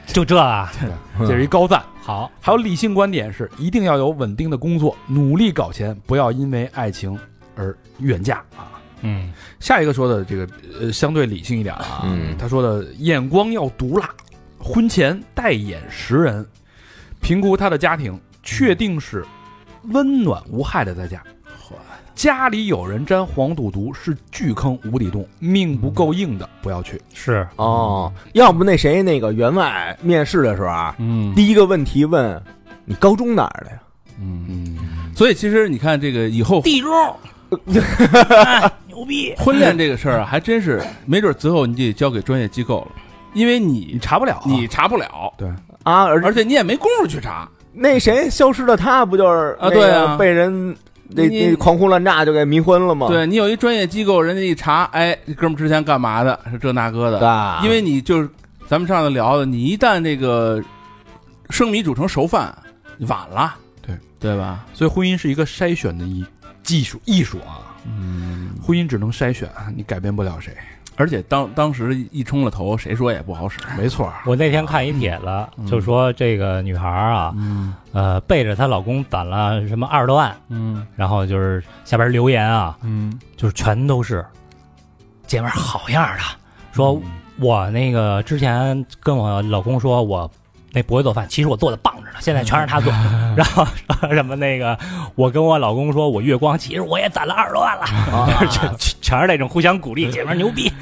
就这啊， 这是一高赞。 好， 还有理性观点是一定要有稳定的工作，努力搞钱，不要因为爱情而远嫁啊。 嗯， 下一个说的这个呃相对理性一点啊， 嗯他说的眼光要毒辣，婚前带眼识人，评估他的家庭，确定是温暖无害的再嫁。家里有人沾黄赌毒是巨坑无底洞，命不够硬的不要去。 是哦，要不那谁那个员外面试的时候啊， 嗯第一个问题问你高中哪儿的呀？ 嗯， 嗯， 所以其实你看这个以后地中，牛逼， 婚恋这个事儿啊，还真是没准最后你得交给专业机构了，因为你你查不了啊、 你查不了， 对， 啊，而而且你也没工夫去查。 那谁消失的他不就是啊对啊那个被人那你那狂轰滥炸就给迷昏了吗？ 对你有一专业机构，人家一查，哎，这哥们儿之前干嘛的，是这那个的。 对， 因为你就是咱们上次聊的，你一旦这个生米煮成熟饭，晚了， 对对吧？ 所以婚姻是一个筛选的艺技术艺术啊， 嗯， 婚姻只能筛选，你改变不了谁。 而且当当时一冲了头，谁说也不好使。 没错， 我那天看一帖子， 嗯就说这个女孩啊， 嗯呃，背着她老公攒了什么二十多万， 嗯然后就是下边留言啊， 嗯， 就是全都是姐们儿好样的，说我那个之前跟我老公说我那不会做饭，其实我做的棒着呢，现在全是他做。然后说什么那个我跟我老公说我月光，其实我也攒了二十多万了，全全是那种互相鼓励，姐们儿牛逼。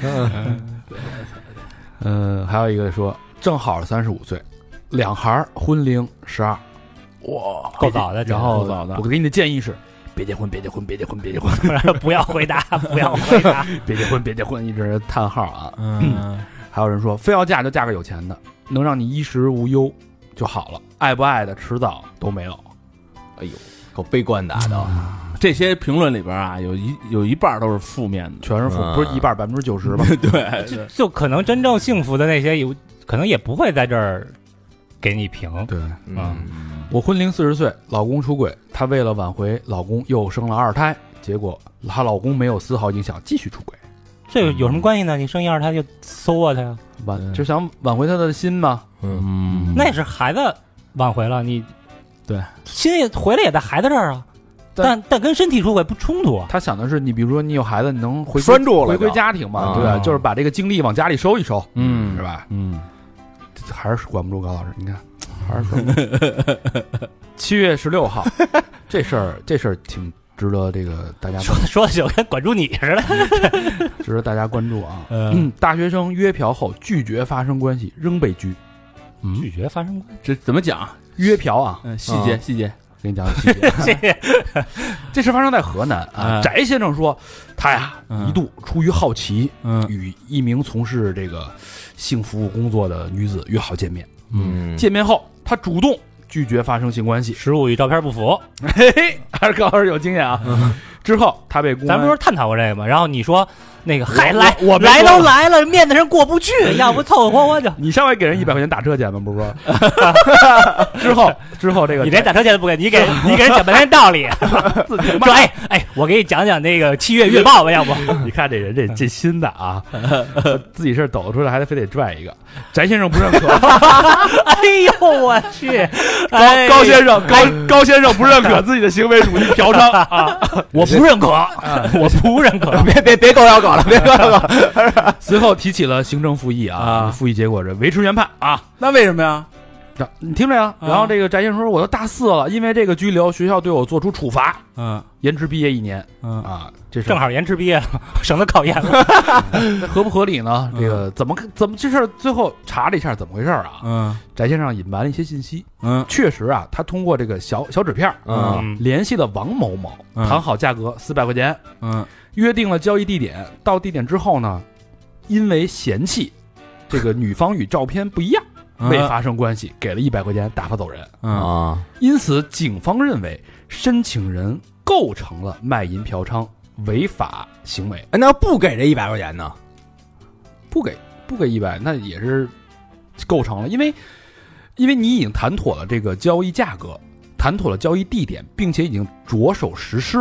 嗯，还有一个说正好三十五岁，两孩儿，婚龄十二， 哇， 够早的， 然后够早的我给你的建议是，别结婚，别结婚，别结婚，别结婚， 不要回答，不要回答。 别结婚，别结婚，一直叹号啊。 嗯， 还有人说，非要嫁就嫁个有钱的，能让你衣食无忧就好了，爱不爱的迟早都没有。 哎呦，够悲观的啊都。 这些评论里边啊，有一有一半都是负面的， 全是负， 嗯不是一半百分之九十吧？ 对， 就就可能真正幸福的那些，有可能也不会在这儿给你评。 对， 嗯， 我婚龄四十岁，老公出轨，她为了挽回老公又生了二胎，结果她老公没有丝毫影响，继续出轨。 这有什么关系呢？你生一二胎就搜啊他呀， 挽对就想挽回她的心嘛。 嗯那也是孩子挽回了你， 对， 心也回来也在孩子这儿啊。 但但但跟身体出轨不冲突啊。 她想的是，你比如说你有孩子，你能回归拴住了回归就家庭嘛， 啊对吧？就是把这个精力往家里收一收， 嗯是吧？ 嗯， 还是管不住高老师，你看，还是管不住。七月十六号，这事儿这事儿挺值得这个大家说的说的就跟管住你似的。 值得大家关注啊。 嗯， 大学生约嫖后拒绝发生关系，仍被拘。 拒绝发生关这怎么讲？ 约嫖啊， 嗯，细节细节， 给你讲讲细节。 系，谢谢。 这事发生在河南啊。 啊翟先生说，他呀嗯一度出于好奇， 嗯与一名从事这个性服务工作的女子约好见面。 嗯， 见面后，他主动拒绝发生性关系。 实物与照片不符， 嘿嘿，还是高老师有经验啊。之后他被公安， 咱不是探讨过这个吗？然后你说那个嗨我来， 我没来说都来了，面子上过不去，要不凑合活就。 你上回给人一百块钱打车钱吗？不是说。之后之后这个你连打车钱都不给，你给你给人讲半天道理， 自己说哎哎，我给你讲讲那个七月月报吧，要不？ 你看这人这这心的啊，自己事儿抖得出来，还得非得拽一个。翟先生不认可， 哎呦我去， 高哎高先生高高先生不认可自己的行为属于嫖娼啊。 我不认可，我不认可。 别别别狗咬狗了，别狗咬狗。 随后提起了行政复议啊， 啊复议结果是维持原判啊。 那为什么呀？ 这你听着呀。然后这个翟先生说，我都大四了，因为这个拘留，学校对我做出处罚， 嗯延迟毕业一年嗯啊。这是正好延迟毕业了，省得考研了。 合不合理呢？这个怎么怎么这事儿最后查了一下怎么回事啊？ 嗯翟先生隐瞒了一些信息， 嗯确实啊，他通过这个小小纸片儿嗯联系了王某某， 嗯谈好价格四百块钱， 嗯约定了交易地点。到地点之后呢，因为嫌弃这个女方与照片不一样， 嗯未发生关系，给了一百块钱打发走人。 嗯啊， 因此，警方认为申请人构成了卖淫嫖娼违法行为。 哎，那要不给这一百块钱呢？ 不给不给一百，那也是构成了，因为因为你已经谈妥了这个交易价格，谈妥了交易地点，并且已经着手实施了，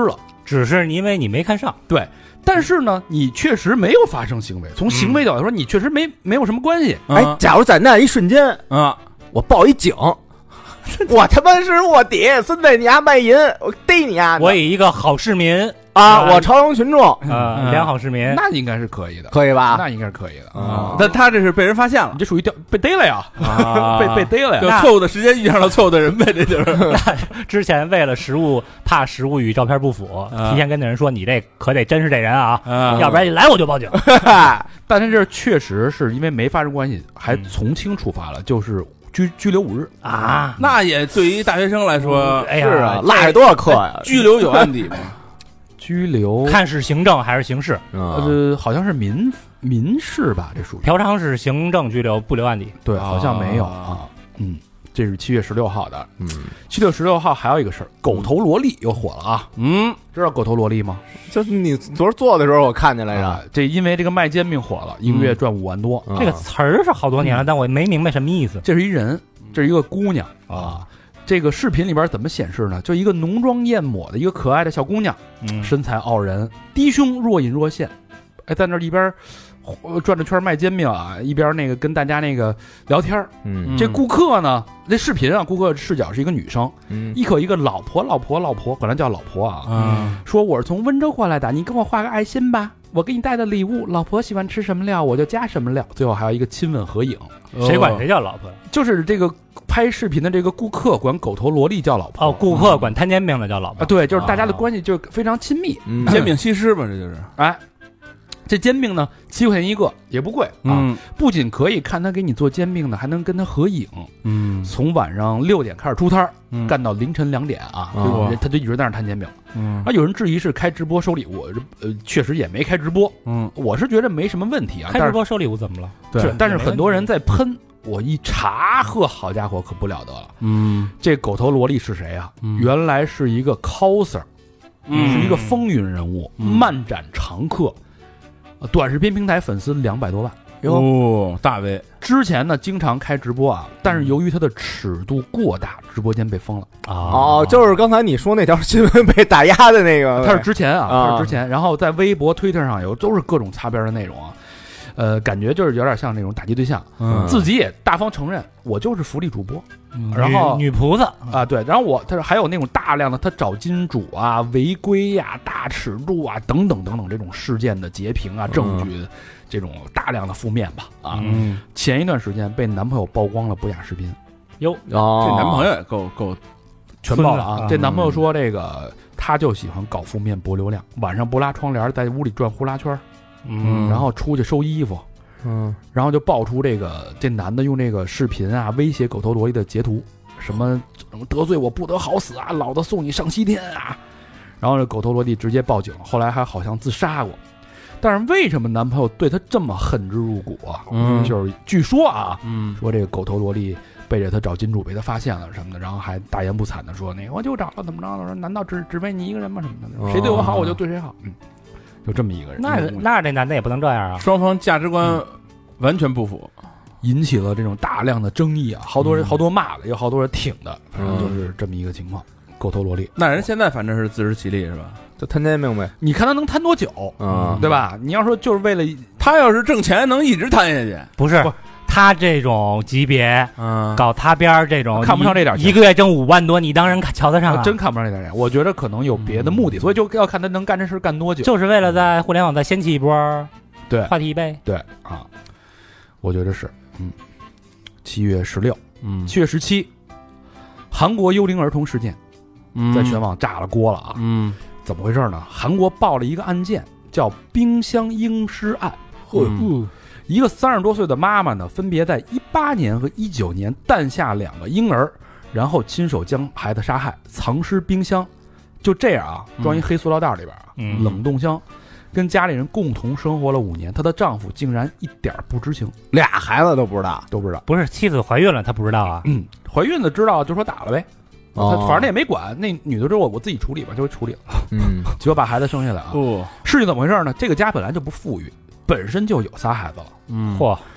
只是因为你没看上。 对，但是呢，你确实没有发生行为，从行为角度来说，你确实没没有什么关系。 哎，假如在那一瞬间啊， 我报一警。我他妈是卧底，孙子你丫卖淫，我逮你丫！ 我以一个好市民啊，我朝阳群众啊， 嗯良好市民， 那应该是可以的， 可以吧？ 那应该是可以的啊。 但他这是被人发现了， 你这属于掉被逮了呀， 啊、 被被逮了呀， 就错误的时间遇上了错误的人呗，这就是。 之前为了实物，怕实物与照片不符， 啊、 提前跟那人说你这可得真是这人啊， 啊要不然一来我就报警。 但是这确实是因为没发生关系，还从轻处罚了，就是拘拘留五日啊。 那也对于大学生来说， 哎呀， 是啊，落下多少课呀？ 拘留有案底吗？ 拘留看是行政还是刑事， 呃，好像是民民事吧，这属于嫖娼是行政拘留，不留案底。 对，好像没有啊。嗯，这是七月十六号的。 嗯， 七月十六号还有一个事儿，狗头萝莉又火了啊。 嗯， 知道狗头萝莉吗？ 就是你昨儿做的时候我看见来着， 这因为这个卖煎饼火了，一个月赚五万多。 嗯、 这个词儿是好多年了，但我没明白什么意思。 这是一人，这是一个姑娘啊。这个视频里边怎么显示呢？就一个浓妆艳抹的一个可爱的小姑娘， 嗯、 身材傲人，低胸若隐若现，哎，在那一边转着圈卖煎饼啊，一边那个跟大家那个聊天。 嗯， 这顾客呢，这视频啊，顾客视角是一个女生， 嗯， 一口一个老婆老婆老婆，管她叫老婆啊， 嗯， 说我是从温州过来的，你跟我画个爱心吧，我给你带的礼物，老婆喜欢吃什么料我就加什么料，最后还有一个亲吻合影。 谁管谁叫老婆？ 就是这个拍视频的这个顾客管狗头萝莉叫老婆。 哦，顾客管摊煎饼的叫老婆。 啊，对，就是大家的关系就非常亲密。 嗯， 煎饼西施吧，这就是。 哎，这煎饼呢，七块钱一个，也不贵啊。 嗯， 不仅可以看他给你做煎饼呢，还能跟他合影。 嗯， 从晚上六点开始出摊儿， 嗯、 干到凌晨两点啊， 哦、 就他就一直在那摊煎饼。 嗯， 啊，有人质疑是开直播收礼物，呃，确实也没开直播。 嗯， 我是觉得没什么问题啊。 开直播收礼物怎么了？ 对，是但是很多人在喷。我一查，呵，好家伙，可不了得了。 嗯， 这狗头萝莉是谁啊？ 嗯、 原来是一个 coser，、 嗯、 是一个风云人物， 嗯、 漫展常客，短视频平台粉丝两百多万。 哦，大 V。 之前呢，经常开直播啊，但是由于它的尺度过大，直播间被封了。 哦，就是刚才你说那条新闻被打压的那个， 他是之前啊， 啊他是之前，然后在微博、推特上有都是各种擦边的内容啊。呃，感觉就是有点像那种打击对象， 嗯， 自己也大方承认我就是福利主播， 嗯、 然后女, 女菩萨啊，对，然后我他还有那种大量的他找金主啊、违规呀、啊、大尺度啊等等等等这种事件的截屏啊、证据，嗯、这种大量的负面吧啊。 嗯， 前一段时间被男朋友曝光了不雅视频， 哟， 哦，这男朋友也够够全爆了啊！ 嗯、 这男朋友说这个他就喜欢搞负面博流量，晚上不拉窗帘，在屋里转呼啦圈， 嗯， 然后出去收衣服。 嗯， 然后就爆出这个这男的用这个视频啊威胁狗头萝莉的截图，什么得罪我不得好死啊，老子送你上西天啊！然后这狗头萝莉直接报警，后来还好像自杀过。但是为什么男朋友对他这么恨之入骨啊？ 嗯， 就是据说啊， 嗯， 说这个狗头萝莉背着他找金主被他发现了什么的，然后还大言不惭的说那个我就找了怎么着的，说难道只只为你一个人吗？什么的， 哦、 谁对我好我就对谁好，嗯。就这么一个人， 那那这男的也不能这样啊！ 双方价值观完全不符， 引起了这种大量的争议啊！好多人、嗯、好多骂的，有好多人挺的，反正就是这么一个情况。狗头萝莉， 那人现在反正是自食其力是吧？ 就摊煎饼呗。 你看他能摊多久， 嗯， 对吧？你要说就是为了他要是挣钱能一直摊下去， 不是？不他这种级别， 嗯， 搞擦边这种， 看不上这点钱， 一个月挣五万多，你当人瞧得上啊？ 真看不上这点钱。我觉得可能有别的目的，嗯、所以就要看他能干这事干多久。 就是为了在互联网再掀起一波， 对， 话题呗。 对啊，我觉得是，嗯，七月十六， 嗯， 七月十七，韩国幽灵儿童事件， 嗯， 在全网炸了锅了啊！ 嗯， 怎么回事呢？韩国报了一个案件，叫冰箱婴尸案。 嗯。 一个三十多岁的妈妈呢，分别在一八年和一九年诞下两个婴儿，然后亲手将孩子杀害，藏尸冰箱，就这样啊，装一黑塑料袋里边啊， 嗯、 冷冻箱，跟家里人共同生活了五年，她的丈夫竟然一点不知情， 俩孩子都不知道， 都不知道。 不是妻子怀孕了，他不知道啊？ 嗯，怀孕的知道就说打了呗， 哦、 他反正他也没管，那女的说我我自己处理吧，就处理了， 嗯， 结果把孩子生下来啊。 哦， 事情怎么回事呢？这个家本来就不富裕。本身就有仨孩子了， 嗯， 嚯！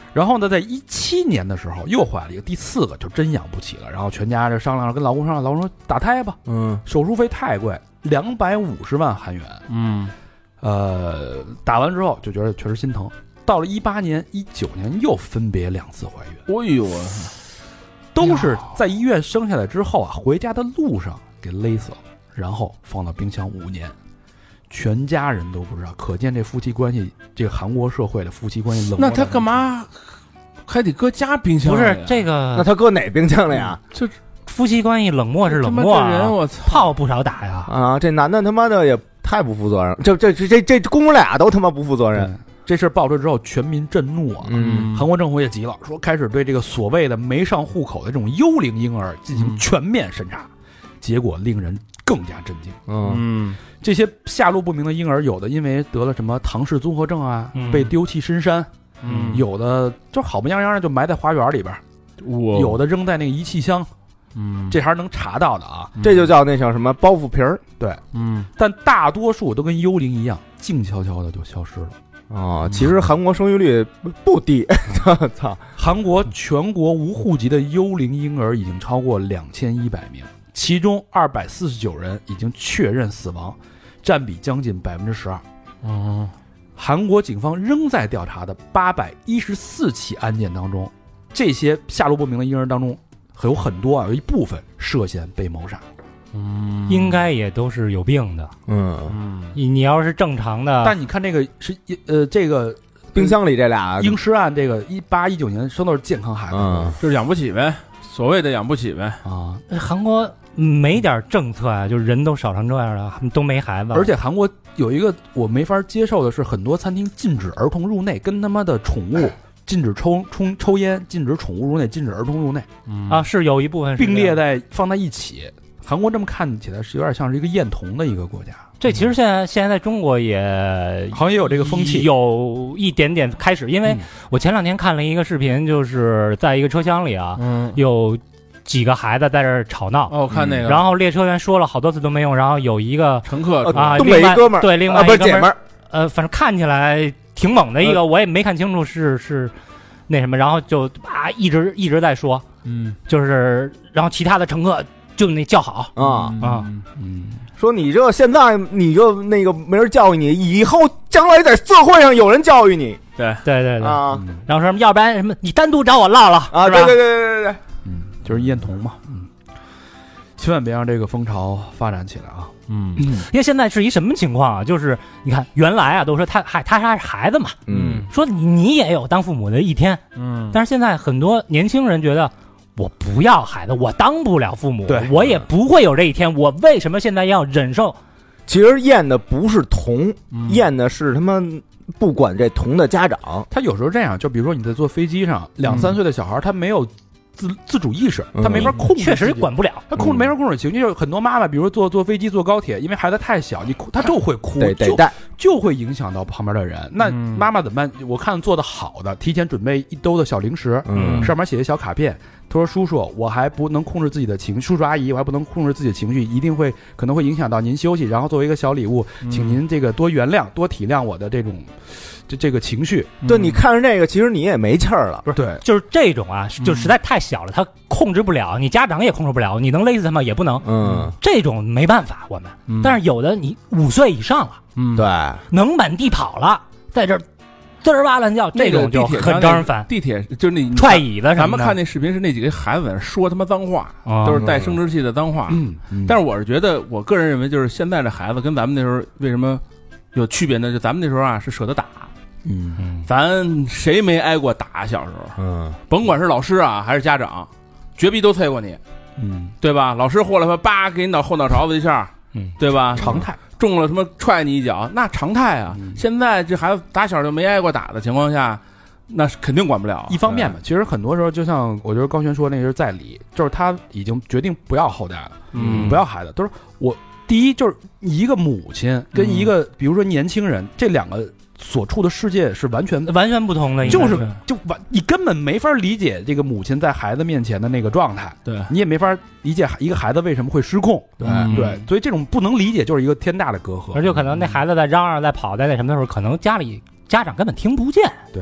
然后呢，在一七年的时候又怀了一个第四个，就真养不起了。然后全家这商量跟老公商量，老公说打胎吧， 嗯， 手术费太贵，两百五十万韩元。 嗯， 呃，打完之后就觉得确实心疼。到了一八年、一九年又分别两次怀孕， 哎呦啊， 都是在医院生下来之后啊，回家的路上给勒死了，然后放到冰箱五年，全家人都不知道。可见这夫妻关系，这个韩国社会的夫妻关系冷漠。 那他干嘛还得搁家冰箱不里呀？ 是这个， 那他搁哪冰箱里啊？ 就夫妻关系冷漠是冷漠他妈这人， 啊， 我操！ 炮不少打呀。 啊，这男的他妈的也太不负责任，这这这这这公母俩都他妈不负责任。 对这事儿爆出之后，全民震怒啊！ 嗯韩国政府也急了，说开始对这个所谓的没上户口的这种幽灵婴儿进行全面审查，结果令人更加震惊。 嗯嗯这些下落不明的婴儿，有的因为得了什么唐氏综合症啊， 嗯被丢弃深山； 嗯， 有的就好不样样的就埋在花园里边， 我有的扔在那个遗弃箱， 嗯， 这还是能查到的啊。 这就叫那叫什么包袱皮儿对， 嗯但大多数都跟幽灵一样，静悄悄的就消失了。 啊。其实韩国生育率不低，操！ 韩国全国无户籍的幽灵婴儿已经超过两千一百名，其中二百四十九人已经确认死亡，占比将近百分之十二。 哦， 韩国警方仍在调查的八百一十四起案件当中，这些下落不明的婴儿当中，有很多啊，有一部分涉嫌被谋杀。 嗯， 应该也都是有病的。 嗯， 嗯你你要是正常的， 但你看这个是呃这个冰箱里这俩婴尸案，这个一八一九年生都是健康孩子、 嗯就是养不起呗，所谓的养不起呗。 啊， 韩国没点政策啊，就是人都少成这样了，都没孩子。 而且韩国有一个我没法接受的是，很多餐厅禁止儿童入内，跟他妈的宠物禁止抽抽抽烟，禁止宠物入内，禁止儿童入内， 啊，是有一部分是并列这样在放在一起。韩国这么看起来是有点像是一个厌童的一个国家， 这其实现在现在在中国也好像也有这个风气。 有一点点开始。因为嗯我前两天看了一个视频，就是在一个车厢里啊， 嗯， 有几个孩子在这儿吵闹， 哦，我看那个， 然后列车员说了好多次都没用，然后有一个乘客呃啊， 东北另外一哥们儿对，另外啊不一哥们儿， 是姐们儿， 呃，反正看起来挺猛的一个，我也没看清楚是是那什么，然后就啊一直一直在说， 嗯就是然后其他的乘客就那叫好， 啊， 啊嗯， 说你这现在你就那个没人教育你，以后将来在社会上有人教育你对对对， 啊嗯然后说要不然什么你单独找我唠唠啊！ 是吧对对对对对对， 嗯，就是厌童嘛，嗯，千万别让这个风潮发展起来啊。 嗯因为现在是一什么情况啊？就是你看原来啊都说他还他他是孩子嘛， 嗯说你你也有当父母的一天， 嗯， 但是现在很多年轻人觉得我不要孩子，我当不了父母， 对我也不会有这一天，我为什么现在要忍受？ 其实验的不是童， 嗯验的是他妈不管这童的家长。 他有时候这样，就比如说你在坐飞机上，两三岁的小孩他没有自自主意识， 嗯他没法控制， 确实管不了。 他控制嗯没法控制情绪。就是很多妈妈，比如说坐坐飞机、坐高铁，因为孩子太小，你哭他就会哭，就得得带， 就会影响到旁边的人。那嗯妈妈怎么办？我看做的好的，提前准备一兜的小零食， 嗯上面写的小卡片。他说：“叔叔，我还不能控制自己的情绪，叔叔阿姨，我还不能控制自己的情绪，一定会可能会影响到您休息。然后作为一个小礼物，请您这个多原谅、多体谅我的这种这这个情绪。 对，你看着这个，其实你也没气儿了。 不是对， 就是这种啊，就实在太小了，他控制不了，你家长也控制不了，你能勒死他吗？也不能。 嗯， 这种没办法，我们。 嗯但是有的你五岁以上了， 嗯对， 能满地跑了，在这儿滋儿哇乱叫，这那个种就地铁上很招人烦。 地铁就是那踹椅子什么的， 咱们看那视频是那几个孩子在那说他妈脏话， 啊都是带生殖器的脏话。 嗯，嗯但是我是觉得，我个人认为，就是现在这孩子跟咱们那时候为什么有区别呢？就咱们那时候啊是舍得打， 嗯嗯咱谁没挨过打？小时候， 嗯甭管是老师啊还是家长，绝逼都啐过你， 嗯， 对吧？老师过来说叭给你脑后脑勺子一下， 嗯， 对吧？ 常态。 中了什么踹你一脚，那常态啊。 嗯现在这孩子打小就没挨过打的情况下，那是肯定管不了。 一方面吧，其实很多时候就像我觉得高璇说那个是在理，就是他已经决定不要后代了， 嗯不要孩子，都是我第一就是一个母亲跟一个比如说年轻人这两个所处的世界是完全完全不同的， 就是应该就完，你根本没法理解这个母亲在孩子面前的那个状态， 对你也没法理解一个孩子为什么会失控， 对嗯对，所以这种不能理解就是一个天大的隔阂， 而且可能那孩子在嚷嚷、在跑、在那什么的时候，可能家里家长根本听不见。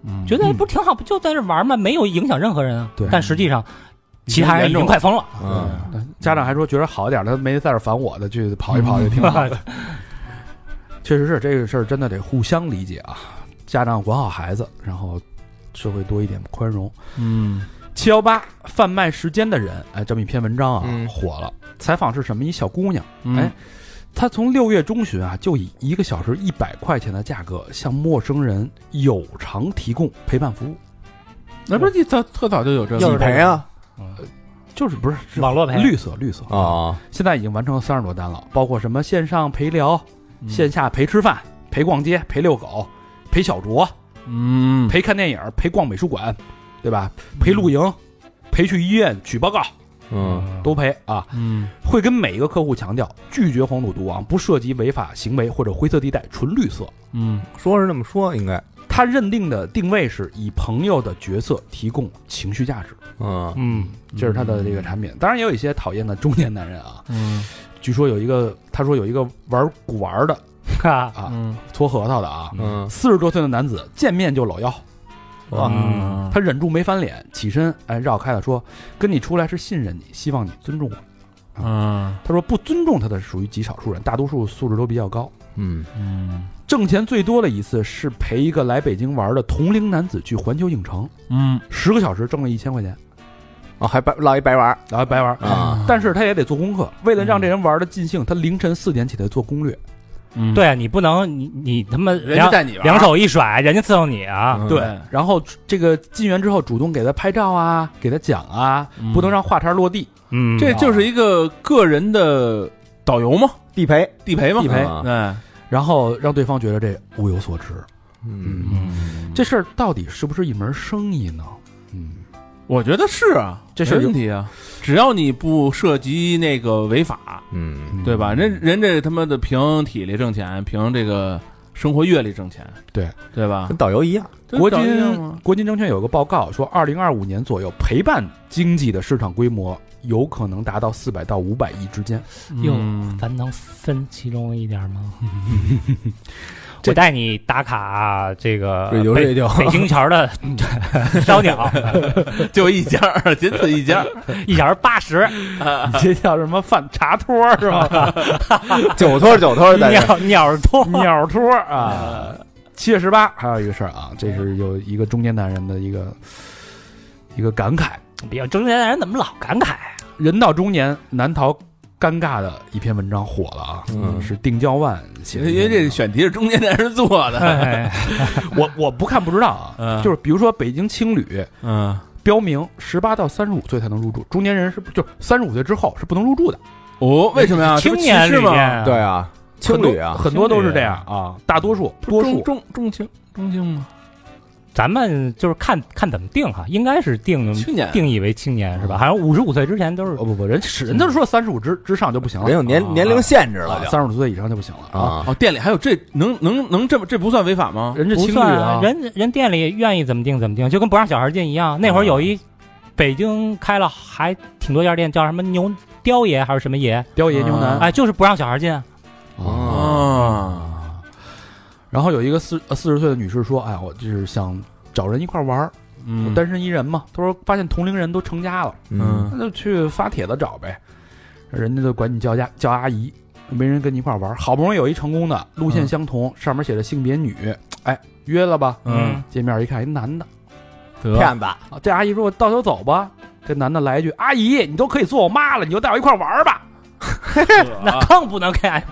嗯觉得哎不挺好，不就在这玩嘛，没有影响任何人啊。 对但实际上，其他人已经快疯了。 嗯， 家长还说觉得好一点，他没在这烦我的，去跑一跑就挺好的。确实是这个事儿，真的得互相理解啊。家长管好孩子，然后社会多一点宽容。 嗯， 七幺八贩卖时间的人，哎，这么一篇文章啊、 嗯、 火了。采访是什么？一小姑娘， 嗯、 哎，她从六月中旬啊，就以一个小时一百块钱的价格向陌生人有偿提供陪伴服务。 那不是你早特早就有这个几陪啊？ 就是不是是网络陪绿色绿色啊？ 现在已经完成了三十多单了，包括什么线上陪聊、嗯、线下陪吃饭、陪逛街、陪遛狗、陪小酌， 嗯， 陪看电影、陪逛美术馆，对吧？陪露营、嗯、陪去医院取报告， 嗯， 都陪啊。 嗯， 会跟每一个客户强调，拒绝黄赌毒啊，不涉及违法行为或者灰色地带，纯绿色。 嗯， 说是这么说，应该。 他认定的定位是以朋友的角色提供情绪价值。 嗯嗯，这是他的这个产品。当然也有一些讨厌的中年男人啊。 嗯， 据说有一个，他说有一个玩古玩的啊， 嗯， 搓核桃的啊， 嗯， 四十多岁的男子见面就搂腰。 啊、 嗯， 他忍住没翻脸，起身哎绕开了说：“跟你出来是信任你，希望你尊重我。” 嗯， 他说不尊重他的属于极少数人，大多数素质都比较高。 嗯嗯， 挣钱最多的一次是陪一个来北京玩的同龄男子去环球影城， 嗯， 十个小时挣了一千块钱， 哦，还白捞一白玩， 然后白玩啊！ 但是他也得做功课，为了让这人玩的尽兴，他凌晨四点起来做攻略。 嗯， 对啊，你不能你你他妈人家带你两手一甩，人家伺候你啊！ 嗯、 对，然后这个进园之后主动给他拍照啊，给他讲啊， 嗯、 不能让话茬落地。 嗯， 这就是一个个人的导游嘛， 地陪地陪嘛， 地陪。 对， 然后让对方觉得这物有所值。 嗯嗯，这事儿到底是不是一门生意呢？嗯， 我觉得是啊， 这事没问题啊，只要你不涉及那个违法， 嗯， 对吧？人人这他妈的凭体力挣钱，凭这个生活阅历挣钱， 对对吧？ 跟导游一样。 国金国金证券有个报告说，二零二五年左右，陪伴经济的市场规模有可能达到四百到五百亿之间。 哟、 嗯， 咱能分其中一点吗？我带你打卡这个瑞秋瑞秋北京桥的烧鸟， 就一家，仅此一家， 一小时八十， 这叫什么饭茶托是吧？ 酒托酒托的鸟鸟托鸟托啊！七月十八还有一个事儿啊，这是有一个中年男人的一个一个感慨。 比较中年男人怎么老感慨？ 人到中年难逃尴尬的一篇文章火了啊！ 嗯， 是定焦万写的， 因为这选题是中年男人做的。 哎、 我我不看不知道啊， 嗯、 就是比如说北京青旅， 嗯， 标明十八到三十五岁才能入住，中年人是不就三十五岁之后是不能入住的。 哦，为什么呀？ 青年是吗？ 对啊，青旅啊， 很多都是这样啊，大多数多数中中青中青吗？ 咱们就是看看怎么定哈，应该是定青年定义为青年是吧？好像五十五岁之前都是。 哦不不，人是人都是说三十五之之上就不行了， 人有年、啊、年龄限制了， 三十五岁以上就不行了啊。 哦，店里还有这能能能这么这不算违法吗？ 人家青旅啊， 人人店里愿意怎么定怎么定，就跟不让小孩进一样。那会儿有一、啊、北京开了还挺多家店，叫什么牛雕爷还是什么爷？ 雕爷牛腩， 哎，就是不让小孩进。 哦。然后有一个四四十岁的女士说：“哎，我就是想找人一块玩儿， 嗯， 我单身一人嘛。”她说发现同龄人都成家了， 嗯， 那就去发帖子找呗，人家就管你叫家叫阿姨，没人跟你一块玩。好不容易有一成功的，路线相同，嗯、上面写着性别女，哎，约了吧， 嗯， 见面一看，一男的， 骗子。 这阿姨说：“我倒头走吧。”这男的来一句：“阿姨，你都可以做我妈了，你就带我一块玩吧。” 那更不能看。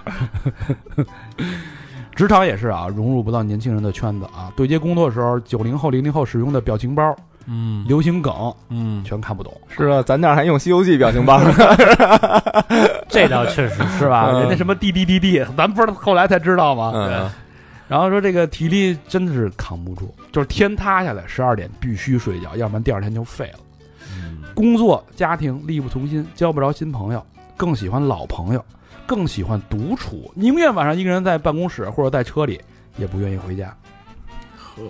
职场也是啊，融入不到年轻人的圈子啊。对接工作的时候，九零后、零零后使用的表情包， 嗯， 流行梗， 嗯， 全看不懂。 是啊，咱那儿还用《西游记》表情包， 这倒确实是吧？ 嗯、 人家什么滴滴滴滴，咱不是后来才知道吗？ 嗯。 然后说这个体力真的是扛不住，就是天塌下来，十二点必须睡觉，要不然第二天就废了。 嗯， 工作、家庭力不从心，交不着新朋友，更喜欢老朋友。更喜欢独处，宁愿晚上一个人在办公室或者在车里，也不愿意回家。 呵，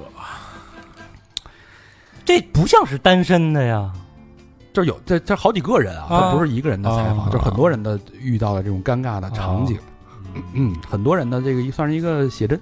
这不像是单身的呀， 这有这这好几个人啊，这、啊、不是一个人的采访，这、啊、很多人的遇到了这种尴尬的场景。啊、嗯，很多人的这个算是一个写真。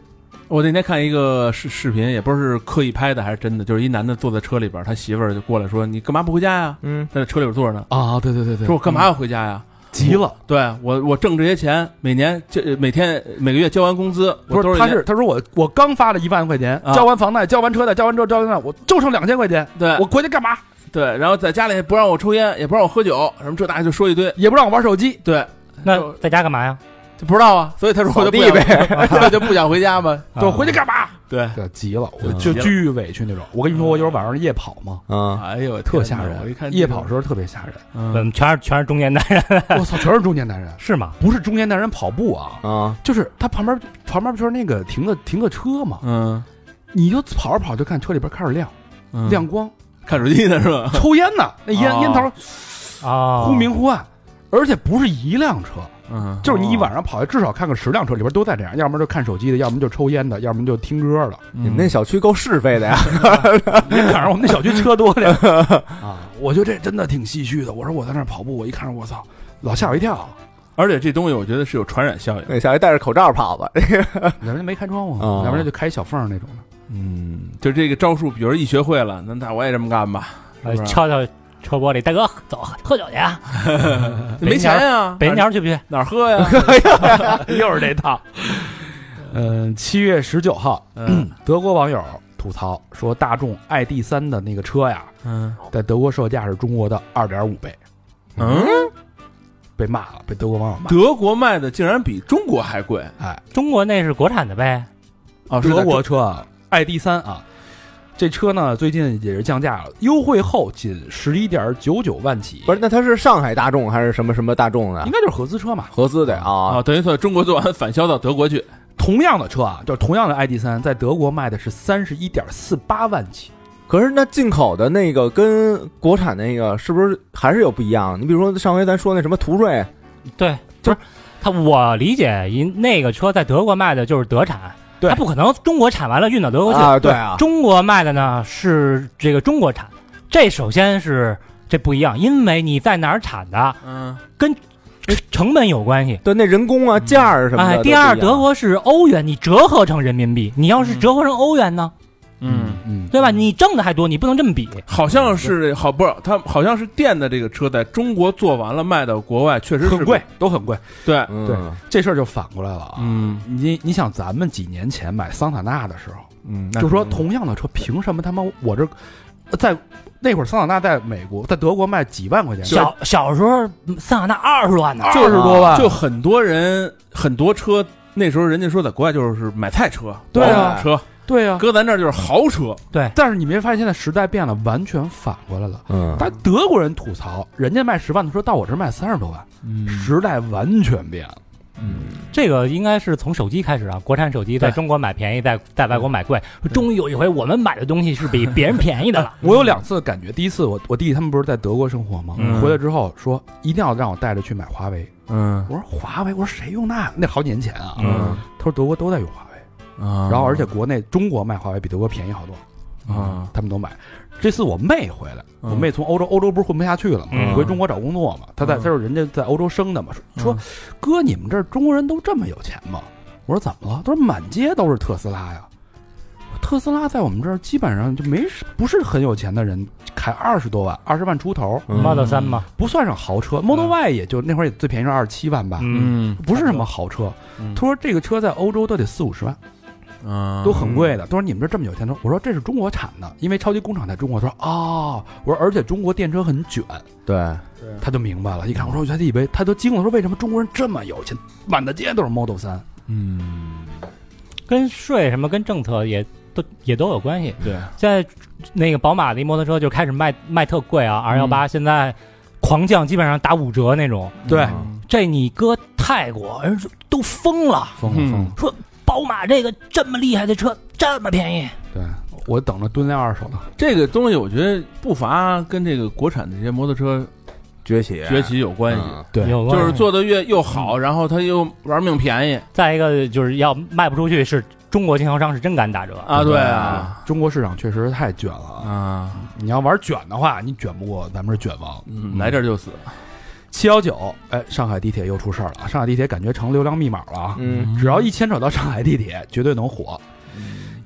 我那天看一个视视频，也不知道是刻意拍的还是真的，就是一男的坐在车里边，他媳妇儿就过来说：“你干嘛不回家呀？” 嗯， 在车里边坐着呢。 啊，对对对对， 说我干嘛要回家呀？ 急了。 对我，我挣这些钱，每年就每天每个月交完工资，我不是， 都是他是他说我我刚发了一万块钱， 啊交完房贷，交完车贷，交完这交完那，我就剩两千块钱， 对我回去干嘛？ 对，然后在家里不让我抽烟，也不让我喝酒，什么这那就说一堆。 也不让我玩手机。 对， 那在家干嘛呀？ 就不知道啊，所以他说我就不想扫地呗， 我就不想回家嘛。 对，我回去干嘛？ 对， 对，急了，我嗯急了就巨委屈那种。我跟你说，我有时候晚上夜跑嘛， 嗯， 哎呦， 特吓人。 我一看夜跑时候特别吓人。 嗯， 嗯，全是全是中年男人， 我操，全是中年男人， 是吗？ 不是中年男人跑步啊， 啊， 就是他旁边旁边不就是那个停个停个车嘛， 嗯你就跑着跑就看车里边开始亮嗯， 亮光， 看手机呢是吧？ 抽烟呢，那烟哦烟头啊， 忽明忽暗，而且不是一辆车。 嗯， 就是你一晚上跑，至少看个十辆车里边都在这样，要么就看手机的，要么就抽烟的，要么就听歌的。 你你们那小区够是非的呀， 你赶上我们那小区车多点啊，我觉得这真的挺唏嘘的。我说我在那儿跑步，我一看我操，老吓我一跳。 而且这东西我觉得是有传染效应。 那小孩戴着口罩跑吧， 要不然没开窗户， 哦要不然就开小缝那种的。 嗯，就这个招数，比如一学会了，那那我也这么干吧。 呃是吧敲敲车玻璃，大哥，走喝酒去啊！ 没钱呀， 北鸟去不去？ 哪儿喝呀？ 又是这套。嗯，七月十九号， 嗯德国网友吐槽说，大众 I D 三的那个车呀， 嗯在德国售价是中国的二点五倍， 嗯， 被骂了，被德国网友骂。 德国卖的竟然比中国还贵哎， 中国那是国产的呗？ 啊！ 德国车啊 I D 三啊，这车呢最近也是降价了，优惠后仅十一点九九万起， 不是？那他是上海大众还是什么什么大众的应？该就是合资车嘛。 合资的啊， 啊， 等于说中国做完返销到德国去。 同样的车啊，就是同样的 I D 三，在德国卖的是三十一点四八万起。 可是那进口的那个跟国产那个是不是还是有不一样？你比如说上回咱说那什么途锐， 对，就是他，我理解一那个车在德国卖的就是德产， 对他不可能中国产完了运到德国去啊，对啊， 中国卖的呢是这个中国产，这首先是这不一样，因为你在哪儿产的嗯， 跟成本有关系。 对，那人工啊、价儿什么的哎， 都不一样。 第二，德国是欧元，你折合成人民币，你要是折合成欧元呢， 嗯， 嗯， 对吧？你挣的还多，你不能这么比。 好像是好不是，他好像是电的这个车在中国做完了卖到国外，确实是很贵，都很贵。 对， 嗯对这事儿就反过来了啊。 嗯你你想，咱们几年前买桑塔纳的时候， 嗯， 就说同样的车，凭什么他妈我这在那会儿桑塔纳在美国在德国卖几万块钱， 小小时候桑塔纳二十万呢， 就是多万， 就很多人很多车那时候人家说在国外就是买菜车， 对啊宝马车， 对啊。 搁咱这儿就是豪车。 对， 但是你没发现现在时代变了，完全反过来了。 嗯， 但德国人吐槽，人家卖十万的车到我这儿卖三十多万， 嗯时代完全变了。 这个应该是从手机开始啊，国产手机在中国买便宜，在在外国买贵。终于有一回我们买的东西是比别人便宜的了。 我有两次感觉，第一次我我弟弟他们不是在德国生活吗？ 嗯回来之后说一定要让我带着去买华为。 嗯我说华为，我说谁用那？那好几年前啊。 嗯他说德国都在用华为， 啊然后而且国内中国卖华为比德国便宜好多啊， 他们都买。这次我妹回来， 嗯我妹从欧洲，欧洲不是混不下去了嘛， 嗯回中国找工作嘛。她在， 嗯她说人家在欧洲生的嘛，说说哥，你们这儿中国人都这么有钱吗？我说怎么了？他说满街都是特斯拉呀。特斯拉在我们这儿基本上就没不是很有钱的人开二十多万，二十万出头， 嗯 Model 三嘛， 不算上豪车。Model Y 也就那会儿也最便宜是二十七万吧， 嗯， 嗯不是什么豪车。 嗯他说这个车在欧洲都得四五十万， 啊都很贵的。他说你们这这么有钱，他说我说这是中国产的，因为超级工厂在中国。他说哦，我说而且中国电车很卷， 对， 他就明白了。一看我说他以为他都惊了，说为什么中国人这么有钱，满大街都是 Model 三。 嗯跟税什么跟政策也都也都有关系。 对现在那个宝马的一摩托车就开始卖卖特贵啊 ，R 幺八现在狂降，基本上打五折那种。 对， 嗯这你搁泰国人都疯了， 疯了疯了。 说宝马这个这么厉害的车这么便宜， 对我等着蹲辆二手呢。 这个东西我觉得不乏跟这个国产的这些摩托车崛起崛起有关系。 嗯对， 有关系就是做的越又好，然后他又玩命便宜再一个就是要卖不出去，是中国经销商是真敢打折。 啊！对啊， 中国市场确实太卷了啊！ 啊， 你要玩卷的话，你卷不过咱们是卷王。 嗯，来这儿就死。 七幺九，哎，上海地铁又出事儿了。上海地铁感觉成流量密码了啊！ 嗯只要一牵扯到上海地铁，绝对能火。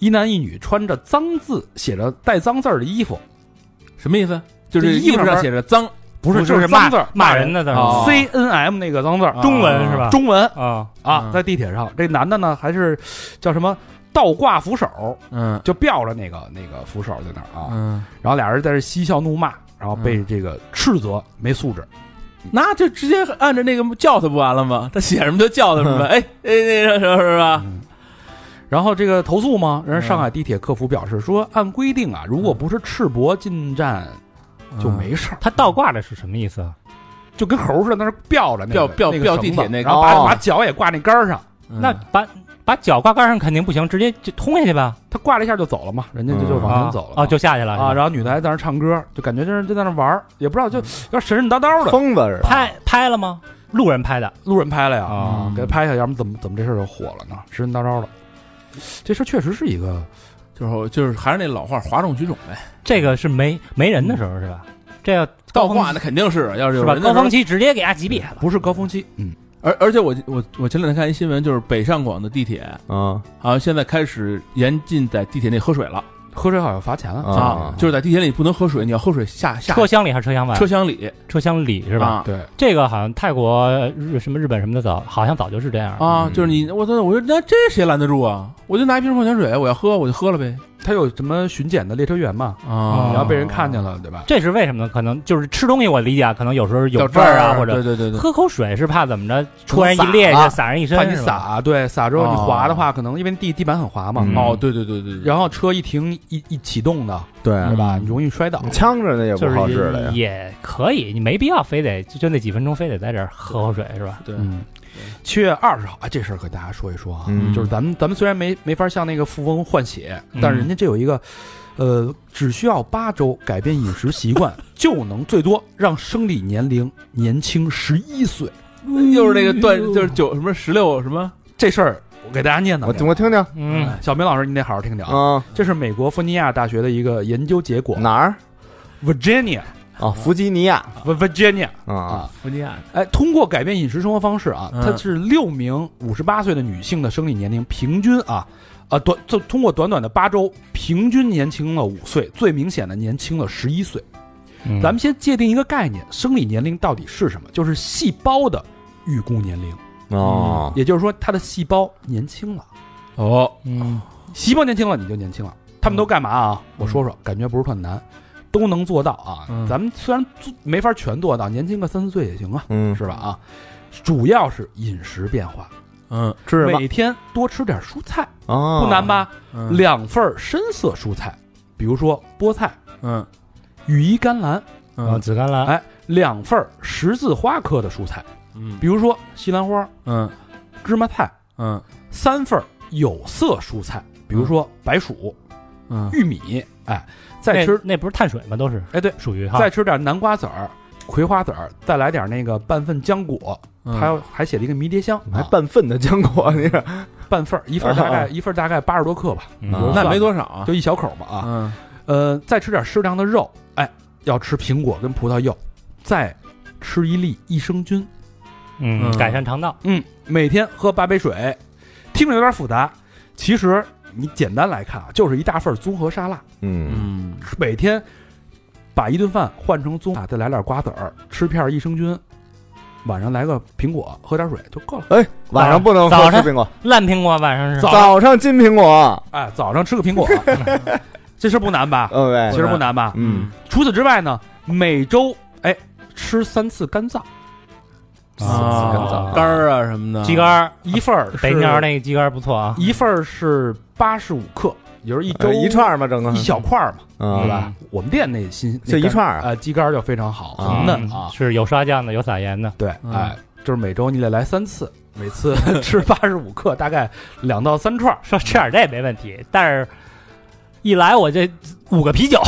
一男一女穿着脏字写着带脏字儿的衣服， 什么意思？就是这衣服上衣服上写着脏， 不是不就是是脏字儿骂人的字儿哦 ，C N M 那个脏字儿， 中文是吧？ 中文啊， 啊， 嗯在地铁上，这男的呢还是叫什么倒挂扶手， 嗯就吊着那个那个扶手在那儿啊， 嗯， 然后俩人在这嬉笑怒骂，然后被这个斥责没素质。 那就直接按着那个叫他不完了吗？他写什么就叫他什么，哎哎那个什么是吧？ 嗯然后这个投诉吗？人家上海地铁客服表示说，按规定啊，如果不是赤膊进站就没事儿， 他倒挂的是什么意思啊？ 就跟猴似的，那是吊着那个吊吊吊那个绳子地铁那个然后把哦把脚也挂那杆儿上， 嗯那把把脚挂杆上肯定不行，直接就通下去吧？ 他挂了一下就走了嘛，人家就就往前走了嘛哦，就下去了啊，然后女的还在那唱歌，就感觉就是就在那玩儿，也不知道就有点神神叨叨的。 疯子似的。 拍拍了吗？路人拍的路人拍了呀， 啊给他拍下，要不怎么怎么这事儿就火了呢？神神叨叨的，这事儿确实是一个就是就是还是那老话，哗众取宠呗。 这个是没没人的时候是吧？这要高峰倒挂那肯定是，要是是吧？ 有人的时候高峰期直接给他击毙了。 不是高峰期，嗯， 而而且我我我前两天看一新闻，就是北上广的地铁啊好像现在开始严禁在地铁内喝水了喝水好像罚钱了啊就是在地铁里不能喝水，你要喝水下下车厢里还是车厢外？ 车厢里车厢里是吧？ 啊对， 这个好像泰国、日什么日本什么的早，好像早就是这样。 啊， 嗯就是你我操，我说那这谁拦得住啊？我就拿一瓶矿泉水，我要喝我就喝了呗他有什么巡检的列车员嘛？ 啊你要被人看见了，对吧？ 这是为什么呢？可能就是吃东西，我理解，可能有时候有有味儿啊，或者对对对对， 喝口水是怕怎么着，突然一裂洒了下洒人一身， 怕你是吧。 洒，对，洒之后你哦滑的话，可能因为地地板很滑嘛， 嗯哦对对对对，对然后车一停一一启动的， 对对吧？你容易摔倒。 你呛着那也不就是好使的呀。 也可以，你没必要非得就就那几分钟非得在这儿喝口水是吧？ 对嗯，七月二十号啊，这事儿和大家说一说啊， 嗯就是咱们咱们虽然没没法像那个富翁换血， 嗯但是人家这有一个，呃，只需要八周改变饮食习惯，就能最多让生理年龄年轻十一岁。 又是那个段，就是九什么十六什么这事儿我给大家念叨我念叨。 我听听嗯， 小明老师，你得好好听听啊！ 啊， 这是美国弗吉尼亚大学的一个研究结果哪儿 ，Virginia， 啊？弗吉尼亚 Virginia 啊啊， 弗吉尼亚哎，通过改变饮食生活方式啊， 嗯它是六名五十八岁的女性的生理年龄平均啊，啊短就通过短短的八周，平均年轻了五岁，最明显的年轻了十一岁。 嗯咱们先界定一个概念，生理年龄到底是什么？就是细胞的预估年龄， 哦， 也就是说它的细胞年轻了， 哦， 嗯细胞年轻了你就年轻了。他们都干嘛啊？我说说，感觉不是特难，都能做到啊。 嗯咱们虽然做没法全做到，年轻个三四岁也行啊， 嗯， 是吧？啊，主要是饮食变化， 嗯吃什么每天多吃点蔬菜， 啊？ 不难吧？ 嗯两份儿深色蔬菜，比如说菠菜、 嗯羽衣甘蓝， 啊， 嗯紫甘蓝， 哎，两份儿十字花科的蔬菜， 嗯比如说西兰花、 嗯芝麻菜， 嗯三份儿有色蔬菜，比如说白薯、 嗯玉米，哎，再那吃， 那不是碳水吗？都是哎，对， 属于哈。 再吃点南瓜籽儿、葵花籽儿，再来点那个半份浆果， 嗯还有还写了一个迷迭香， 还啊半份的浆果，你这半份儿，一份儿大概啊一份儿大概八十多克吧， 嗯啊那没多少啊就一小口嘛啊。 嗯呃，再吃点适量的肉，哎，要吃苹果跟葡萄柚，再吃一粒益生菌， 嗯， 嗯改善肠道。 嗯，每天喝八杯水，听着有点复杂，其实你简单来看啊，就是一大份综合沙拉， 嗯嗯每天把一顿饭换成综合，再来点瓜子儿，吃片益生菌，晚上来个苹果，喝点水就够了。 哎，晚上不能早上喝吃苹果， 烂苹果晚上是早早上金苹果， 哎，早上吃个苹果，这事不难吧？ 嗯喂， 其实不难吧？ 嗯除此之外呢，每周哎吃三次肝脏， 啊肝儿啊什么的， 鸡肝儿， 一份儿是北鸟那个鸡肝儿不错啊。 一份儿是八十五克，也就是一周呃一串儿嘛，整个一小块儿嘛， 嗯对吧？我们店那新就一串儿啊啊，鸡肝就非常好， 啊很嫩啊。 嗯是有刷酱的，有撒盐的。 对， 嗯哎，就是每周你得来三次，每次吃八十五克，大概两到三串儿。 说吃点这没问题，但是一来我这五个啤酒，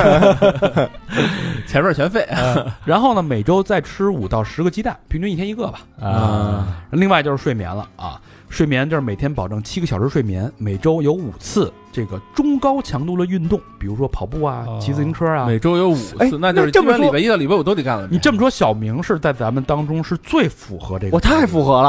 前面全废然后呢，每周再吃五到十个鸡蛋，平均一天一个吧。 啊另外就是睡眠了啊，睡眠就是每天保证七个小时睡眠，每周有五次这个中高强度的运动，比如说跑步啊、 哦骑自行车啊。 每周有五哎次，那就是那这么说基本礼拜一到礼拜五都得干了呗。 你这么说，小明是在咱们当中是最符合这个。 我太符合了，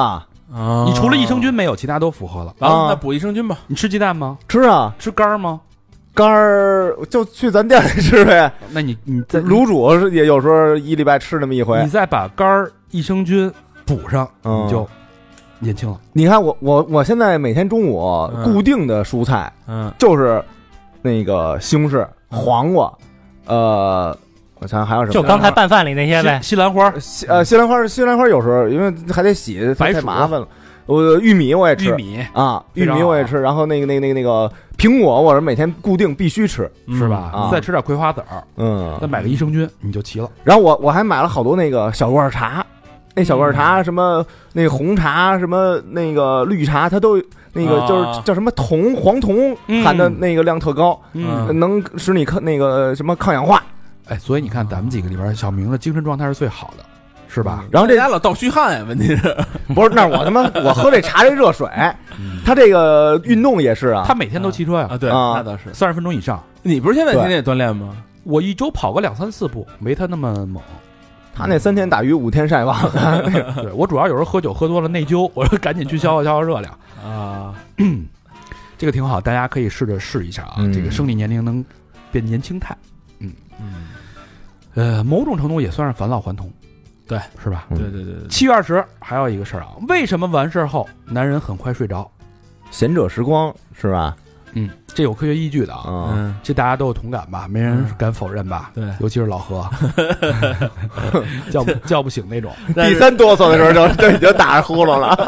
啊你除了益生菌没有，其他都符合了。 完了， 啊那补益生菌吧。 你吃鸡蛋吗？ 吃啊， 吃肝儿吗？ 肝儿就去咱店里吃呗。 那你你再卤煮是也有时候一礼拜吃那么一回你。再把肝儿、益生菌补上， 嗯你就年轻了。 你看我我我现在每天中午嗯固定的蔬菜嗯就是那个西红柿、黄瓜，呃，我想想还有什么？ 就刚才拌饭里那些呗。 西西兰花、 西呃西兰花，西兰花有时候因为还得洗， 白薯太麻烦了。我玉米我也吃， 玉米啊，玉非常好米我也吃，然后那个那个那个那个苹果，我是每天固定必须吃， 是吧？ 啊你再吃点葵花籽儿， 嗯再，买个益生菌，你就齐了。 然后我我还买了好多那个小罐茶，那小罐茶什么那个红茶什么那个绿茶，它都那个就是啊叫什么酮黄酮嗯含的那个量特高， 嗯能使你抗那个什么抗氧化， 哎，所以你看咱们几个里边，小明的精神状态是最好的，是吧？ 然后这这家老倒虚汗呀，问题是不是那我他妈我喝这茶这热水，他这个运动也是啊， 他每天都骑车呀啊，，对， 啊那倒是。 三十分钟以上。 你不是现在天天也锻炼吗？ 我一周跑个两三四步，没他那么猛。 他那三天打鱼五天晒网， 对我主要有时候喝酒喝多了内疚，我说赶紧去消耗消耗热量。 啊， 这个挺好，大家可以试着试一下啊。 嗯这个生理年龄能变年轻态， 嗯， 呃，某种程度也算是返老还童， 对， 是吧？ 对对对对， 七月二十还有一个事儿啊，为什么完事儿后男人很快睡着？ 贤者时光是吧？ 嗯，这有科学依据的啊， 啊， 嗯， 这大家都有同感吧？没人嗯敢否认吧？ 对尤其是老何，叫不叫不醒那种。 第三哆嗦的时候就就已经打着呼噜了，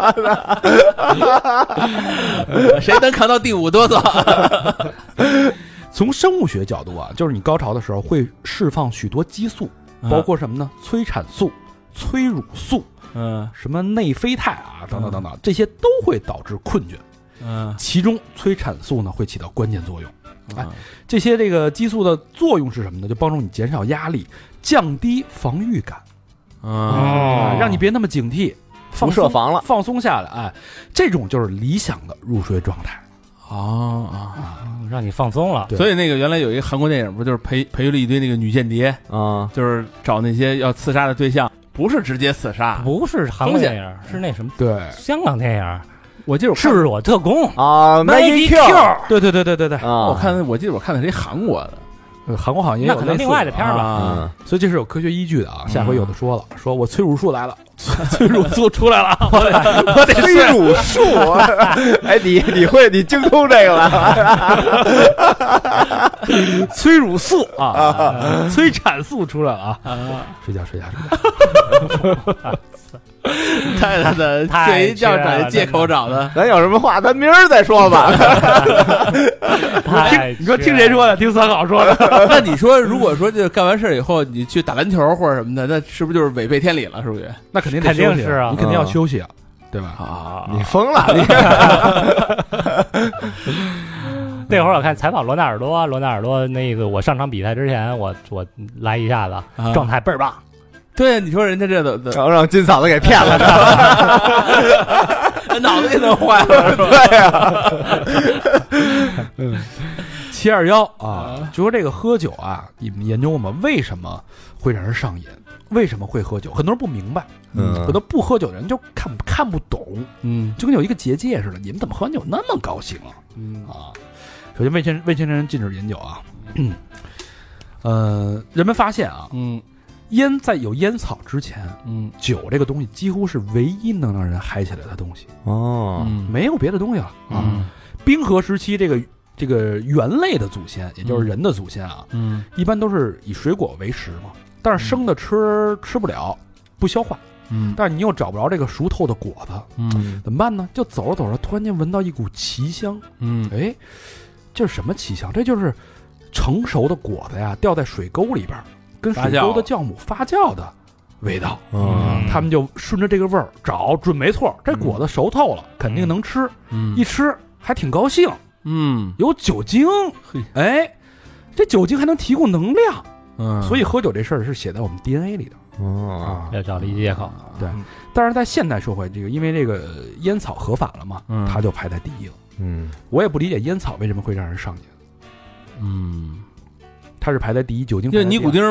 谁能扛到第五哆嗦？ 从生物学角度啊，就是你高潮的时候会释放许多激素，包括什么呢？催产素、催乳素、 嗯什么内啡肽啊，等等等等，这些都会导致困倦。 嗯， 其中催产素呢会起到关键作用。哎，这些这个激素的作用是什么呢？就帮助你减少压力，降低防御感， 啊， 啊让你别那么警惕，放不设松防了。 放松下来。哎，这种就是理想的入睡状态。 哦啊， 嗯让你放松了。 对所以那个原来有一个韩国电影，不就是培培育了一堆那个女间谍， 啊， 就是找那些要刺杀的对象，不是直接刺杀。 不是韩国电影，是那什么对， 香港电影我记得我看 《赤裸特工》 啊 Maggie Q Q， 对对对对对对， 啊， 我看我记得我看的是一韩国的， 呃韩国好像也有类似那可能另外的片儿吧。 啊， 嗯， 所以这是有科学依据的啊。下回有的说了，说我催乳素来了，催乳素出来了，我得我得催乳素，哎，你你会你精通这个了？ 催乳素啊，催产素出来了啊！睡觉睡觉睡觉。 太他的太这一觉缺了找借口找的。 咱有什么话，咱明儿再说吧。 太你说听谁说的？听三好说的。 那你说，如果说就干完事儿以后，你去打篮球或者什么的，那是不是就是违背天理了？是不是？ 那肯定得肯定休息是啊你肯定要休息啊，对吧？ 啊你疯了，你那会儿我看采访罗纳尔多，罗纳尔多那个我上场比赛之前，我我来一下子， 啊状态倍儿棒。 对，你说人家这都都然后让金嫂子给骗了， 脑子给弄坏了，是吧？ 对呀， 七二幺啊，就说这个喝酒啊，你们研究过吗？为什么会让人上瘾？为什么会喝酒？很多人不明白， 嗯很多不喝酒的人就看看不懂， 嗯就跟有一个结界似的。你们怎么喝完酒那么高兴啊？ 嗯啊，首先未成未成年人禁止饮酒啊。嗯，呃，人们发现啊， 嗯烟在有烟草之前， 嗯酒这个东西几乎是唯一能让人嗨起来的东西， 哦， 嗯没有别的东西了啊。 嗯冰河时期，这个这个猿类的祖先，也就是人的祖先啊， 嗯一般都是以水果为食嘛，但是生的吃吃不了，不消化， 嗯但是你又找不着这个熟透的果子， 嗯怎么办呢？就走着走着，突然间闻到一股奇香， 嗯哎，这是什么奇香？这就是成熟的果子呀，掉在水沟里边，跟水沟的酵母发酵的味道。 嗯他们就顺着这个味儿找，准没错，这果子熟透了，肯定能吃， 嗯一吃还挺高兴， 嗯有酒精嘿， 哎，这酒精还能提供能量， 嗯， 所以喝酒这事儿是写在我们 D N A 里的哦， 啊。 要找了一借口。 对，但是在现代社会，这个因为这个烟草合法了嘛， 嗯它就排在第一了。 嗯我也不理解烟草为什么会让人上瘾， 嗯， 它是排在第一，酒精就是尼排在第二古丁嘛，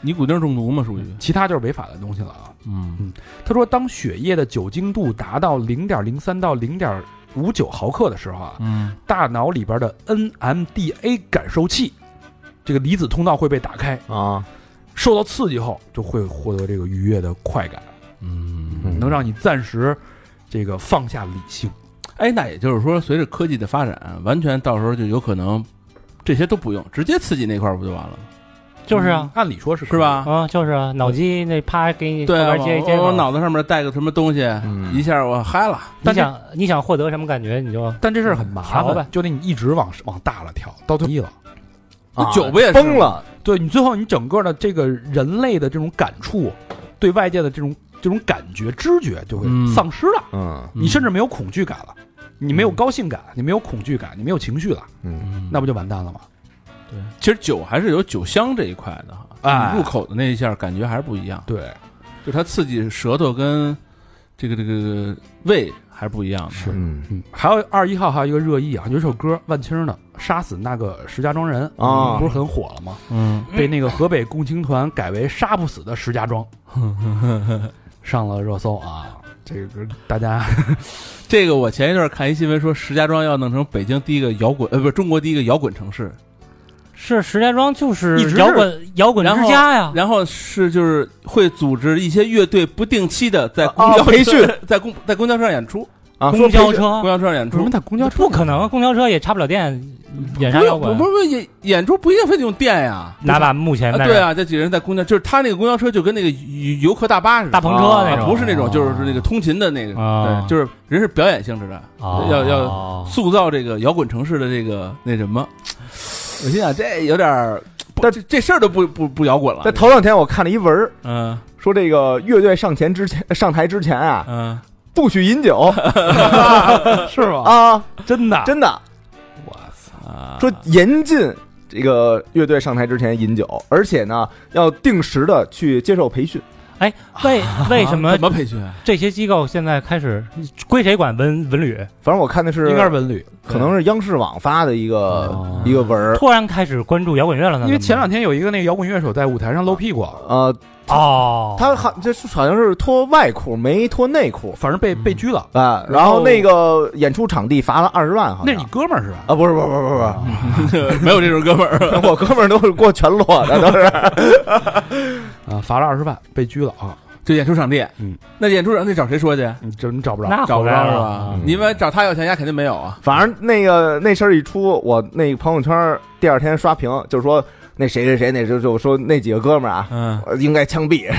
尼古丁中毒嘛，属于。 其他就是违法的东西了啊。 嗯他说，当血液的酒精度达到零点零三到零点五九毫克的时候啊， 嗯大脑里边的 N M D A 感受器，这个离子通道会被打开啊， 受到刺激后就会获得这个愉悦的快感， 嗯， 能让你暂时这个放下理性。 哎，那也就是说，随着科技的发展，完全到时候就有可能这些都不用，直接刺激那块儿不就完了？ 就是啊， 按理说是是吧？ 啊，就是啊，脑机那啪给你对啊， 后边接接我我脑子上面带个什么东西， 嗯一下我嗨了。 你想你想获得什么感觉，你就但这事儿很麻烦调呗， 就得你一直往往大了调，到最后一了。 啊酒不也是崩了， 对你最后你整个的这个人类的这种感触，对外界的这种这种感觉知觉就会嗯丧失了， 嗯你甚至没有恐惧感了，你没有高兴感，你没有恐惧感，你没有情绪了， 嗯那不就完蛋了吗？ 对，其实酒还是有酒香这一块的哈， 哎入口的那一下感觉还是不一样， 对， 就它刺激舌头跟这个这个胃还是不一样的。 是嗯嗯，还有二十一号还有一个热议啊，有一首歌万青的《杀死那个石家庄人》 啊不是很火了吗？ 嗯， 被那个河北共青团改为杀不死的石家庄，上了热搜啊。这个大家这个我前一段看一新闻说，石家庄要弄成北京第一个摇滚，呃，不是中国第一个摇滚城市， 是石家庄就是一直是摇滚摇滚之家呀。 然后是就是会组织一些乐队不定期的在公啊交车培训， 在公在公交车上演出， 啊， 公交车公交车上演出为什么。在公交车不可能，公交车也插不了电，演啥不用， 摇滚？ 不是不是演演出不一定非得用电呀。 拿把幕前啊， 在对啊，这几个人在公交，就是他那个公交车就跟那个游游客大巴似的， 大篷车那种， 啊不是那种，就是那个通勤的那个， 啊对，就是人是表演性质的， 哦要要塑造这个摇滚城市的这个那什么。我心想这有点儿，但这这事儿都不不不摇滚了。 在头两天我看了一文儿， 嗯说这个乐队上前之前上台之前啊， 嗯， 不许饮酒是吗？ 啊， 真的， 真的我操！ 啊说严禁这个乐队上台之前饮酒，而且呢要定时的去接受培训。 哎，为为什么怎么培训？ 这些机构现在开始归谁管文文旅？ 反正我看的是应该是文旅， 可能是央视网发的一个、 哦一个文儿， 突然开始关注摇滚乐了呢？ 因为前两天有一个那个摇滚乐手在舞台上露屁股， 呃， 哦， 他好这是好像是脱外裤没脱内裤反正被被拘了。 啊， 然后然后那个演出场地罚了二十万，好像那是你哥们儿是吧？ 啊，不是不是不是不是， 没有这种哥们儿。 我哥们儿都是给我全裸的，都是。 啊，罚了二十万，被拘了啊！ 这演出场地， 嗯， 那演出场地找谁说去？ 你这你找不着， 那找不回来了着是吧啊？ 你们找他要钱，人家肯定没有啊。 反正那个那事儿一出，我那个朋友圈第二天刷屏，就是说那谁谁谁那就就说那几个哥们儿啊， 嗯， 呃应该枪毙。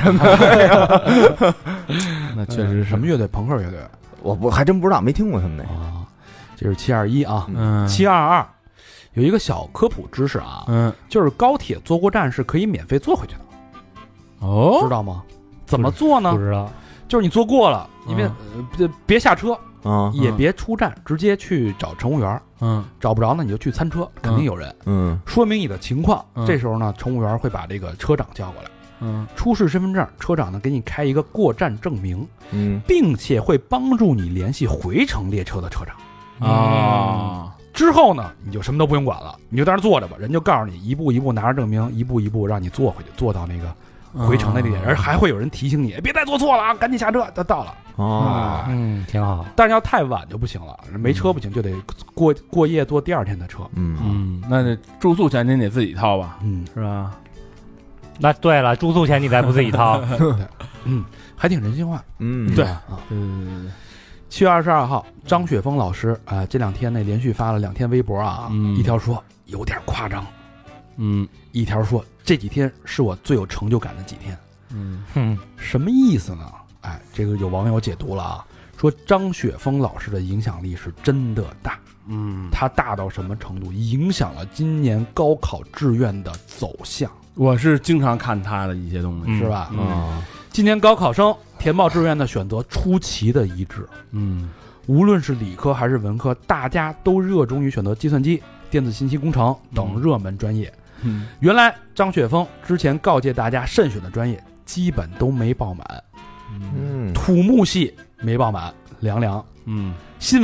那确实是什么乐队？朋克乐队我不还真不知道，没听过他们那个。 啊。这是七二一啊， 嗯七二二有一个小科普知识啊， 嗯就是高铁坐过站是可以免费坐回去的，知哦道吗？怎么坐呢不？知道就是你坐过了，因为嗯呃别别下车， 啊， 也别出站，直接去找乘务员。 嗯找不着呢，你就去餐车，肯定有人。 嗯说明你的情况， 嗯这时候呢，乘务员会把这个车长叫过来， 嗯出示身份证，车长呢给你开一个过站证明， 嗯并且会帮助你联系回程列车的车长。 啊之后呢，你就什么都不用管了，你就在那儿坐着吧，人就告诉你一步一步拿着证明，一步一步让你坐回去，坐到那个回程的地点， 啊而还会有人提醒你，别再坐错了啊，赶紧下车，他到了。 哦， 嗯，挺好。 但是要太晚就不行了，没车不行，就得过过夜坐第二天的车。 嗯嗯，那这住宿钱您得自己掏吧， 嗯是吧？ 那对了，住宿钱你再不自己掏， 嗯，还挺人性化。 嗯， 对啊。 嗯七月二十二号，张雪峰老师啊、呃这两天内连续发了两天微博啊， 嗯一条说有点夸张， 嗯一条说这几天是我最有成就感的几天。 嗯嗯， 什么意思呢？哎，这个有网友解读了啊，说张雪峰老师的影响力是真的大， 嗯， 他大到什么程度？影响了今年高考志愿的走向， 我是经常看他的一些东西， 嗯是吧？ 嗯今年高考生填报志愿的选择出奇的一致， 嗯无论是理科还是文科，大家都热衷于选择计算机、电子信息工程等热门专业。 嗯原来张雪峰之前告诫大家慎选的专业基本都没报满， 嗯嗯土木系没报满，凉凉； 嗯新闻系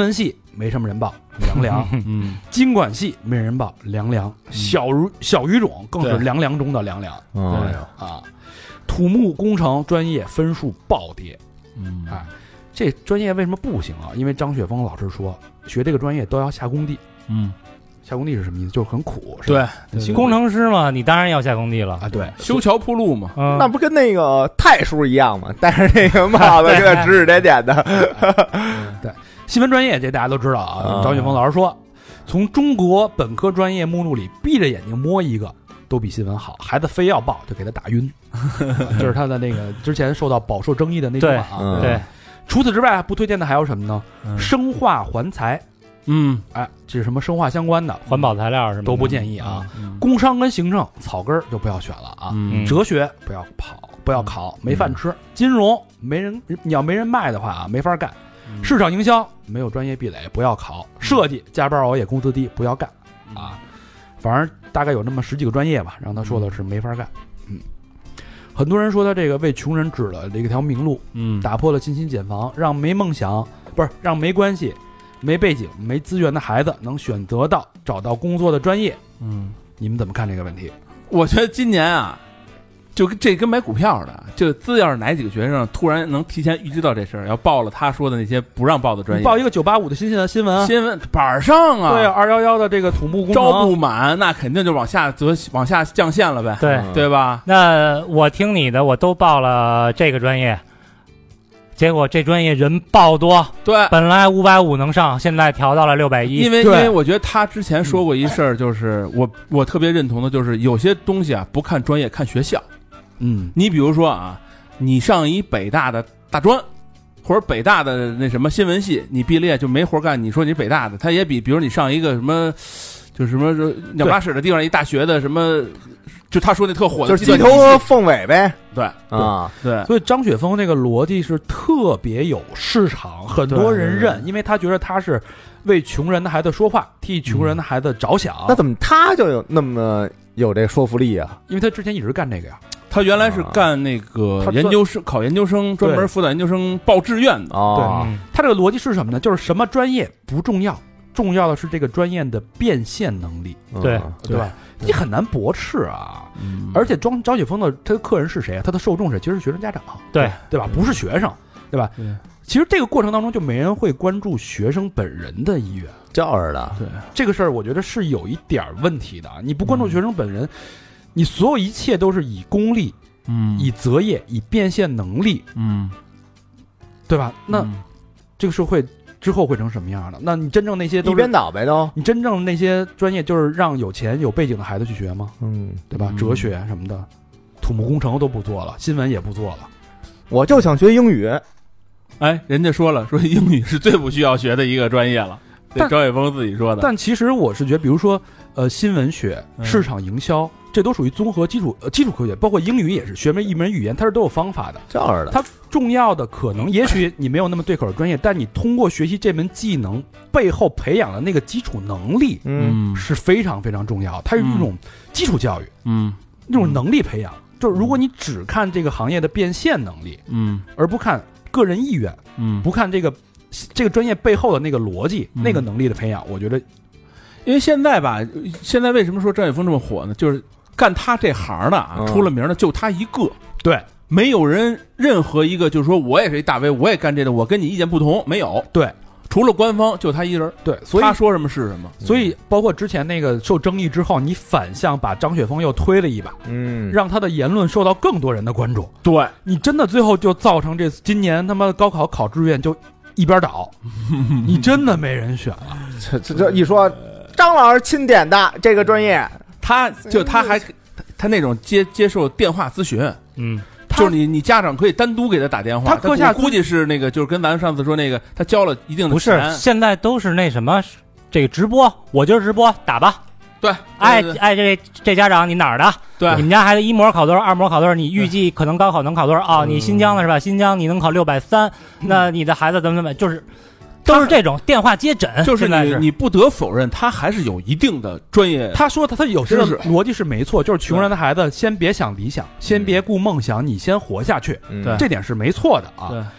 没什么人报，凉凉。 嗯， 经管系没人报，凉凉。小语小语种更是对凉凉中的凉凉哎对啊。土木工程专业分数暴跌， 嗯哎，这专业为什么不行啊？因为张雪峰老师说，学这个专业都要下工地。 嗯， 下工地是什么意思？就是很苦，是吧？ 对， 工程师嘛，你当然要下工地了。 啊，对， 修桥铺路嘛。 嗯， 那不跟那个太叔一样吗？戴着那个帽子，给他指指点点的。 对，新闻专业这大家都知道啊。 啊张雪峰老师说，从中国本科专业目录里闭着眼睛摸一个都比新闻好，孩子非要报就给他打晕，这是他的那个之前受到饱受争议的那句话啊。 嗯对， 除此之外，不推荐的还有什么呢？ 嗯生化环材， 嗯哎，这是什么生化相关的环保材料什么的都不建议啊。 嗯工商跟行政草根儿就不要选了啊。 嗯哲学不要跑，不要考，没饭吃。金融没人，你要没人卖的话啊，没法干。市场营销没有专业壁垒，不要考。设计加班熬夜，工资低，不要干啊。反正大概有那么十几个专业吧，让他说的是没法干。嗯，很多人说他这个为穷人指了这个条明路， 嗯打破了信心茧房，让没梦想不是让没关系、没背景、没资源的孩子能选择到找到工作的专业。 嗯， 你们怎么看这个问题？ 我觉得今年啊，就跟这跟买股票的，就资要是哪几个学生突然能提前预知到这事儿，要报了他说的那些不让报的专业， 报一个九八五的新鲜新闻啊， 新闻板上啊， 对啊，二幺幺的这个土木工程招不满，那肯定就往下则往下降线了呗， 对。 嗯对吧？ 那我听你的，我都报了这个专业，结果这专业人报多， 对， 本来五百五能上，现在调到了六百一。 因为因对为我觉得他之前说过一事儿，就是我我特别认同的，就是有些东西啊不看专业看学校。 嗯， 你比如说啊，你上一北大的大专，或者北大的那什么新闻系，你毕业就没活干，你说你北大的，他也比比如你上一个什么，就是什么鸟不拉屎的地方一大学的什么，就他说那特火的就是鸡计算机系， 头凤尾呗。 对啊， 对， 所以张雪峰这个逻辑是特别有市场，很多人认，因为他觉得他是为穷人的孩子说话，替穷人的孩子着想。 那怎么他就有那么有这说服力啊？ 因为他之前一直干这个呀。 他原来是干那个他研究生，考研究生，专门辅导研究生报志愿的。 哦， 嗯他这个逻辑是什么呢？就是什么专业不重要，重要的是这个专业的变现能力， 对嗯对吧？你很难驳斥啊。 嗯而且张张雪峰的他的客人是谁啊？他的受众是其实是学生家长， 对对吧？不是学生，对吧？ 对其实这个过程当中就没人会关注学生本人的意愿， 就是的， 对， 这个事儿我觉得是有一点儿问题的。你不关注学生本人，你所有一切都是以功利、 嗯以择业、以变现能力， 嗯， 对吧？那嗯这个社会之后会成什么样的？那你真正那些一都是边倒呗都。 你真正那些专业就是让有钱有背景的孩子去学吗？ 嗯， 对吧？ 嗯哲学什么的，土木工程都不做了，新闻也不做了。 我就想学英语。 哎，人家说了，说英语是最不需要学的一个专业了，这但张雪峰自己说的。 但其实我是觉得，比如说，呃，新闻学、 嗯市场营销，这都属于综合基础呃基础科学，包括英语也是学门一门语言，它是都有方法的。 就是的， 它重要的可能，也许你没有那么对口的专业，但你通过学习这门技能背后培养的那个基础能力嗯， 是非常非常重要，它是一种基础教育， 嗯那种能力培养。就是如果你只看这个行业的变现能力， 嗯而不看个人意愿， 嗯， 不看这个这个专业背后的那个逻辑、 嗯那个能力的培养，我觉得因为现在吧，现在为什么说张雪峰这么火呢？就是干他这行的啊， 嗯出了名的就他一个， 对没有人任何一个就是说我也是一大 V，我也干这个，我跟你意见不同，没有。 对， 除了官方就他一人， 对，所以他说什么是什么。 所以包括之前那个受争议之后，你反向把张雪峰又推了一把， 嗯， 让他的言论受到更多人的关注。 对， 你真的最后就造成这今年他妈的高考考志愿就一边倒，你真的没人选了。 这这这一说，张老师钦点的这个专业， 他就他还他他那种接接受电话咨询， 嗯， 就是你你家长可以单独给他打电话， 他课下我估计是那个就是跟咱上次说那个他交了一定的不是， 钱， 现在都是那什么，这个直播，我就是直播，打吧。 对， 爱对对爱这这家长，你哪儿的？ 对你们家孩子一模考多少，二模考多少？你预计可能高考能考多少？哦，你新疆的是吧？新疆你能考六百三，那你的孩子怎么怎么，就是都是这种电话接诊， 就是现在是你你不得否认，他还是有一定的专业。 他说他他有些知识逻辑是没错，就是穷人的孩子先别想理想，先别顾梦想，你先活下去， 嗯对这点是没错的啊。 对，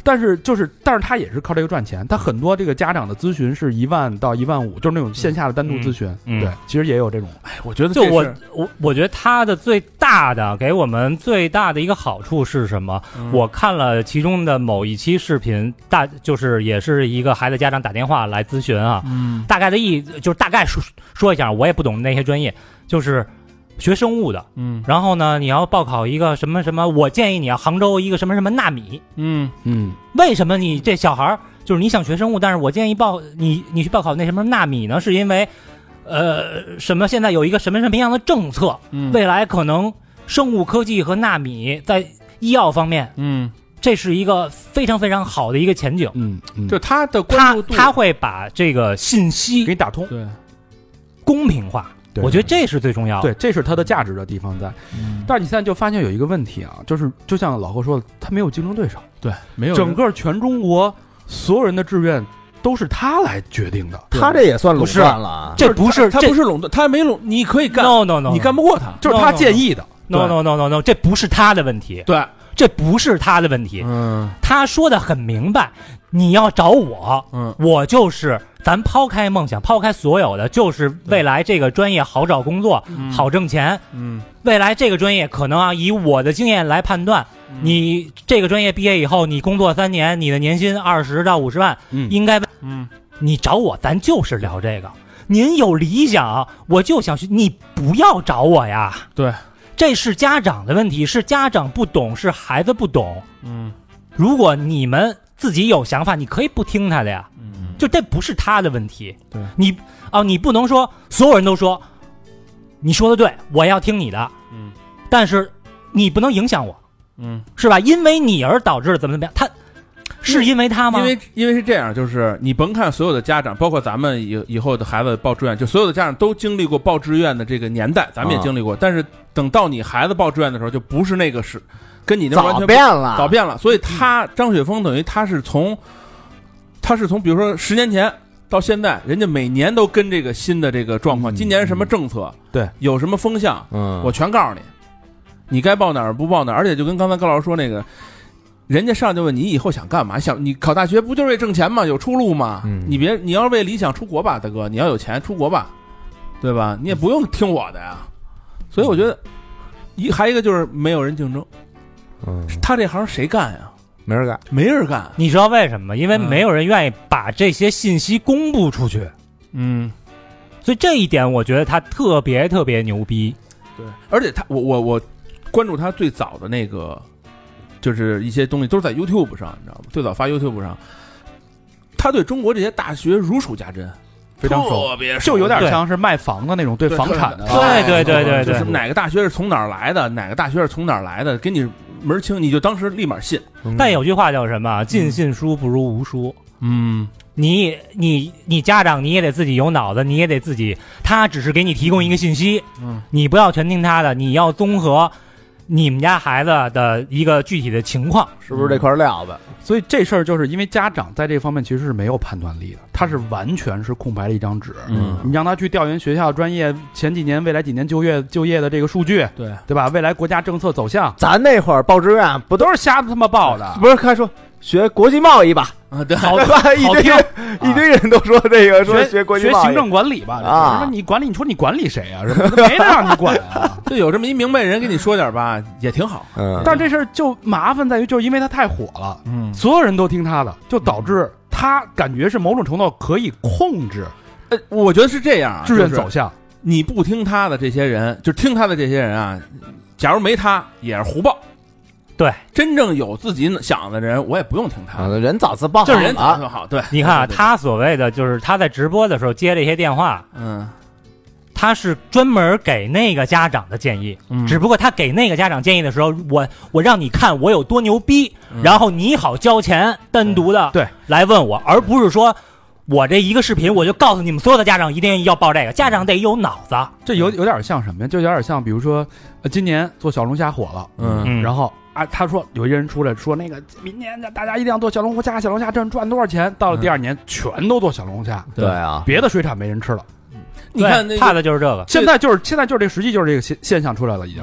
但是就是，但是他也是靠这个赚钱。他很多这个家长的咨询是一万到一万五，就是那种线下的单独咨询。 嗯嗯、 对，其实也有这种。 哎，我觉得就我我我觉得他的最大的给我们最大的一个好处是什么？嗯、我看了其中的某一期视频，大就是也是一个孩子家长打电话来咨询啊，嗯，大概的意就是大概说说一下，我也不懂那些专业，就是学生物的，嗯，然后呢，你要报考一个什么什么，我建议你要杭州一个什么什么纳米， 嗯嗯， 为什么你这小孩儿就是你想学生物，但是我建议报你你去报考那什么纳米呢？是因为，呃，什么现在有一个什么什么样的政策，嗯，未来可能生物科技和纳米在医药方面，嗯，这是一个非常非常好的一个前景， 嗯，嗯就他的关注度， 他他会把这个信息给你打通， 对， 公平化。我觉得这是最重要的， 对，这是它的价值的地方在。嗯、但是你现在就发现有一个问题啊，就是就像老何说的，他没有竞争对手， 对，没有整个全中国所有人的志愿都是他来决定的， 他这也算垄断了， 这不是他不是垄断，他没垄，你可以干 ，no no no，, no 你干不过他， 就是他建议的 ，no no no no no， 这不是他的问题， 对， 这不是他的问题，嗯，他说的很明白，你要找我，嗯，我就是。咱抛开梦想，抛开所有的，就是未来这个专业好找工作，嗯、好挣钱。嗯，未来这个专业可能啊，以我的经验来判断，嗯、你这个专业毕业以后，你工作三年，你的年薪二十到五十万，嗯，应该，嗯，你找我，咱就是聊这个。您有理想，我就想去，你不要找我呀。 对， 这是家长的问题，是家长不懂，是孩子不懂。嗯，如果你们自己有想法，你可以不听他的呀。就这不是他的问题， 对你啊，你不能说所有人都说你说的对，我要听你的，嗯，但是你不能影响我，嗯，是吧？因为你而导致了怎么怎么样，他是因为他吗？ 因为因为是这样，就是你甭看所有的家长，包括咱们以以后的孩子报志愿，就所有的家长都经历过报志愿的这个年代，咱们也经历过，啊、但是等到你孩子报志愿的时候，就不是那个是跟你那完全早变了， 早变了，所以他张雪峰等于他是从。他是从比如说十年前到现在，人家每年都跟这个新的这个状况，嗯、今年什么政策， 对， 有什么风向，嗯，我全告诉你，你该报哪儿不报哪儿，而且就跟刚才高老师说那个，人家上就问你以后想干嘛？想你考大学不就是为挣钱吗？有出路吗？嗯、你别，你要是为理想出国吧，大哥，你要有钱出国吧，对吧？你也不用听我的呀。所以我觉得，一还一个就是没有人竞争，嗯，他这行谁干呀？ 没人干， 没人干。 你知道为什么吗？因为没有人愿意把这些信息公布出去。 嗯， 所以这一点我觉得他特别特别牛逼。 对，而且他，我我我关注他最早的那个，就是一些东西都是在 YouTube 上，你知道吗？最早发 YouTube 上，他对中国这些大学如数家珍。 非常特别就有点像是卖房的那种，对房产的， 对对对对对， 就是哪个大学是从哪儿来的，哪个大学是从哪儿来的，给你门清，你就当时立马信。 但有句话叫什么？尽信书不如无书。 嗯， 你你你家长你也得自己有脑子，你也得自己，他只是给你提供一个信息，嗯，你不要全听他的，你要综合你们家孩子的一个具体的情况， 是不是这块料子？ 所以这事儿就是因为家长在这方面其实是没有判断力的，他是完全是空白的一张纸。嗯，你让他去调研学校专业前几年、未来几年就业就业的这个数据， 对对吧？未来国家政策走向， 咱那会儿报志愿不都是瞎他妈报的？ 不是，开说学国际贸易吧？ 啊，对， 好吧，一堆一堆人都说这个，说学国际贸易、 学行政管理吧？啊，什么你管理？你说你管理谁啊？什么没人让你管啊？ 就有这么一明白人跟你说点吧，也挺好。 嗯， 但这事儿就麻烦在于，就是因为他太火了，嗯，所有人都听他的，就导致他感觉是某种程度可以控制。 呃，我觉得是这样啊， 志愿走向。 你不听他的这些人，就听他的这些人啊，假如没他也是胡报。 对， 真正有自己想的人，我也不用听他的， 人早自报好， 就是人早自好。对， 你看啊，他所谓的就是他在直播的时候接这些电话，嗯，他是专门给那个家长的建议，嗯，只不过他给那个家长建议的时候，我我让你看我有多牛逼，嗯、然后你好交钱，单独的对来问我，而不是说。我这一个视频，我就告诉你们所有的家长一定要报这个，家长得有脑子。 这有有点像什么呀？就有点像，比如说，呃，今年做小龙虾火了，嗯，然后啊，他说有一人出来说，那个明年大家一定要做小龙虾，小龙虾挣赚多少钱？到了第二年，嗯、全都做小龙虾， 对啊， 别的水产没人吃了。 你看、那个， 怕的就是这个。 现在就是现在就是这个实际就是这个现现象出来了，已经。嗯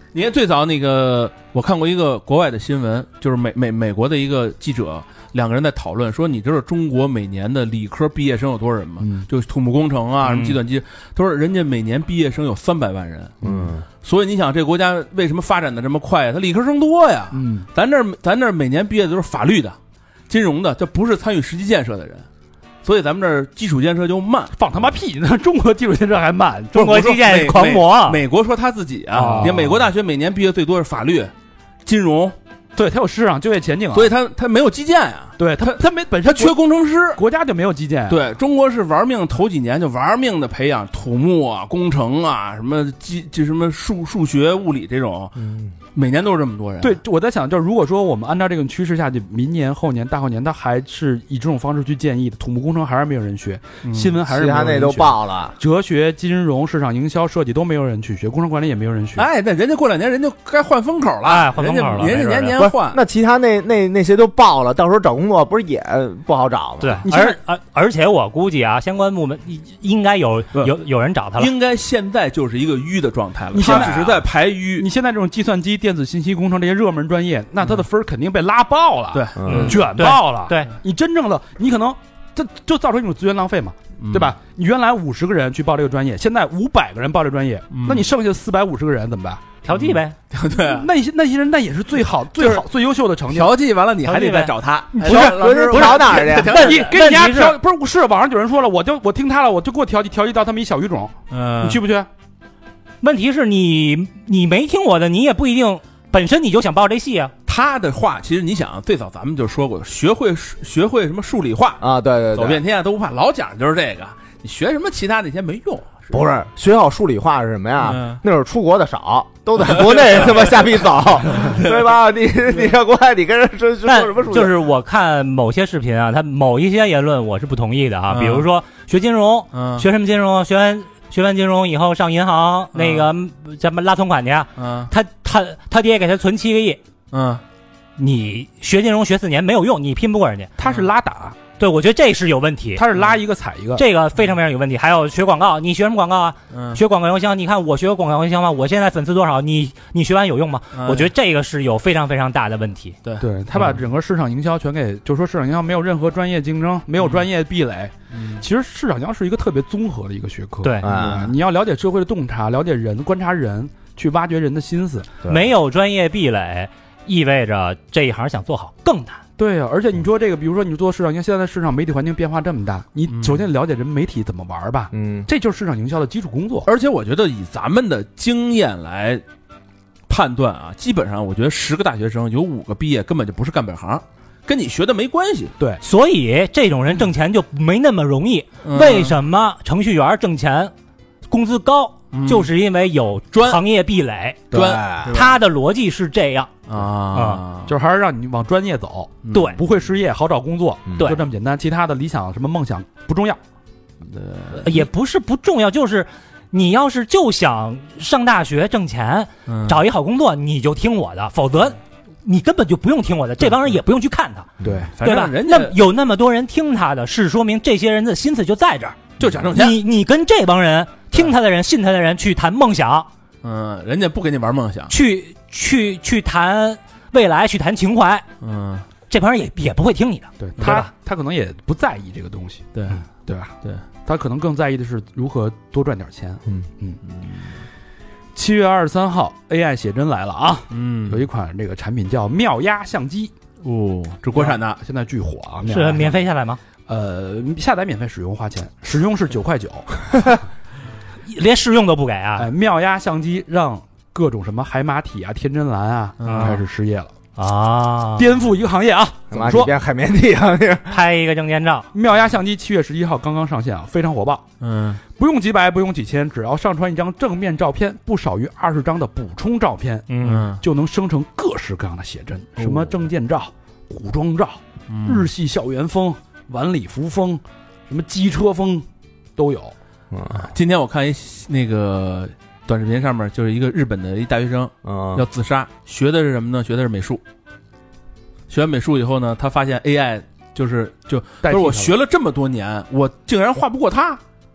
你看最早那个，我看过一个国外的新闻，就是美美美国的一个记者，两个人在讨论说，你知道中国每年的理科毕业生有多少人吗？ 嗯就土木工程啊， 嗯什么计算机，他说人家每年毕业生有三百万人。 嗯， 所以你想，这个国家为什么发展的这么快呀？他理科生多呀。 嗯， 咱这儿咱这儿每年毕业的都是法律的、金融的，这不是参与实际建设的人，所以咱们这儿基础建设就慢。 放他妈屁！那中国基础建设还慢， 中国基建狂魔， 美国说他自己啊， 哦你看美国大学每年毕业最多是法律、金融， 对他有市场就业前景啊， 所以他他没有基建啊， 对他他没本他身缺工程师。 国家就没有基建，， 对，中国是玩命，头几年就玩命的培养土木啊、工程啊、什么机就什么数数学、物理这种， 嗯， 每年都是这么多人。 对，我在想，就是如果说我们按照这个趋势下去，明年、后年、大后年，他还是以这种方式去建议的，土木工程还是没有人学， 嗯新闻还是其他那都没有人学， 爆了。 哲学、金融、市场营销、设计都没有人去学，工程管理也没有人学。 哎，那人家过两年人就该换风口了， 哎换风口了人家人家年不是年换。 那其他那那那些都爆了，到时候找工作不是也不好找吗？ 对， 你现在而而而且我估计啊，相关部门应该有不有有人找他了。 应该现在就是一个淤的状态了， 你现在他只是在排淤。 你现在这种计算机、电子信息工程这些热门专业，那他的分儿肯定被拉爆了， 对， 嗯， 卷爆了。 对， 你真正的你可能这就造成一种资源浪费嘛， 嗯对吧？你原来五十个人去报这个专业，现在五百个人报这个专业， 嗯那你剩下四百五十个人怎么办？ 调剂呗， 对啊， 那些那些人那也是最好、最好、最优秀的成绩。 调剂完了你还得调剂呗再找他， 不哎是不是调哪儿去？ 那你给你家问题是调不是是网上有人说了，我就我听他了，我就给我调剂调剂到他们一小语种， 嗯， 你去不去？ 问题是你你没听我的，你也不一定本身你就想报这戏啊。 他的话，其实你想，最早咱们就说过，学会学会什么数理化， 啊，对对对， 走遍天下都不怕，老讲就是这个。你学什么其他那些没用， 不是学好数理化是什么呀？ 嗯那会儿出国的少，都在国内他妈瞎逼走，对吧？你你上国外，你跟人说说但什么数学？ 就是我看某些视频啊，他某一些言论我是不同意的啊， 嗯比如说学金融， 嗯学什么金融？学完学完金融以后上银行那个咱们拉存款去啊， 嗯他他他爹给他存七个亿， 嗯， 你学金融学四年没有用，你拼不过人家。 他是拉打， 对，我觉得这是有问题， 他是拉一个踩一个。 这个非常非常有问题。还有学广告，你学什么广告啊？ 嗯学广告营销，你看我学过广告营销吗？我现在粉丝多少？你你学完有用吗？ 嗯我觉得这个是有非常非常大的问题。 对对他把整个市场营销全给，就说市场营销没有任何专业竞争，没有专业壁垒。 嗯其实市场营销是一个特别综合的一个学科。 对， 啊， 你要了解社会的洞察，了解人，观察人，去挖掘人的心思。 对没有专业壁垒，意味着这一行想做好更难。 对呀、而且你说这个，比如说你做市场营销，现在市场媒体环境变化这么大，你嗯首先了解人媒体怎么玩吧， 嗯， 这就是市场营销的基础工作。 而且我觉得以咱们的经验来判断啊，基本上我觉得十个大学生有五个毕业根本就不是干本行，跟你学的没关系。 对， 所以这种人挣钱就没那么容易。 嗯为什么程序员挣钱工资高？ 嗯就是因为有专行业壁垒。 对专对吧他的逻辑是这样。 啊， 就是还是让你往专业走， 嗯对不会失业，好找工作， 嗯对就这么简单。其他的理想什么梦想不重要。 也不是不重要，就是你要是就想上大学挣钱， 嗯找一好工作，你就听我的，否则你根本就不用听我的。这帮人也不用去看他， 对， 反对吧？ 正人家那有那么多人听他的，是说明这些人的心思就在这儿。 就想挣钱， 你你跟这帮人听他的人、信他的人去谈梦想， 嗯，人家不跟你玩梦想， 去去去谈未来，去谈情怀， 嗯， 这帮人也也不会听你的。 对他对吧他可能也不在意这个东西， 对， 对吧？ 对， 他可能更在意的是如何多赚点钱。 嗯嗯。七月二十三号 ，A I 写真来了啊！ 嗯有一款这个产品叫妙压相机， 哦，这国产的， 现在巨火啊！妙压是免费下来吗？ 呃，下载免费，使用花钱，使用是九块九。 连试用都不给啊！ 哎，妙压相机让各种什么海马体啊、天真蓝啊嗯开始失业了， 啊， 颠覆一个行业啊！怎么说？ 他妈你变海绵体啊！这拍一个证件照， 妙压相机七月十一号刚刚上线啊，非常火爆。 嗯不用几百，不用几千，只要上传一张正面照片，不少于二十张的补充照片， 嗯， 就能生成各式各样的写真，什么证件照、古装照、 嗯日系校园风、晚礼服风，什么机车风都有。 今天我看一那个短视频，上面就是一个日本的一大学生嗯要自杀，学的是什么呢？学的是美术。学完美术以后呢，他发现 A I 就是就代替他了不是我学了这么多年，我竟然画不过他。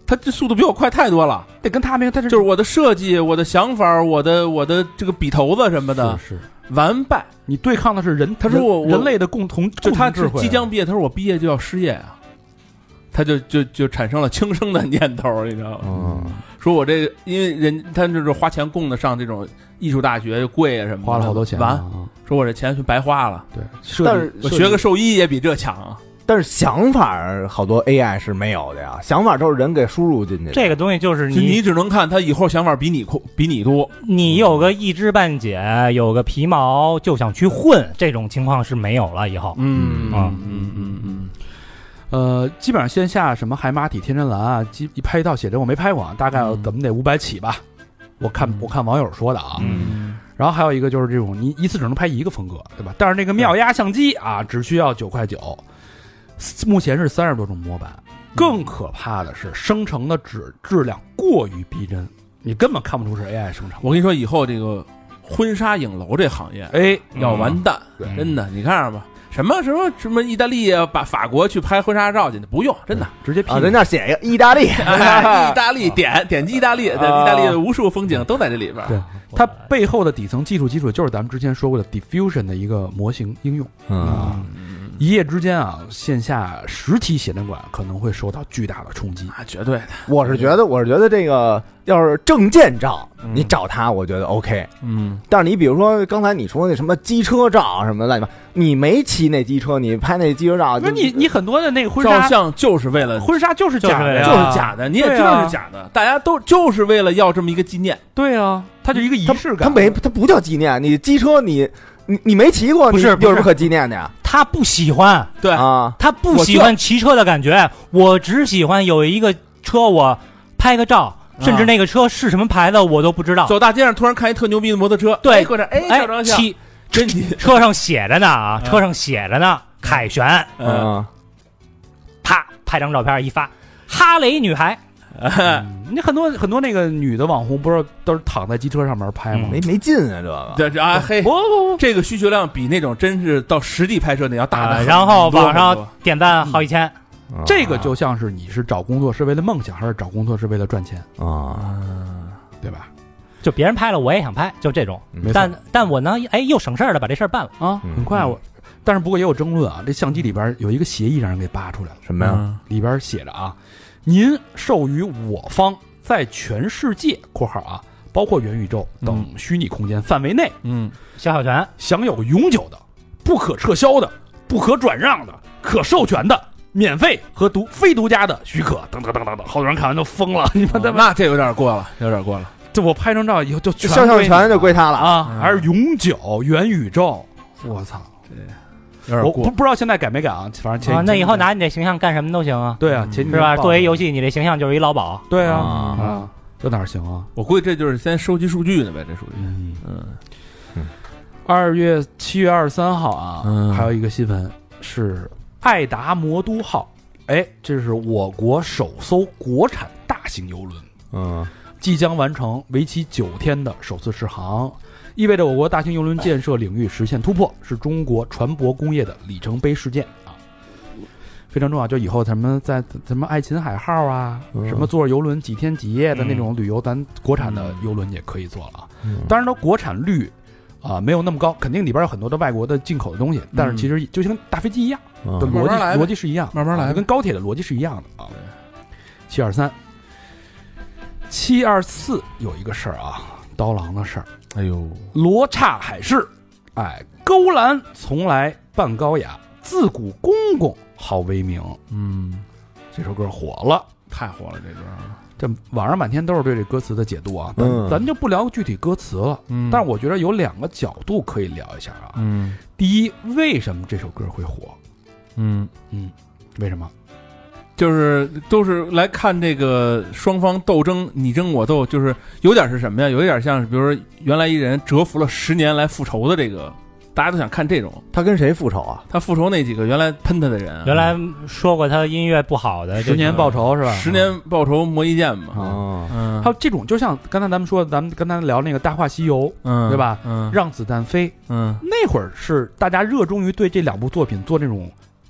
他这速度比我快太多了。 得跟他没，他是就是我的设计、我的想法、我的我的这个笔头子什么的， 是是完败。 你对抗的是人， 他说我人人类的共同， 就他是共同智慧啊即将毕业，他说我毕业就要失业啊，他就就就产生了轻生的念头，你知道吗？ 嗯， 说我这个，因为人他就是花钱供得上这种艺术大学，又贵啊什么的， 花了好多钱啊， 完，说我这钱就白花了。 对， 但是我学个兽医也比这强啊。 但是想法好多 A I 是没有的呀，想法都是人给输入进去的。 这个东西就是就你你只能看他以后想法比你比你多， 你有个一知半解，有个皮毛就想去混，这种情况是没有了以后。 嗯啊嗯嗯嗯， 呃，基本上线下什么海马体、天真蓝啊，基一拍一套写真我没拍过，大概怎么得五百起吧。我看我看网友说的啊， 嗯， 然后还有一个就是这种你一次只能拍一个风格，对吧？但是那个妙压相机啊，只需要九块九，目前是三十多种模板。更可怕的是，生成的质质量过于逼真，你根本看不出是 A I 生成。 我跟你说，以后这个婚纱影楼这行业， 哎， 要完蛋， 对真的。你看着吧，什么什么什么意大利啊，把法国去拍婚纱照去，不用，真的。 直接 P 啊，人那写一个意大利， 哎意大利点点击意大利，对， 啊意大利的无数风景都在这里边。 对，它背后的底层技术基础就是咱们之前说过的 diffusion 的一个模型应用。 嗯， 一夜之间啊，线下实体写真馆可能会受到巨大的冲击。 啊，绝对的。 我是觉得，我是觉得这个要是证件照， 嗯你找他，我觉得 OK。 嗯， 但是你比如说刚才你说那什么机车照什么乱七八，你没骑那机车，你拍那机车照， 那你你很多的那个婚照纱， 相就是为了婚纱就是假的呀， 就是假的，你也知道是假的，大家都就是为了要这么一个纪念。 对啊，它就一个仪式感。 他没，他不叫纪念，你机车你你你没骑过， 不是不是你有什么可纪念的呀？ 他不喜欢， 对啊， 他不喜欢骑车的感觉，我只喜欢有一个车，我拍个照，甚至那个车是什么牌子我都不知道。 走大街上突然看一特牛逼的摩托车， 对哎搁这哎哎照张，相， 骑真你车上写着呢啊， 嗯车上写着呢，凯旋， 嗯， 嗯， 啪拍张照片一发，哈雷女孩， 嗯你很多很多那个女的网红，不是都是躺在机车上面拍吗？ 没没劲啊，这个。 对这啊嘿， 不不不， 这个需求量比那种真是到实地拍摄那要大的很多。 啊然后网很上多点赞好几千， 这个就像是你是找工作是为了梦想，还是找工作是为了赚钱， 啊， 对吧？ 就别人拍了我也想拍，就这种。 没错但但我呢，哎，又省事儿了，把这事儿办了。 啊， 嗯很快我，但是不过也有争论啊。这相机里边有一个协议让人给扒出来了， 什么呀？ 嗯里边写着啊，您授予我方在全世界（括号啊）包括元宇宙等虚拟空间范围内， 嗯， 肖小泉， 享有永久的、不可撤销的、不可转让的、可授权的、免费和独非独家的许可，等等等等等。好多人看完都疯了，你们他妈！ 那这有点过了，有点过了。 这我拍张照以后就全肖像归你权就归他了。 啊， 嗯还是永久元宇宙？我操！ 有点过我不，不知道现在改没改啊，反正前啊，那以后拿你这形象干什么都行啊， 对啊，前几是吧？ 年报作为游戏，你这形象就是一劳保。 对啊啊啊，这哪行啊？ 我估计这就是先收集数据呢呗，这属于。 嗯， 嗯二月七月二十三号啊， 嗯还有一个新闻是爱达魔都号，哎，这是我国首艘国产大型邮轮， 嗯即将完成为期九天的首次试航，意味着我国大型邮轮建设领域实现突破，是中国船舶工业的里程碑事件啊，非常重要。就以后什么在什么爱琴海号啊， 嗯什么坐着邮轮几天几夜的那种旅游，咱国产的邮轮也可以做了啊。 嗯当然，它国产率啊、没有那么高，肯定里边有很多的外国的进口的东西，但是其实就像大飞机一样， 嗯的逻辑慢慢来呗逻辑是一样， 慢慢来啊就跟高铁的逻辑是一样的啊。七二三，七二四有一个事儿啊，刀郎的事儿， 哎呦， 罗刹海市，哎，勾栏从来伴高雅，自古公公好威名。 嗯， 这首歌火了， 太火了这歌。 这网上满天都是对这歌词的解读啊，咱、 嗯咱就不聊具体歌词了。 嗯但是我觉得有两个角度可以聊一下啊。 嗯第一，为什么这首歌会火？ 嗯， 嗯，为什么？ 就是都是来看这个双方斗争，你争我斗，就是有点是什么呀？有一点像是，比如说原来一人蛰伏了十年来复仇的这个，大家都想看这种。 他跟谁复仇啊？ 他复仇那几个原来喷他的人啊， 原来说过他音乐不好的， 十年报仇是吧？ 十年报仇磨一剑嘛。 哦， 嗯， 还有这种，就像刚才咱们说的，咱们刚才聊那个《大话西游》， 嗯， 对吧？ 嗯， 让子弹飞， 嗯那会儿是大家热衷于对这两部作品做这种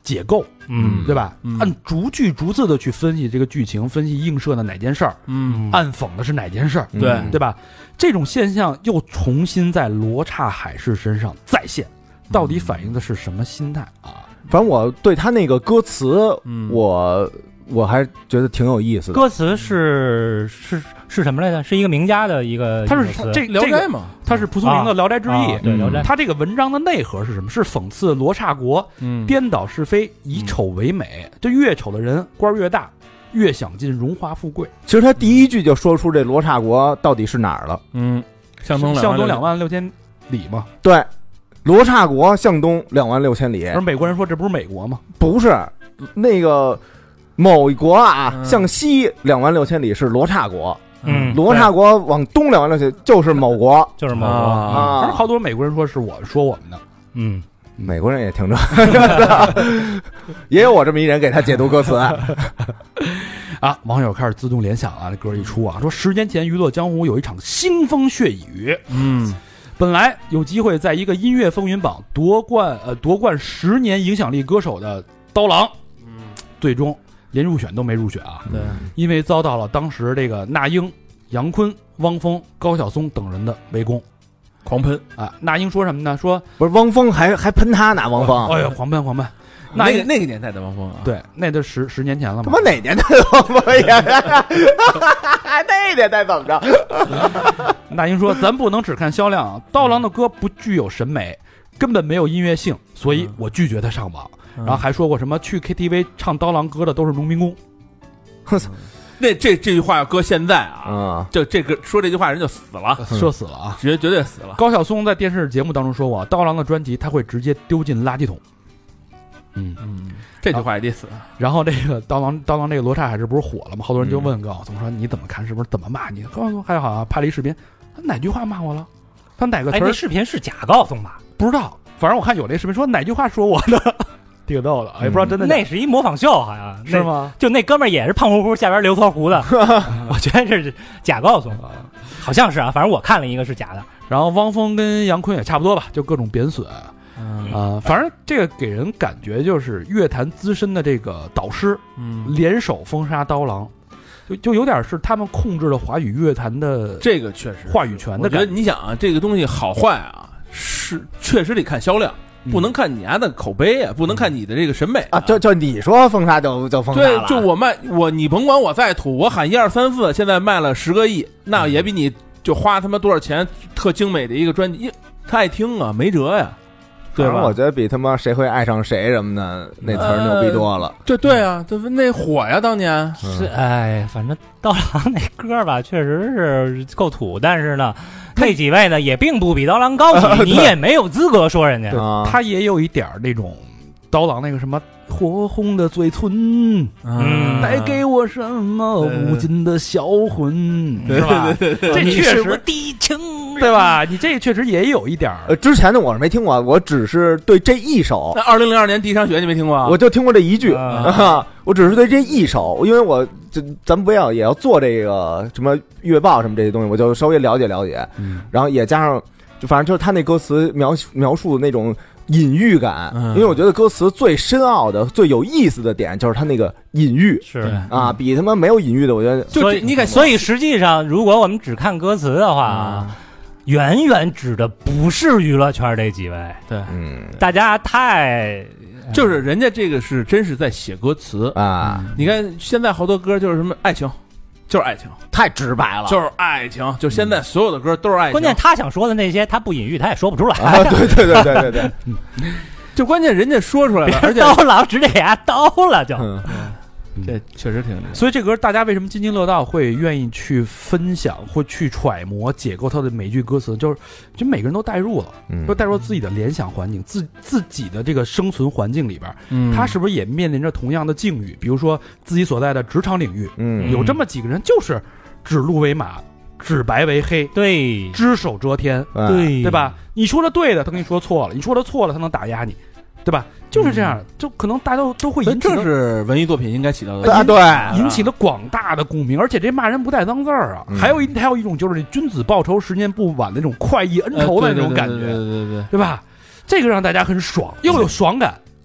解构， 嗯对吧？ 嗯按逐句逐字的去分析这个剧情，分析映射的哪件事儿， 嗯暗讽的是哪件事儿， 对嗯对吧？这种现象又重新在罗刹海市身上再现，到底反映的是什么心态啊？ 反正我对他那个歌词， 嗯我我还觉得挺有意思的。 歌词是是是什么来着？是一个名家的一个， 它是一首词这这个， 聊斋嘛， 它是蒲松龄的《聊斋志异》 啊对《聊斋》。 它这个文章的内核是什么？是讽刺罗刹国嗯颠倒是非，以丑为美。这越丑的人官越大，越享尽荣华富贵。 其实他第一句就说出这罗刹国到底是哪儿了。 嗯，向东向东两两万六千里嘛。 对，罗刹国向东两万六千里， 而美国人说这不是美国吗？ 不是那个某国啊， 嗯向西两万六千里是罗刹国， 嗯， 罗刹国往东两万六千就是某国就是某国， 啊而好多美国人说是我说我们的。 嗯， 美国人也听着，也有我这么一人给他解读歌词。 啊，网友开始自动联想啊，这歌一出啊，说十年前娱乐江湖有一场腥风血雨， 嗯本来有机会在一个音乐风云榜夺冠，呃，夺冠十年影响力歌手的刀郎， 嗯， 最终连入选都没入选啊， 对， 因为遭到了当时这个那英、杨坤、汪峰、高晓松等人的围攻狂喷， 啊。那英说什么呢？说， 不是汪峰还还喷他呢，汪峰， 哎呦，狂奔狂奔。那那英个那个年代的汪峰啊， 对，那都十十年前了嘛。 他妈哪年代的汪峰呀？那年代怎么着？ 那英说：“咱不能只看销量啊，刀郎的歌不具有审美，根本没有音乐性，所以我拒绝他上榜。 嗯然后还说过什么去 K T V 唱刀郎歌的都是农民工。 那这这句话要搁现在啊， 啊， 就这个说这句话人就死了， 说死了啊！ 绝绝对死了。 高晓松在电视节目当中说过，刀郎的专辑他会直接丢进垃圾桶。嗯， 嗯，这句话也得死。 然后这个刀郎刀郎这个罗刹海市不是火了吗？好多人就问高晓松说你怎么看？是不是怎么骂你？高晓松还好啊，拍了一视频，他哪句话骂我了？他哪个词哎， 儿那视频是假告诉吧？ 不知道？反正我看有那视频说哪句话说我的，挺逗的，也不知道真的假的那是一模仿秀，好像是？吗？ 就那哥们儿也是胖乎乎，下边留撮胡子，我觉得这是假告诉，好像是啊，反正我看了一个是假的。 然后汪峰跟杨坤也差不多吧，就各种贬损啊、 嗯呃反正这个给人感觉就是乐坛资深的这个导师嗯， 联手封杀刀郎，就就有点是他们控制了华语乐坛的这个确实话语权我觉得的感觉。 你想啊，这个东西好坏啊，是确实得看销量， 嗯不能看你家的口碑啊，不能看你的这个审美啊，就就你说封杀就就封杀了，， 对就我卖我，你甭管我再土，我喊一二三四，现在卖了十个亿，那也比你就花他妈多少钱特精美的一个专辑，他爱听啊，没辙呀，对吧？ 我觉得比他妈谁会爱上谁什么的那词儿牛逼多了。 对对啊，这那火呀，当年是哎，反正刀郎那歌吧，确实是够土，但是呢，那几位呢也并不比刀郎高级，你也没有资格说人家。 啊， 他也有一点儿那种刀郎那个什么火红的嘴唇， 嗯带给我什么无尽的销魂， 对是吧？ 对对对， 这确你是我实的情人， 对吧？你这确实也有一点儿呃，之前的我是没听过，我只是对这一首那，二零零二年第一场雪你没听过啊？ 我就听过这一句啊啊，我只是对这一首，因为我这咱们不要也要做这个什么乐报什么这些东西，我就稍微了解了解， 嗯然后也加上，就反正就是他那歌词描描述的那种隐喻感， 嗯因为我觉得歌词最深奥的、最有意思的点就是他那个隐喻是对啊，比他妈没有隐喻的，我觉得就所以这你敢所以实际上，如果我们只看歌词的话啊，远远指的不是娱乐圈这几位， 对， 嗯大家太就是人家这个是真是在写歌词。 啊， 你看现在好多歌就是什么爱情，就是爱情， 太直白了， 就是爱情，就现在所有的歌都是爱情。 关键他想说的那些，他不隐喻，他也说不出来。 啊，对对对对对对， 就关键人家说出来了，而且刀郎直接给他刀了就。 嗯这确实挺厉害。 所以这歌大家为什么津津乐道，会愿意去分享，会去揣摩、解构它的每句歌词，就是就每个人都带入了， 嗯都带入自己的联想环境，自自己的这个生存环境里边， 嗯他是不是也面临着同样的境遇？比如说自己所在的职场领域， 嗯有这么几个人，就是指鹿为马，指白为黑， 对只手遮天， 哎对对吧？你说的对的，他跟你说错了；你说的错了，他能打压你，对吧？就是这样，就可能大家都都会所以这引起的是文艺作品应该起到的。 啊对， 引起了广大的共鸣，而且这骂人不带脏字儿啊。 嗯还有一还有一种就是君子报仇，十年不晚的那种快意恩仇的那种感觉， 对对对对对， 对吧？这个让大家很爽，又有爽感，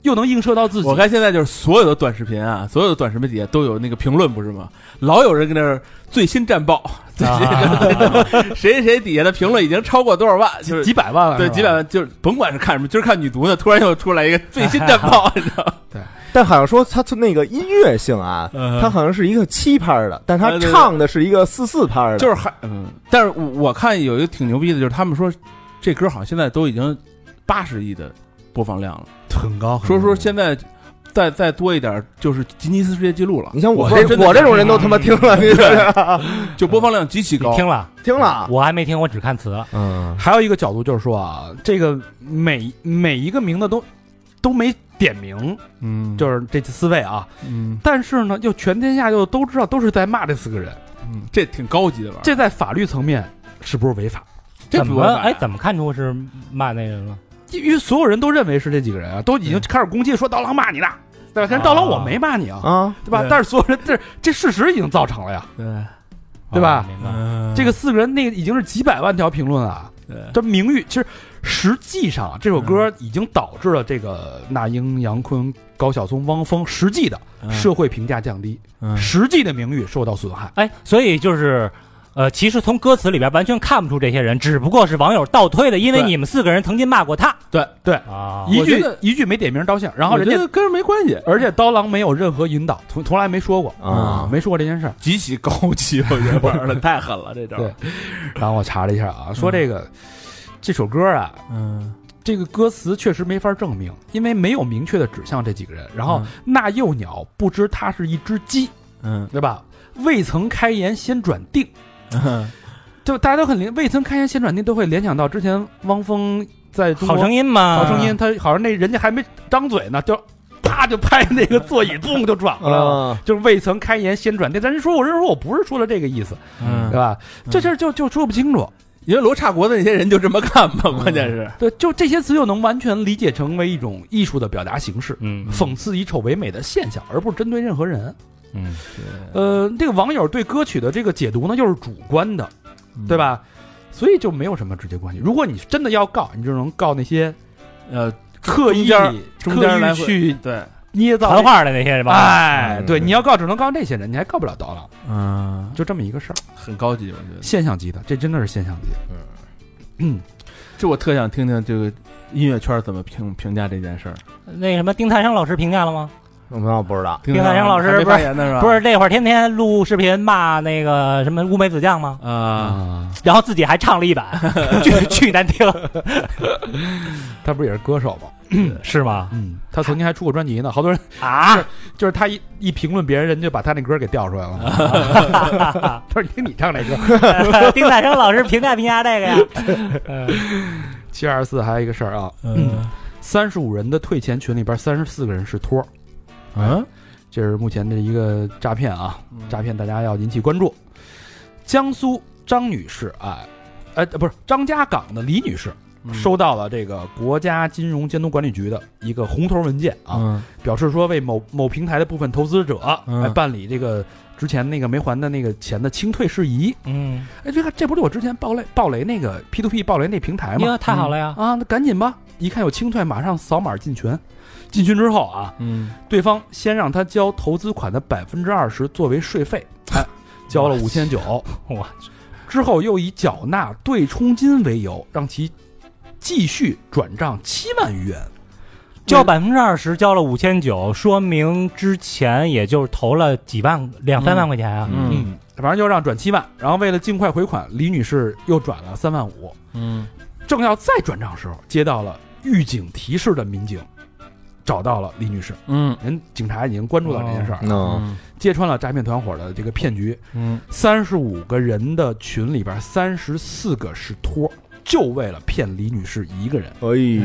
又能映射到自己。 我看现在就是所有的短视频啊，所有的短视频底下都有那个评论，不是吗？老有人跟那儿最新战报，最新啊谁谁底下的评论已经超过多少万，就是几百万了， 对， 是吧几百万，就是甭管是看什么，今儿看女足呢，突然又出来一个最新战报，你知道吗？ 但好像说他那个音乐性啊，他好像是一个七拍的，但他唱的是一个四四拍的， 就是还嗯，但是我看有一个挺牛逼的，就是他们说这歌好像现在都已经八十亿的播放量了， 很高。 说说现在再再多一点就是吉尼斯世界纪录了。 你像我这我这种人都他妈听了，你就播放量极其高。 听了听了， 我还没听，我只看词。 嗯， 还有一个角度就是说啊，这个每每一个名字都都没点名， 嗯， 就是这四位啊， 嗯， 但是呢，就全天下就都知道都是在骂这四个人， 嗯，这挺高级的玩意儿。 这在法律层面是不是违法？ 怎么这不违法哎？怎么看出是骂那人了？ 因为所有人都认为是这几个人啊，都已经开始攻击，说刀郎骂你呢，对吧？但是刀郎我没骂你啊， 啊， 对吧？ 对但是所有人这这事实已经造成了呀， 对对吧哦明白。 嗯这个四个人那个已经是几百万条评论啊， 对这名誉其实实际上啊，这首歌已经导致了这个那英、杨坤、高晓松、汪峰实际的社会评价降低， 嗯实际的名誉受到损害。 哎，所以就是。呃，其实从歌词里边完全看不出这些人，只不过是网友倒推的，因为对你们四个人曾经骂过他。 对对， 啊， 一句我觉得一句没点名道歉，然后人家我觉得跟人没关系， 而且刀郎没有任何引导，从从来没说过啊没说过这件事儿。 极其高级，我觉得玩的太狠了，这招。 对，然后我查了一下啊，说这个这首歌啊， 嗯， 这个歌词确实没法证明，因为没有明确的指向这几个人。然后那幼鸟不知它是一只鸡， 嗯对吧？未曾开言先转定， 嗯就大家都很联，未曾开言先转定都会联想到之前汪峰在中国好声音嘛， 好声音，他好像那人家还没张嘴呢，就啪就拍那个座椅，咚就转过来了。 啊， 就是未曾开言先转定，但是说我是说我不是说的这个意思， 嗯对吧？这事儿就就说不清楚。 因为罗刹国的那些人就这么干嘛，关键是， 对，就这些词又能完全理解成为一种艺术的表达形式， 嗯讽刺以丑为美的现象，而不是针对任何人。 嗯， 呃，这个网友对歌曲的这个解读呢，又是主观的，对吧？所以就没有什么直接关系。如果你真的要告，你就能告那些呃， 刻意中间中间刻来回意去对， 捏造传话的那些人吧， 哎，对， 嗯嗯你要告只能告这些人，你还告不了刀郎， 嗯， 就这么一个事儿， 很高级，我觉得。 现象级的，这真的是现象级。嗯， 这我特想听听这个音乐圈怎么评评价这件事儿。 那什么丁太升老师评价了吗？ 我们不知道， 丁太升老师还没不是发言呢是吧？ 不是这会儿天天录视频骂那个什么乌梅子酱吗？ 啊， 啊， 然后自己还唱了一版，巨巨难听， 他不是也是歌手吗？ 是吗？ 嗯，他曾经还出过专辑呢，好多人啊， 就是他一一评论别人，人就把他那歌给调出来了。他说：“听你唱那歌。 丁太升老师评价评价这个呀。呃” 七二四还有一个事儿啊， 嗯三十五人的退钱群里边，三十四个人是托儿， 嗯， 这是目前的一个诈骗啊，诈骗大家要引起关注。江苏张女士啊，呃，不是张家港的李女士。收到了这个国家金融监督管理局的一个红头文件啊， 嗯表示说为某某平台的部分投资者嗯来办理这个之前那个没还的那个钱的清退事宜。 嗯， 哎，这个这不是我之前爆雷爆雷那个 P to P 爆雷那平台吗？ 哟，太好了呀！ 啊，那赶紧吧！一看有清退，马上扫码进群。进群之后啊， 嗯， 对方先让他交投资款的百分之二十作为税费，哎，交了五千九。 我之后又以缴纳对冲金为由，让其继续转账七万余元， 交百分之二十，交了五千九，说明之前也就是投了几万两三万块钱啊。 嗯反正就让转七万，然后为了尽快回款，李女士又转了三万五。 嗯， 正要再转账时候，接到了预警提示的民警找到了李女士， 嗯人警察已经关注到这件事儿， 嗯， 揭穿了诈骗团伙的这个骗局。 嗯， 三十五个人的群里边，三十四个是托，就为了骗李女士一个人。 哎呦，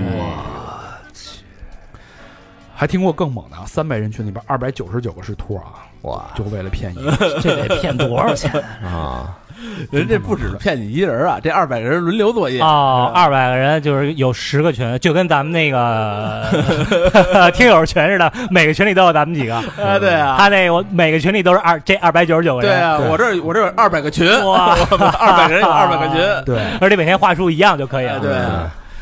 还听过更猛的啊！三百人群里边，二百九十九个是托啊， 哇就为了骗一个。 这得骗多少钱啊！ 人这不只是骗你一人啊，这二百个人轮流作业哦，二百个人就是有十个群，就跟咱们那个听友群似的，每个群里都有咱们几个。 啊，对啊， 他那我每个群里都是二这二百九十九个人。 对啊，我这儿我这有二百个群， 哇， 二百个人有二百个群， 对， 而且每天话术一样就可以了。 对，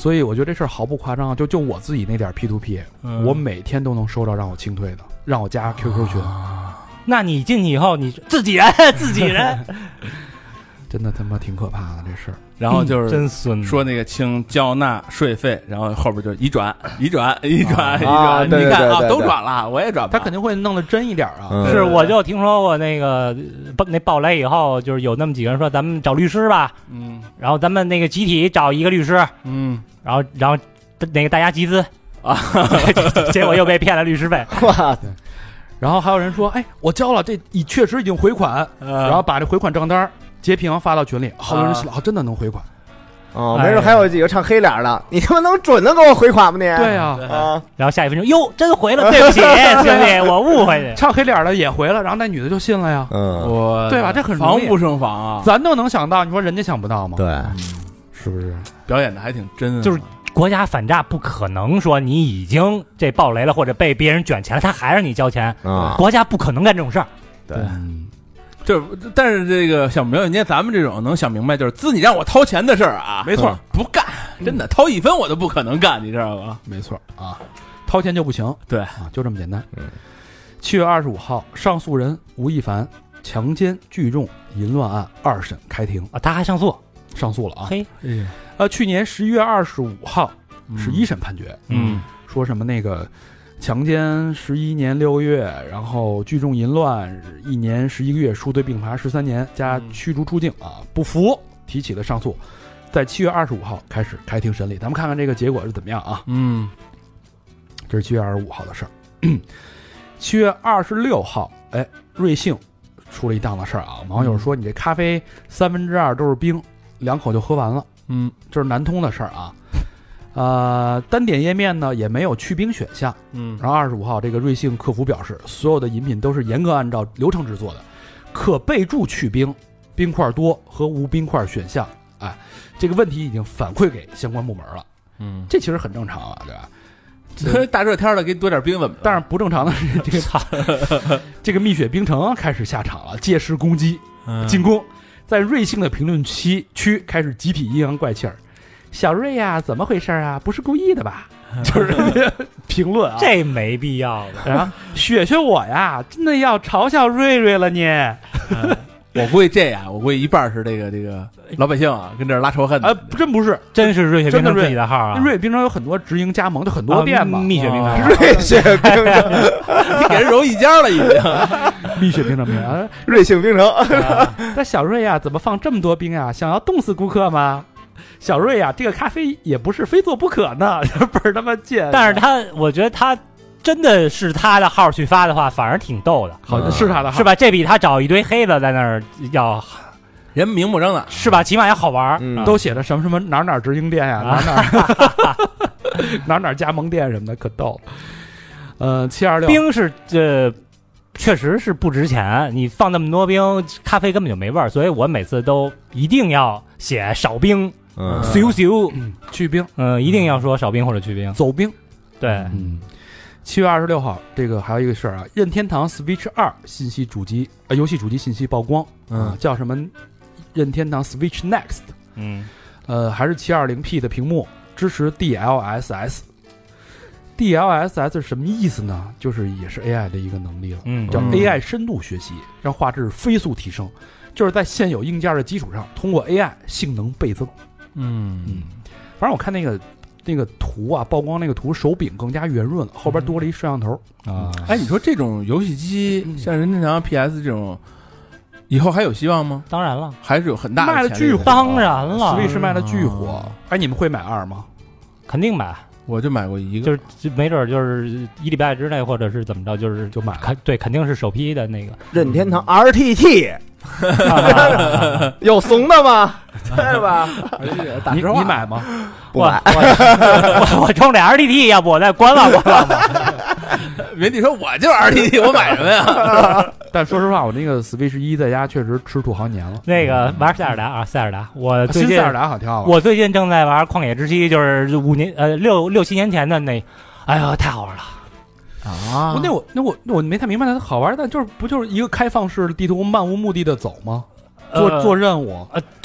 所以我觉得这事儿毫不夸张，就就我自己那点 P to P，、 嗯、 我每天都能收到让我清退的，让我加 Q Q 群。 啊、 那你进去以后，你自己人，自己人， 真的他妈挺可怕的这事儿。 然后就是真孙说那个请交纳税费，然后后边就移转、移转、移转、移转， 啊对你看啊， 对对对都转了，我也转吧。 他肯定会弄得真一点啊。 嗯是，我就听说过那个爆那爆雷以后，就是有那么几个人说咱们找律师吧， 嗯然后咱们那个集体找一个律师， 嗯， 然后然后那个大家集资啊， 结果又被骗了律师费。 哇， 然后还有人说，哎，我交了，这已确实已经回款， 呃然后把这回款账单截屏发到群里，好多人信了，啊，真的能回款。 哦，没准还有几个唱黑脸的，你他妈能准的给我回款吗你？ 对啊， 啊， 然后下一分钟，哟，真回了，对不起，兄弟，我误会你。 唱黑脸的也回了，然后那女的就信了呀。 嗯， 我对吧这很容易防不胜防啊， 咱都能想到，你说人家想不到吗？， 对， 是不是？ 表演的还挺真啊， 就是国家反诈不可能说你已经这爆雷了或者被别人卷钱了，他还让你交钱， 啊， 国家不可能干这种事儿。 对， 嗯， 就是，但是这个想表演节，咱们这种能想明白，就是自己让我掏钱的事儿啊， 没错， 不干，真的掏一分我都不可能干，你知道吧？ 没错啊，掏钱就不行。 对啊，就这么简单。 嗯， 七月二十五号，上诉人吴亦凡强奸聚众淫乱案二审开庭， 啊，他还上诉， 上诉了啊。 嘿， 呃，去年十一月二十五号是一审判决， 嗯说什么那个强奸十一年六个月，然后聚众淫乱一年十一个月，数罪并罚十三年加驱逐出境啊，不服提起了上诉，在七月二十五号开始开庭审理，咱们看看这个结果是怎么样啊？ 嗯这是七月二十五号的事儿。七月二十六号，哎，瑞幸出了一档子事儿啊，网友说你这咖啡三分之二都是冰，两口就喝完了， 嗯这是南通的事儿啊。呃，单点页面呢也没有去冰选项。 嗯， 然后二十五号，这个瑞幸客服表示，所有的饮品都是严格按照流程制作的，可备注去冰、冰块多和无冰块选项。哎，这个问题已经反馈给相关部门了。 嗯， 这其实很正常啊，对吧？ 这大热天的给你多点冰怎么着？ 但是不正常的是，这个这个蜜雪冰城开始下场了，借势攻击进攻，在瑞幸的评论区区开始集体阴阳怪气儿。小瑞呀，怎么回事啊？不是故意的吧？就是评论啊， 这没必要的。 然后雪雪我呀，真的要嘲笑瑞瑞了你。 我估计这样，我估计一半是这个这个老百姓啊，跟这儿拉仇恨的。 啊，真不是， 真是瑞雪冰城真的瑞自己的号啊！ 瑞冰城有很多直营加盟的很多店嘛， 啊蜜雪冰城哦瑞雪冰城， 你给人揉一家了已经。 蜜雪冰城冰啊， 瑞幸冰城， 那小瑞呀，怎么放这么多冰啊？想要冻死顾客吗？小瑞呀，这个咖啡也不是非做不可呢，倍儿他妈贱。 但是他，我觉得他真的是他的号去发的话，反而挺逗的， 好像是他的号是吧？这比他找一堆黑子在那儿要人明目张胆是吧？起码也好玩儿。 嗯都写着什么什么哪儿哪儿直营店呀，哪儿哪儿哪儿哪儿加盟店什么的，可逗了。呃，七二六冰是这。确实是不值钱，你放那么多冰，咖啡根本就没味儿，所以我每次都一定要写少冰， 嗯咻咻， 去冰嗯，一定要说少冰或者去冰。 走冰。 对， 嗯，七月二十六号，这个还有一个事儿啊，任天堂 Switch 二信息主机呃游戏主机信息曝光，啊、叫什么？任天堂 Switch Next， 嗯， 呃，还是 七二零 P 的屏幕，支持 D L S S。D L S S 是什么意思呢？就是也是 A I 的一个能力了， 嗯叫嗯 A I 深度学习，让画质飞速提升，就是在现有硬件的基础上，通过 A I 性能倍增。 嗯嗯，反正我看那个那个图啊，曝光那个图，手柄更加圆润了，后边多了一摄像头啊。 哎，你说这种游戏机，像任天堂 P S 这种，以后还有希望吗？ 当然了， 还是有很大的卖的潜力的巨火， 当然了 ，Switch 卖的巨火。 嗯哎，你们会买二吗？ 肯定买， 我就买过一个， 就是就没准儿就是一礼拜之内，或者是怎么着，就是就买了。 肯对，肯定是首批的那个。 任天堂 R T T 有怂的吗？对吧？ 打实话你你买吗？ 我不买， 我我我充俩 R T T，要不我再观望观望吧。 人家说我就是 R T T，我买什么呀？ 但说实话，我那个 Switch 一在家确实吃土好几年了。 那个玩塞尔达啊，塞尔达，我最近新塞尔达好挺好玩。 我最近正在玩《旷野之息》，就是五年呃六六七年前的那，哎呀，太好玩了。 啊我那我那我那我没太明白它好玩，但就是不就是一个开放式的地图，漫无目的的走吗？做、 呃做任务， 呃，对，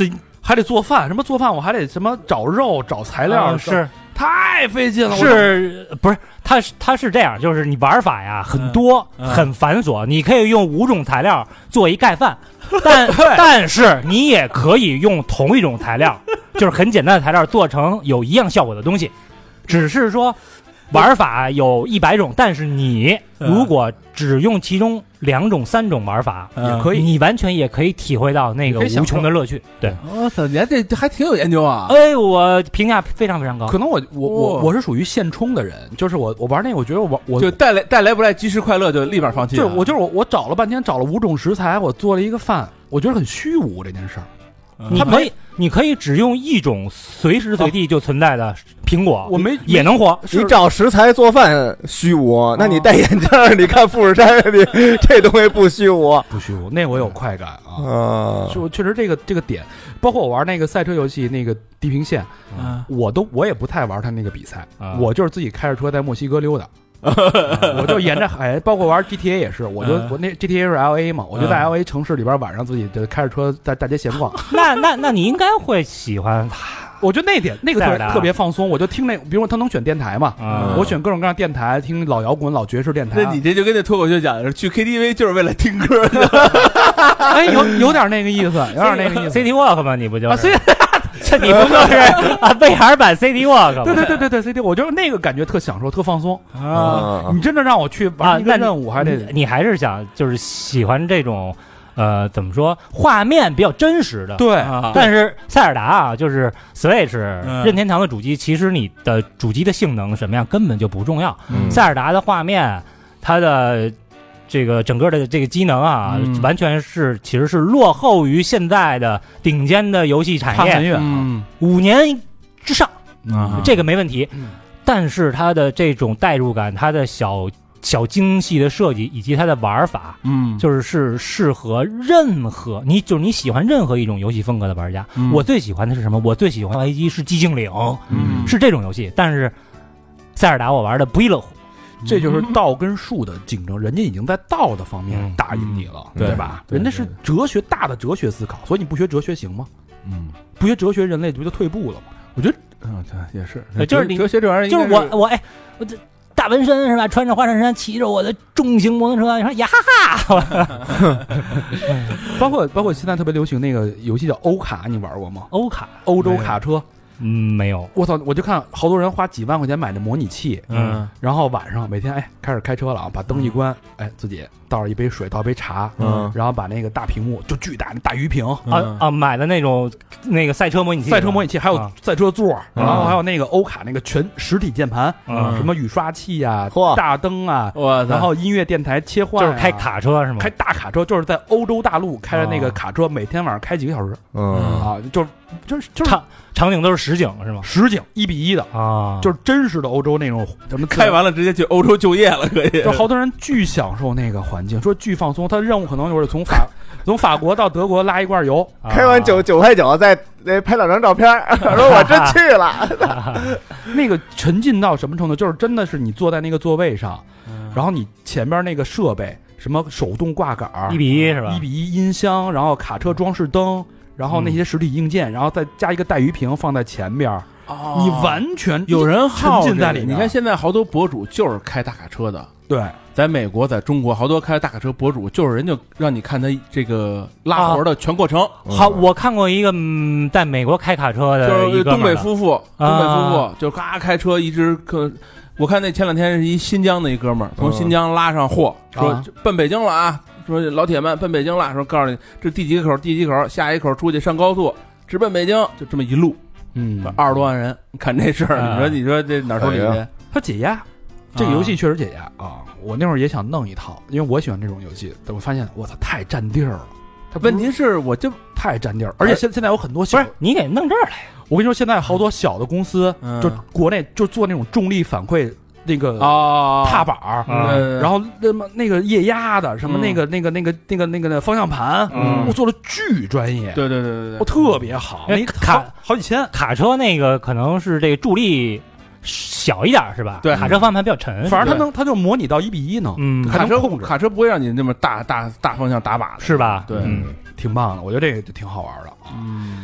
还得做饭，什么做饭我还得什么找肉找材料， 啊是太费劲了。 是不是？它是它是这样，就是你玩法呀很多、 嗯嗯、 很繁琐，你可以用五种材料做一盖饭，但但是你也可以用同一种材料，就是很简单的材料做成有一样效果的东西，只是说玩法有一百种，但是你如果只用其中两种、三种玩法， 也可以， 你完全也可以体会到那个无穷的乐趣。对， 我操，你还这还挺有研究啊！ 哎，我评价非常非常高。 可能我我我我是属于现充的人，就是我我玩那个，我觉得我我就带来带来不来即时快乐，就立马放弃了。 对，我就是我我找了半天，找了五种食材，我做了一个饭，我觉得很虚无这件事儿。 你可以，你可以只用一种随时随地就存在的苹果， 我没也能活。 你找食材做饭虚无，那你戴眼镜儿，你看富士山，你这东西不虚无， 不虚无，那我有快感啊。 啊， 就确实这个这个点，包括我玩那个赛车游戏那个地平线， 嗯， 我都我也不太玩他那个比赛， 啊、 我就是自己开着车在墨西哥溜达。我就沿着海，包括玩 G T A 也是，我就、嗯、我那 G T A 是 L A 嘛，我就在 L A 城市里边晚上自己就开着车在大街闲逛。 那那那你应该会喜欢它， 我觉得那点那个特特别放松，我就听那，比如说他能选电台嘛， 嗯、 我选各种各样电台，听老摇滚、老爵士电台。 那你这就跟那脱口秀讲的，去 K T V 就是为了听歌的， 哎，有有点那个意思，有点那个意思。 City Walk 嘛，你不就是？ 啊，C 这你不就是啊 V R 版 City Walk 吗？ 对对对对对 ，City， 我觉得那个感觉特享受，特放松啊！ 你真的让我去玩一个任务，还得你还是想就是喜欢这种呃怎么说画面比较真实的。 对， 啊、但是塞尔达啊，就是 Switch、嗯、任天堂的主机，其实你的主机的性能什么样根本就不重要。 嗯、 塞尔达的画面，它的这个整个的这个机能啊， 嗯、 完全是其实是落后于现在的顶尖的游戏产业， 嗯， 五年之上， 啊， 这个没问题。 嗯、 但是它的这种代入感，它的小小精细的设计以及它的玩法， 嗯， 就是是适合任何你就是你喜欢任何一种游戏风格的玩家。 嗯、 我最喜欢的是什么？我最喜欢的 A G 是寂静岭， 嗯， 是这种游戏。但是塞尔达我玩的不亦乐乎。 这就是道跟术的竞争，人家已经在道的方面打赢你了， 嗯、 对吧？对人家是哲学大的哲学思考，所以你不学哲学行吗？ 嗯， 不学哲学，人类不就退步了吗？我觉得， 嗯，对，也是， 就是你哲学这玩意儿， 就是我我哎，我这大纹身是吧？穿着花衬衫，骑着我的重型摩托车，你说呀哈哈！ 包括包括现在特别流行那个游戏叫欧卡，你玩过吗？ 欧卡， 欧洲卡车。 嗯，没有。 我操！我就看好多人花几万块钱买那模拟器， 嗯， 然后晚上每天哎开始开车了啊，把灯一关，哎自己倒上一杯水，倒一杯茶， 嗯， 然后把那个大屏幕就巨大那大鱼屏啊啊，买的那种那个赛车模拟器， 赛车模拟器还有赛车座， 然后还有那个欧卡那个全实体键盘，什么雨刷器呀、大灯啊，然后音乐电台切换， 就是开卡车是吗？ 开大卡车，就是在欧洲大陆开着那个卡车，每天晚上开几个小时， 嗯啊，就是就是就是场场景都是实景是吗？ 实景一比一的啊， 就是真实的欧洲那种，咱们开完了直接去欧洲就业了，可以。 就好多人巨享受那个环境，说巨放松。他的任务可能就是从法从法国到德国拉一罐油， 开完九九块九，再再拍两张照片，说我真去了。 那个沉浸到什么程度？就是真的是你坐在那个座位上， 嗯、 然后你前边那个设备，什么手动挂杆， 一比一是吧？ 一比一音箱，然后卡车装饰灯。然后那些实体硬件，嗯、然后再加一个带鱼屏放在前边， 哦、 你完全有人沉浸在里面。 你看现在好多博主就是开大卡车的， 对， 在美国、在中国，好多开大卡车博主就是人就让你看他这个拉活的全过程。 啊嗯、好，我看过一个嗯，在美国开卡车的， 就是东北夫妇， 啊、 东北夫妇就咔开车一直可。我看那前两天是一新疆的一哥们儿从新疆拉上货， 嗯、 说奔北京了啊。说老铁们奔北京了，说告诉你这第几个口第几口，下一口出去上高速，直奔北京，就这么一路， 嗯， 二十多万人看这事儿， 啊、 你说你说这哪说理去？ 他解压，这个游戏确实解压啊！我那会儿也想弄一套，因为我喜欢这种游戏，但我发现我操太占地儿了。它问题是我就太占地儿，而且现现在有很多小， 不是你给弄这儿来。 我跟你说，现在好多小的公司， 嗯、 就国内就做那种重力反馈。那个啊， 踏板儿， 嗯、 然后那么那个液压的，什么那个、 嗯、 那个那个那个那个方向盘， 嗯、 我做的巨专业， 对对对对对， 我特别好，那卡好几千。 卡车那个可能是这个助力小一点是吧？ 对， 卡车方向盘比较沉， 反正它能，它就模拟到一比一呢。 嗯， 卡车卡车不会让你那么大大大方向打靶的， 是吧？ 对， 嗯， 挺棒的，我觉得这个就挺好玩的啊。 嗯。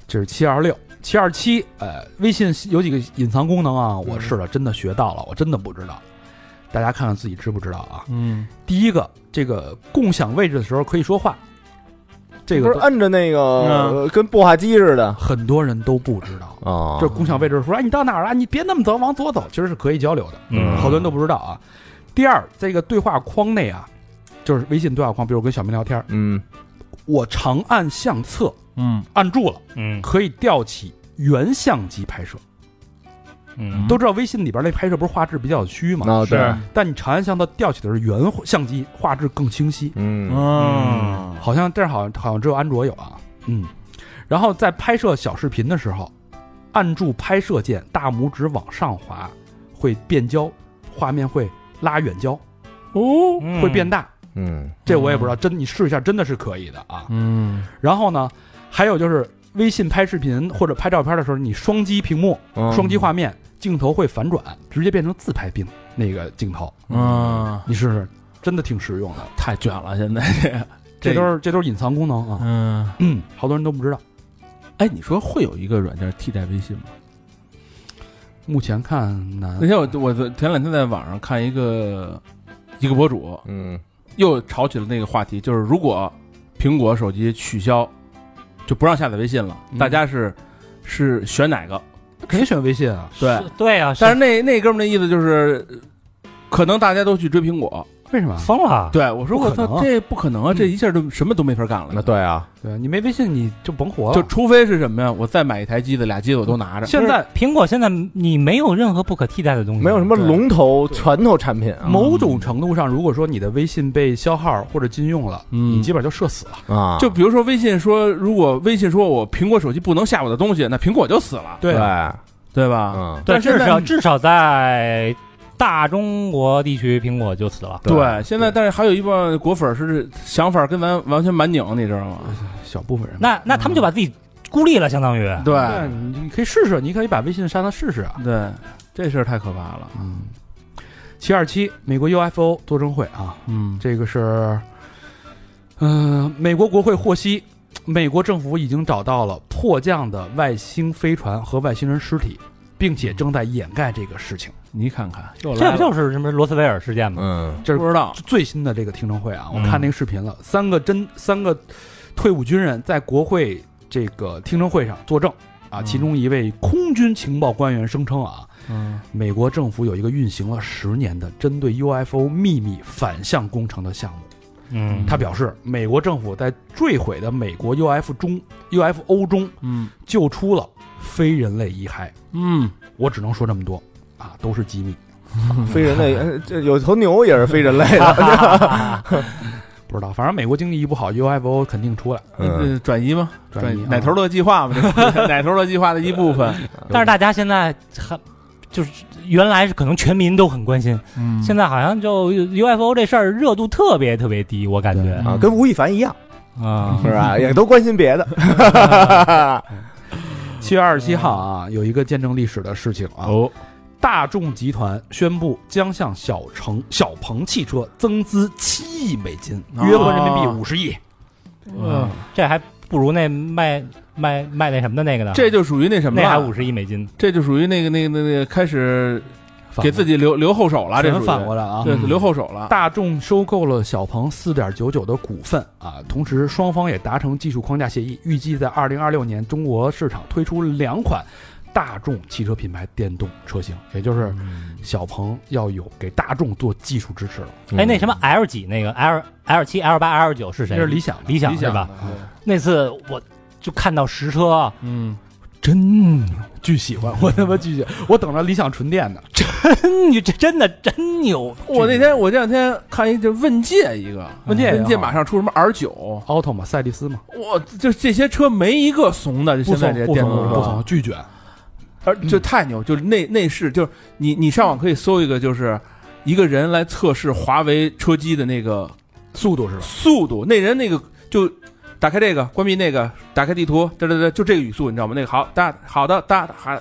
这是七二六。七二七，呃，微信有几个隐藏功能啊，我试了，真的学到了，我真的不知道，大家看看自己知不知道啊？ 嗯， 第一个，这个共享位置的时候可以说话，这个不是摁着那个、嗯、跟簸箕机似的， 很多人都不知道啊。 哦、 这共享位置说，哎，你到哪儿了？你别那么走，往左走，其实是可以交流的， 嗯， 好多人都不知道啊。第二，这个对话框内啊，就是微信对话框，比如我跟小明聊天， 嗯， 我长按相册， 嗯， 按住了， 嗯， 可以调起原相机拍摄。 嗯， 都知道微信里边那拍摄不是画质比较虚嘛？ 哦，对， 但你长按相册调起的是原相机，画质更清晰。 嗯嗯， 好像这好像好像只有安卓有啊。嗯，然后在拍摄小视频的时候，按住拍摄键，大拇指往上滑，会变焦，画面会拉远焦， 哦， 会变大。 嗯， 这我也不知道，真你试一下，真的是可以的啊。 嗯， 然后呢，还有就是微信拍视频或者拍照片的时候，你双击屏幕、 嗯、 双击画面，镜头会反转，直接变成自拍屏那个镜头。 嗯， 你试试，真的挺实用的， 太卷了，现在这这都是这都是隐藏功能啊。 嗯嗯，好多人都不知道。 哎，你说会有一个软件替代微信吗？ 目前看难。 那天我我前两天在网上看一个一个博主， 嗯， 又炒起了那个话题，就是如果苹果手机取消，就不让下载微信了， 嗯、 大家是是选哪个？ 肯定选微信啊。 对对啊， 但是那那哥们儿的意思就是，可能大家都去追苹果。 为什么疯了？ 对我说我操，这不可能啊！这一下就什么都没法干了。 那对啊， 对你没微信你就甭活了。 就除非是什么呀？我再买一台机子，俩机子我都拿着。 现在苹果现在你没有任何不可替代的东西， 没有什么龙头拳头产品啊。 某种程度上，如果说你的微信被消耗或者禁用了， 嗯， 你基本上就社死了啊。 就比如说微信说，如果微信说我苹果手机不能下我的东西，那苹果就死了。 对对吧？ 嗯， 但至少至少在大中国地区，苹果就死了。 对，对现在但是还有一部分果粉是想法跟咱完全蛮拧，你知道吗？ 小部分人。 那那他们就把自己孤立了，相当于。 对， 对你可以试试，你可以把微信删了试试啊。 对，这事儿太可怕了。 嗯，七二七，美国 U F O 作证会啊， 嗯， 这个是，嗯、呃，美国国会获悉，美国政府已经找到了迫降的外星飞船和外星人尸体，并且正在掩盖这个事情。 你看看， 这不就是什么罗斯威尔事件吗？ 嗯， 这是不知道最新的这个听证会啊，我看那个视频了，嗯、三个真三个退伍军人在国会这个听证会上作证啊，其中一位空军情报官员声称啊， 嗯， 美国政府有一个运行了十年的针对 U F O 秘密反向工程的项目。 嗯， 他表示，美国政府在坠毁的美国 U F 中 U F O 中， 嗯， 救出了非人类遗骸。 嗯， 我只能说这么多啊，都是机密。 非人类，这有头牛也是非人类的， 不知道，反正美国经济一不好 ，U F O 肯定出来。 嗯，转移吗？ 转移奶头乐计划嘛，这奶头乐计划的一部分。 但是大家现在还就是原来是可能全民都很关心， 嗯， 现在好像就 U F O 这事儿热度特别特别低，我感觉啊，跟吴亦凡一样啊， 是吧？也都关心别的。 七月二十七号啊，有一个见证历史的事情啊。 哦， 大众集团宣布将向小鹏小鹏汽车增资七亿美金，约合人民币五十亿。 嗯，这还不如那卖卖卖那什么的那个呢？ 这就属于那什么了， 那还五十亿美金， 这就属于那个那个那个开始给自己留留后手了，这是反过来啊， 对，留后手了。 大众收购了小鹏四点九九的股份啊，同时双方也达成技术框架协议，预计在二零二六年中国市场推出两款大众汽车品牌电动车型，也就是小鹏要有给大众做技术支持了。 哎，那什么 L 几那个 L L 七 L 八 L 九是谁？ 这是理想， 理想是吧？那次我就看到实车， 嗯， 真巨喜欢，我他妈巨喜欢，我等着理想纯电呢， 真这真的真牛！ 我那天我这两天看一就问界一个问界问界马上出什么 R 九 Auto 嘛，赛利斯嘛， 哇，就这些车没一个怂的，现在这些电动车不怂，巨卷。 而就太牛，就是内内饰，就是你你上网可以搜一个，就是一个人来测试华为车机的那个速度是吧？ 速度，那人那个就打开这个，关闭那个，打开地图，对对对，就这个语速，你知道吗？那个好大好的大还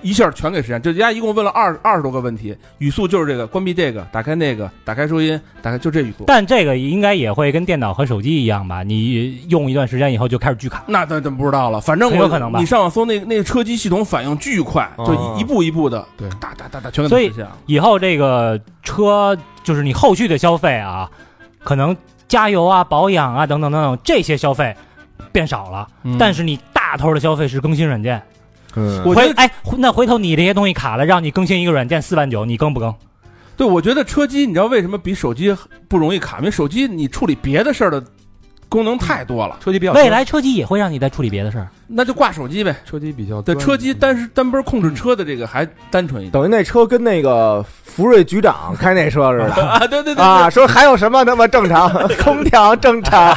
一下全给实现。就人家一共问了二二十多个问题，语速就是这个，关闭这个，打开那个，打开收音，打开就这语速。 但这个应该也会跟电脑和手机一样吧？你用一段时间以后就开始巨卡。 那咱真不知道了，反正我很有可能吧你上网搜那个那个车机系统反应巨快，就哦一步一步的， 对哒哒哒哒全给所以实现了。 以后这个车就是你后续的消费啊，可能加油啊、保养啊等等等等这些消费变少了， 嗯但是你大头的消费是更新软件。 嗯， 我觉得回哎，那回头你这些东西卡了，让你更新一个软件四万九，你更不更？ 对，我觉得车机你知道为什么比手机不容易卡？因为手机你处理别的事儿的功能太多了， 车机比较未来车机也会让你再处理别的事儿。 那就挂手机呗。 车机比较对， 专车机单是单边控制车的这个还单纯一点等于那车跟那个福瑞局长开那车似的啊，对对对啊，说还有什么那么正常？空调正常。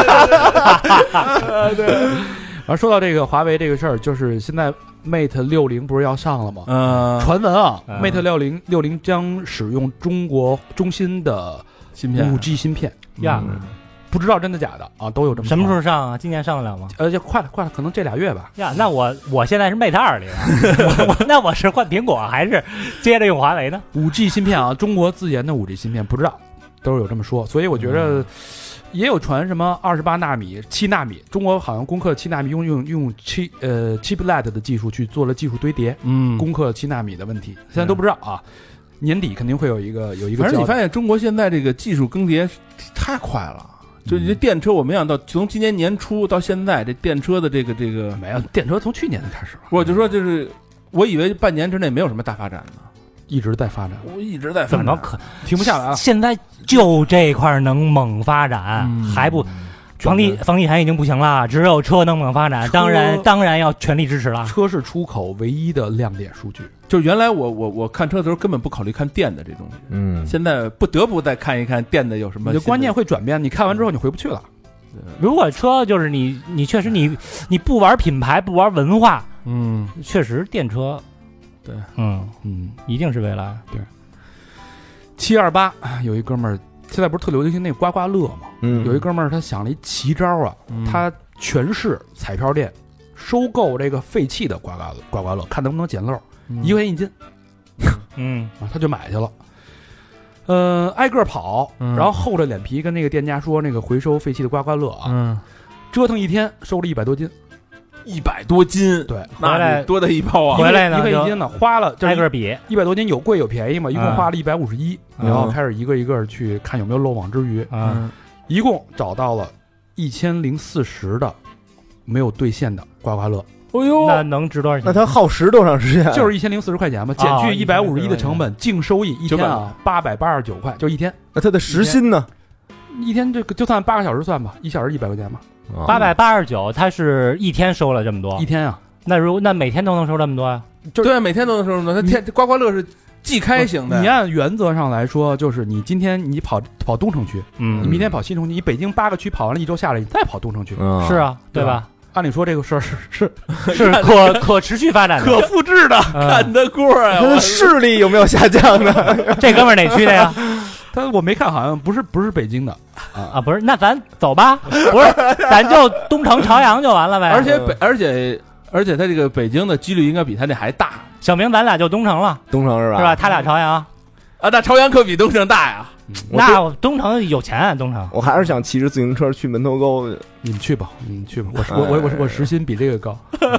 然后说到这个华为这个事儿，就是现在 Mate 六零不是要上了吗？ 嗯， 传闻啊嗯 ，Mate 六零六零将使用中国中芯的芯片五 G 芯片， 呀， 不知道真的假的啊，都有这么什么时候？ 候上啊？今年上得了吗？ 呃，就快了，快了，可能这俩月吧。 呀，那我我现在是 Mate 二零，我我那我是换苹果还是接着用华为呢？ 五 G 芯片啊，中国自研的五 G 芯片不知道，都是有这么说，所以我觉得也有传什么二十八纳米、七纳米，中国好像攻克七纳米，用用用七呃 chiplet 的技术去做了技术堆叠， 嗯， 攻克七纳米的问题，现在都不知道啊。年底肯定会有一个有一个交代。 反正你发现中国现在这个技术更迭太快了。就你这电车，我没想到从今年年初到现在，这电车的这个这个， 没有电车从去年就开始了， 我就说就是，我以为半年之内没有什么大发展呢， 一直在发展， 我一直在发展， 怎么可停不下来了。 现在就这块能猛发展， 嗯还不房地房地产已经不行了，只有车能猛发展， 车当然当然要全力支持了。 车是出口唯一的亮点数据。 就原来我我我看车的时候根本不考虑看电的这东西， 嗯， 现在不得不再看一看电的有什么新的。 你的观念会转变，你看完之后你回不去了。 如果车就是你你确实你你不玩品牌不玩文化， 嗯， 确实电车， 对， 嗯， 嗯， 一定是未来。 七二八有一哥们儿，现在不是特流行那刮刮乐吗？ 嗯有一哥们儿他想了一奇招啊， 嗯他全市彩票店收购这个废弃的刮刮乐，刮刮乐，看能不能捡漏， 嗯一块钱一斤嗯， 啊，他就买去了。呃，挨个跑， 嗯然后厚着脸皮跟那个店家说，那个回收废弃的刮刮乐啊， 嗯， 折腾一天收了一百多斤， 一百多斤， 对， 那回来得多大一包啊！ 回来呢就一块一斤呢，花了就是挨个比， 一百多斤，有贵有便宜嘛，一共嗯花了一百五十一， 嗯然后开始一个一个去看有没有漏网之鱼， 啊， 一共找到了一千零四十的没有兑现的刮刮乐， 哎呦， 那能值多少钱？ 那他耗时多长时间？ 就是一千零四十块钱嘛，减哦去一百五十一的成本，净收益一天啊八百八十九块，就一天， 那他的时薪呢？ 一天这个就算八个小时算吧，一小时一百块钱嘛， 八百八十九，他是一天收了这么多一，天啊， 那如那每天都能收这么多啊？ 就是对，每天都能收呢。他天刮刮乐是季开型的， 你按原则上来说，就是你今天你跑跑东城区， 嗯你明天跑西城区，你北京八个区跑完了一周下来，你再跑东城区， 嗯是啊，对吧？ 按理说这个事儿是是是可可持续发展的， 可复制的。 嗯看得过呀！ 他的我视力有没有下降呢？ 这哥们儿哪区的呀？ 但我没看，好像不是不是北京的啊，不是，那咱走吧，不是，咱就东城朝阳就完了呗。 而且北，而且而且他这个北京的几率应该比他那还大小明，咱俩就东城了， 东城是吧？ 是吧？他俩朝阳， 啊！那朝阳可比东城大呀！ 我那东城有钱啊，东城。 我还是想骑着自行车去门头沟去。 你们去吧，你们去吧，我我我我我时薪比这个高。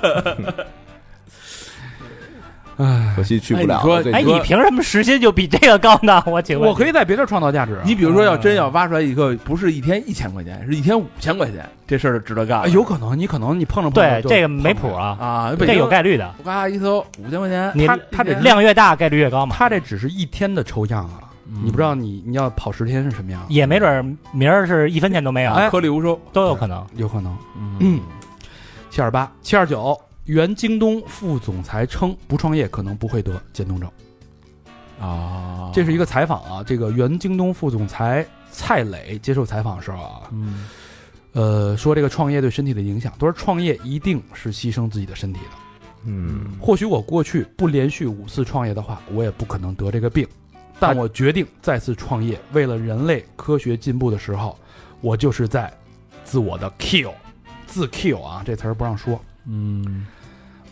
唉， 可惜去不了。 哎你说哎， 最近你凭什么时薪就比这个高呢？我请问， 我可以在别地儿创造价值啊。 你比如说，要真要挖出来一个，不是一天一千块钱，是一天五千块钱，这事儿值得干了。 哎有可能，你可能你碰着碰着就对这个没碰着谱啊， 啊， 这有概率的。 我嘎一搜五千块钱， 你他他这量越大，概率越高嘛。 他这只是一天的抽样啊， 嗯你不知道你你要跑十天是什么样， 也没准儿明儿是一分钱都没有， 哎颗粒无收。 都有可能。 有可能。 嗯， 七二八七二九，原京东副总裁称不创业可能不会得渐冻症。 啊， 这是一个采访啊，这个原京东副总裁蔡磊接受采访的时候啊， 嗯呃，说这个创业对身体的影响，他说创业一定是牺牲自己的身体的。 嗯， 或许我过去不连续五次创业的话，我也不可能得这个病，但我决定再次创业，为了人类科学进步的时候，我就是在自我的 kill，自 kill 啊，这词儿不让说。 嗯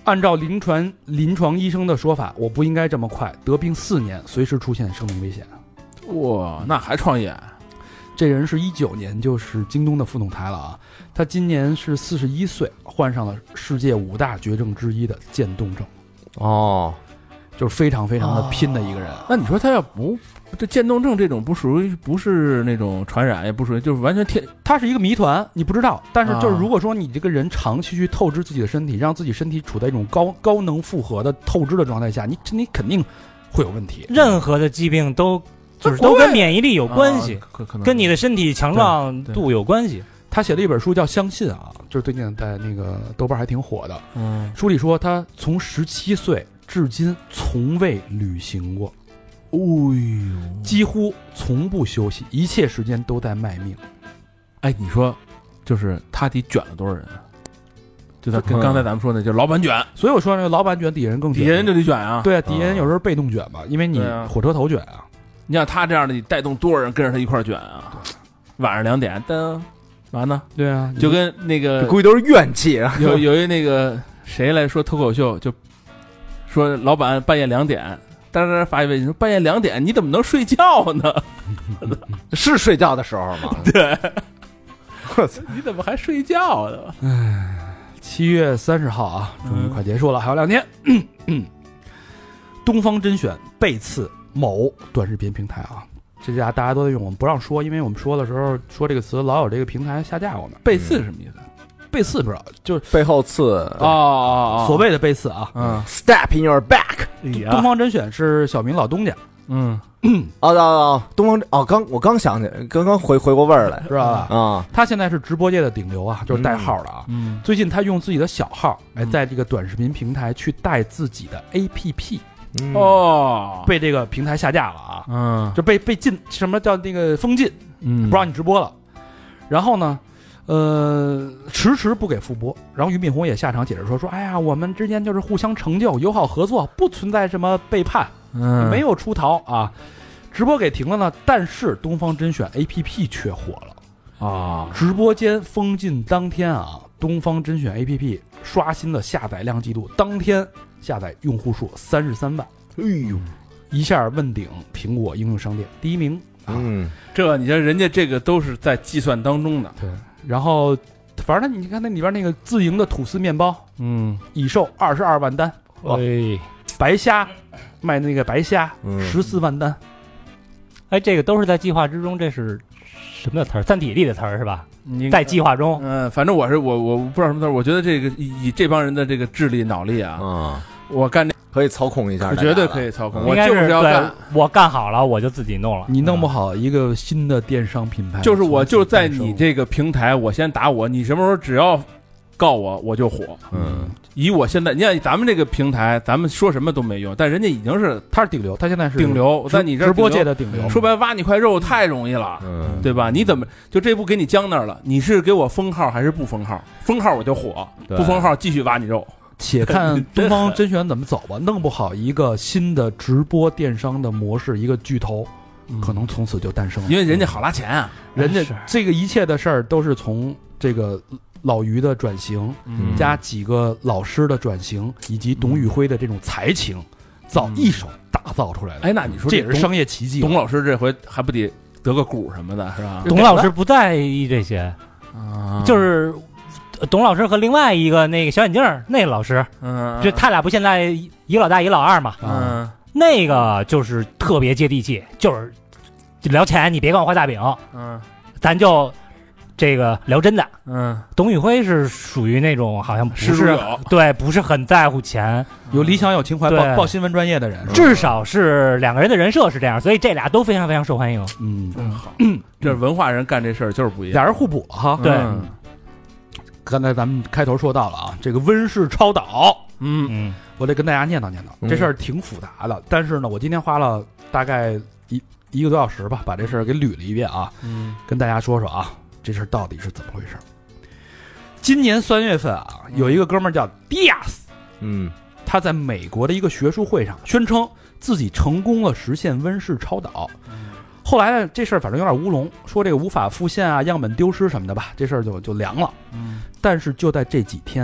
按照临床临床医生的说法，我不应该这么快，得病四年，随时出现生命危险。 哇，那还创业？ 这人是一九年就是京东的副总裁了啊，他今年是四十一岁，患上了世界五大绝症之一的渐冻症。 哦， 就是非常非常的拼的一个人。 哦、那你说他要不这渐冻症这种不属于不是那种传染，也不属于就是完全天， 它是一个谜团，你不知道。但是就是如果说你这个人长期去透支自己的身体，让自己身体处在一种高高能负荷的透支的状态下，你你肯定会有问题。 任何的疾病都就是都跟免疫力有关系， 啊、可可能跟你的身体强壮度有关系。 他写了一本书叫《相信》啊，就是最近在那个豆瓣还挺火的。 嗯， 书里说他从十七岁至今从未旅行过， 哦呦， 几乎从不休息，一切时间都在卖命。 哎，你说，就是他得卷了多少人啊？就他跟刚才咱们说的，就是老板卷。 所以我说那个老板卷，底下人更卷， 底下人就得卷啊。 对啊，底下人有时候被动卷嘛，因为你火车头卷啊。 你像他这样的，你带动多少人跟着他一块卷啊？晚上两点，噔，完呢？ 对啊， 就跟那个估计都是怨气啊。 有有一那个谁来说脱口秀，就说老板半夜两点，当时发一微信说半夜两点你怎么能睡觉呢？ 是睡觉的时候吗？ 对，我操，你怎么还睡觉呢？ 唉，七月三十号啊，终于快结束了，嗯、还有两天。嗯嗯、东方甄选被刺某短视频平台啊，这家大家都在用，我们不让说，因为我们说的时候说这个词，老有这个平台下架我们。 被刺是什么意思？ 被刺不知道，就是背后刺哦哦哦， 所谓的被刺啊。 嗯 ，Step in your back。 东方甄选是小明老东家。 嗯， 哦哦哦，东方哦，刚我刚想起，刚刚回回过味儿来， 知道吧？ 啊， 他现在是直播界的顶流啊，就是带号的啊。 嗯， 最近他用自己的小号，哎，在这个短视频平台去带自己的 A P P。 嗯、 哦， 被这个平台下架了啊， 嗯， 就被被禁，什么叫那个封禁， 嗯， 不让你直播了。然后呢，呃，迟迟不给复播。然后俞敏洪也下场解释说说，哎呀，我们之间就是互相成就、友好合作，不存在什么背叛， 嗯， 没有出逃啊。直播给停了呢，但是东方甄选 A P P 却火了啊！ 直播间封禁当天啊，东方甄选 A P P 刷新了下载量记录，当天下载用户数三十三万， 哎呦， 一下问鼎苹果应用商店第一名。啊、 嗯， 这你看人家这个都是在计算当中的。 对，然后反正你看那里边那个自营的吐司面包， 嗯， 已售二十二万单。 哎， 白虾卖那个白虾十四、 嗯、 万单。 哎，这个都是在计划之中，这是什么的词儿？三体力的词儿是吧？在计划中。 嗯，反正我是我我不知道什么词儿。我觉得这个以以这帮人的这个智力脑力啊， 嗯， 我干这可以操控一下， 绝对可以操控。我应该就是要干， 我干好了我就自己弄了。 你弄不好一个新的电商品牌， 就是我就在你这个平台，我先打我，你什么时候只要告我，我就火。 嗯， 以我现在，你看咱们这个平台，咱们说什么都没用，但人家已经是他是顶流，他现在是顶流，在你这直播界的顶流。 说白了，挖你块肉太容易了， 嗯， 对吧？你怎么就这步给你僵那儿了？你是给我封号还是不封号？封号我就火，不封号继续挖你肉。 且看东方甄选怎么走吧，弄不好一个新的直播电商的模式，一个巨头，嗯、可能从此就诞生了。 因为人家好拉钱啊， 人家这个一切的事儿都是从这个老于的转型， 嗯、 加几个老师的转型，以及董宇辉的这种才情，造一手打造出来的。 哎，那你说这也是商业奇迹。 董老师这回还不得得个股什么的，是吧？ 董老师不在意这些， 啊、 就是董老师和另外一个那个小眼镜那个老师， 嗯， 就他俩不现在一个老大一个老二嘛， 嗯， 那个就是特别接地气，就是聊钱，你别跟我画大饼， 嗯， 咱就这个聊真的。 嗯， 董宇辉是属于那种好像不是是对，不是很在乎钱， 有理想有情怀，报报新闻专业的人， 至少是两个人的人设是这样，所以这俩都非常非常受欢迎。 嗯， 真好，这文化人干这事儿就是不一样， 俩人互补哈。 对。 嗯刚才咱们开头说到了啊，这个温室超导， 嗯嗯， 我得跟大家念叨念叨， 嗯、 这事儿挺复杂的，但是呢，我今天花了大概一一个多小时吧，把这事儿给捋了一遍啊， 嗯， 跟大家说说啊，这事儿到底是怎么回事。今年三月份啊，有一个哥们儿叫 Diaz， 嗯， 他在美国的一个学术会上宣称自己成功了实现温室超导。后来呢，这事儿反正有点乌龙，说这个无法复现啊，样本丢失什么的吧，这事儿就就凉了。 嗯， 但是就在这几天，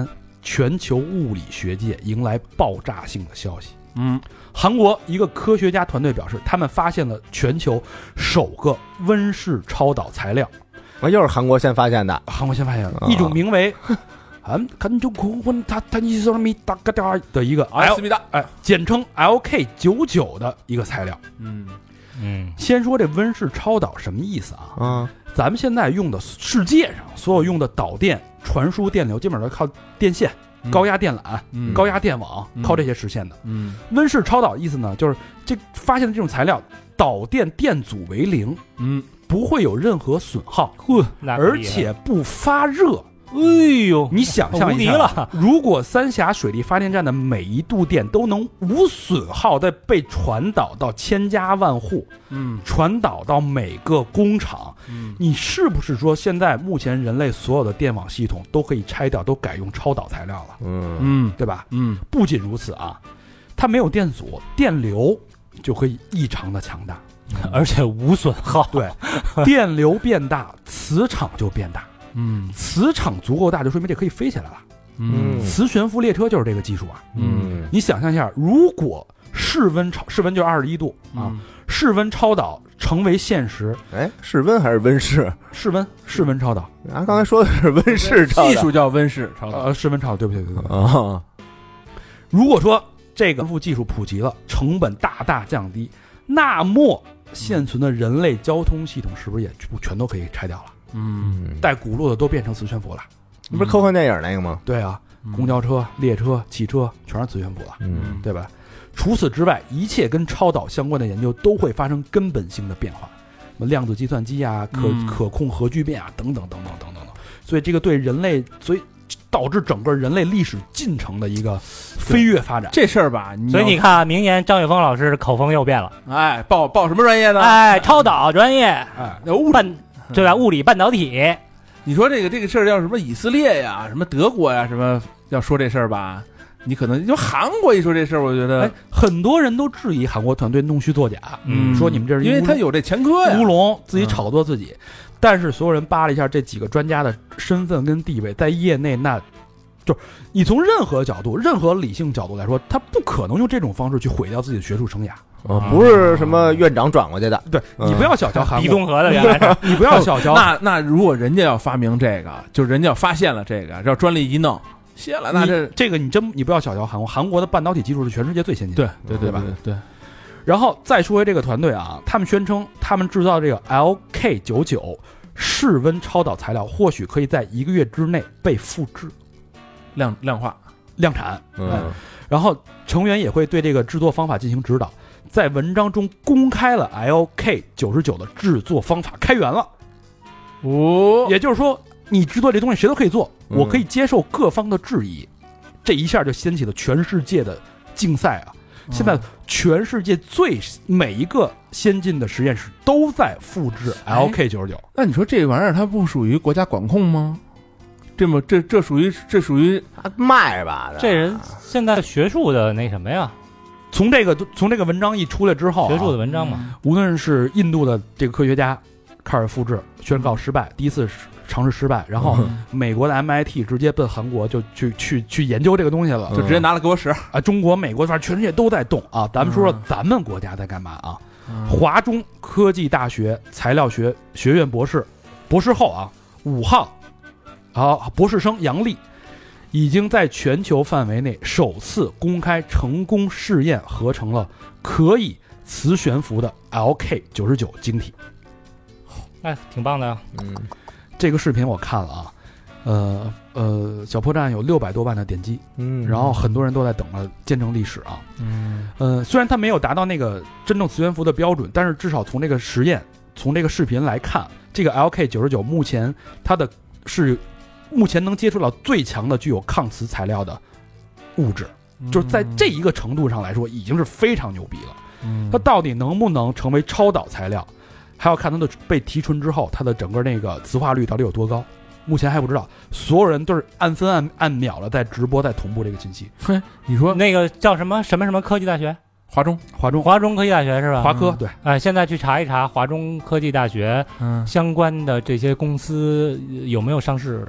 全球物理学界迎来爆炸性的消息。 嗯， 韩国一个科学家团队表示，他们发现了全球首个温室超导材料。 啊，又是韩国先发现的。 韩国先发现了、 哦、 一种名为嗯，看就空混它它你说咪哒嘎哒的一个 L 思密达， 哎，简称 L K 九九的一个材料。 嗯嗯， 先说这温室超导什么意思啊？ 嗯， 咱们现在用的世界上所有用的导电、传输电流，基本上靠电线、 嗯、 高压电缆、 嗯、 高压电网， 嗯、 靠这些实现的。 嗯， 温室超导意思呢，就是这发现的这种材料，导电电阻为零， 嗯， 不会有任何损耗， 呵， 而且不发热。 哎呦， 你想象一下， 了如果三峡水利发电站的每一度电都能无损耗的被传导到千家万户， 嗯， 传导到每个工厂， 嗯， 你是不是说现在目前人类所有的电网系统都可以拆掉，都改用超导材料了？ 嗯嗯， 对吧？ 嗯， 不仅如此啊，它没有电阻，电流就可以异常的强大， 而且无损耗。 对，电流变大，磁场就变大。 嗯， 磁场足够大，就说明这可以飞起来了。 嗯， 磁悬浮列车就是这个技术啊。 嗯， 你想象一下，如果室温超室温就二十一度啊，室温超导成为现实， 哎，室温还是温室？ 室温，室温超导啊，刚才说的是温室超导， 技术叫温室超导， 呃，室温超导，对不对？对不对？ 啊， 如果说这个技术普及了，成本大大降低，那么现存的人类交通系统是不是也全都可以拆掉了？ 嗯， 带轱辘的都变成磁悬浮了。 你不是科幻电影那个吗？ 对啊，公交车、列车、汽车全是磁悬浮了， 嗯， 对吧？除此之外，一切跟超导相关的研究都会发生根本性的变化，什么量子计算机啊、可、 嗯、 可控核聚变啊，等等等等等等等。所以这个对人类，所以导致整个人类历史进程的一个飞跃发展。 这事儿吧， 所以你看，明年张雪峰老师的口风又变了。 哎，报报什么专业呢？ 哎，超导专业， 哎， 半对吧？物理半导体。 你说这个这个事儿要什么以色列呀、什么德国呀、什么要说这事儿吧，你可能就韩国一说这事儿，我觉得、 哎、很多人都质疑韩国团队弄虚作假， 嗯， 说你们这是因为他有这前科呀， 乌龙自己炒作自己。嗯、但是所有人扒了一下这几个专家的身份跟地位，在业内那。就是你从任何角度、任何理性角度来说，他不可能用这种方式去毁掉自己的学术生涯。 哦，不是什么院长转过去的。 对、嗯、你不要小瞧韩国， 鼻综合的原来是， 你不要小瞧。 那那如果人家要发明这个，就人家要发现了这个，要专利一弄，谢了，那这这个你真你不要小瞧韩国，韩国的半导体技术是全世界最先进的。 对对对对吧？ 对。 然后再说回这个团队啊，他们宣称他们制造这个 L K 九九室温超导材料，或许可以在一个月之内被复制。 量量化量产， 嗯、 哎，然后成员也会对这个制作方法进行指导，在文章中公开了 L K 九十九的制作方法，开源了。 哦， 也就是说，你制作这东西谁都可以做， 嗯、 我可以接受各方的质疑，这一下就掀起了全世界的竞赛啊！ 嗯、 现在全世界最每一个先进的实验室都在复制 L K 九十九。 那你说这玩意儿它不属于国家管控吗？这么这这属于这属于卖吧？ 这人现在学术的那什么呀？ 从这个从这个文章一出来之后、啊， 学术的文章嘛， 无论是印度的这个科学家开始复制，宣告失败，第一次尝试失败，然后美国的 M I T 直接奔韩国就去去去研究这个东西了， 就直接拿了给我使啊！中国、美国反正全世界都在动啊！咱们说说咱们国家在干嘛啊？华中科技大学材料学学院博士博士后啊，五号。啊，博士生杨丽已经在全球范围内首次公开成功试验合成了可以磁悬浮的 L K 九十九晶体。 哎，挺棒的呀。 嗯， 这个视频我看了啊，呃呃，小破站有六百多万的点击， 嗯， 然后很多人都在等着见证历史啊。 嗯， 呃，虽然它没有达到那个真正磁悬浮的标准，但是至少从这个实验，从这个视频来看，这个 L K 九十九目前它的是。目前能接触到最强的具有抗磁材料的物质，就是在这一个程度上来说，已经是非常牛逼了。 嗯， 它到底能不能成为超导材料，还要看它的被提纯之后，它的整个那个磁化率到底有多高。目前还不知道，所有人都是按分按按秒的在直播，在同步这个信息。 嘿，你说那个叫什么什么什么科技大学？ 华中， 华中， 华中科技大学是吧？ 华科对。 哎，现在去查一查华中科技大学相关的这些公司有没有上市的。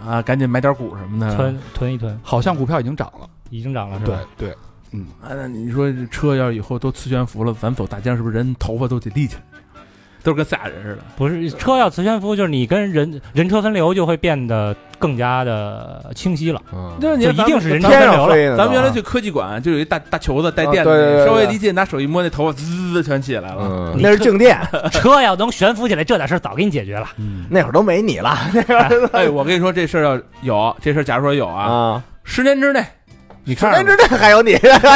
啊，赶紧买点股什么的。 囤囤一囤， 好像股票已经涨了， 已经涨了是对吧？ 对，嗯， 啊，那你说这车要是以后都磁悬浮了，咱们走大街上是不是人头发都得立起来，都是跟赛亚人似的？ 不是，车要磁悬浮，就是你跟人人车分流就会变得更加的清晰了。 嗯， 就是你就一定是人车天分流了。 上飞呢， 咱们原来去科技馆就有一大大球子带电啊对对对的， 对稍微离近拿手一摸，那头发滋滋全起来了。 嗯，那是静电， 车要能悬浮起来，这点事儿早给你解决了。 嗯， 那会儿都没你了哎，我跟你说，这事儿要有这事儿，假如说有啊， 啊。 十年之内，你看十年之内还有你，你真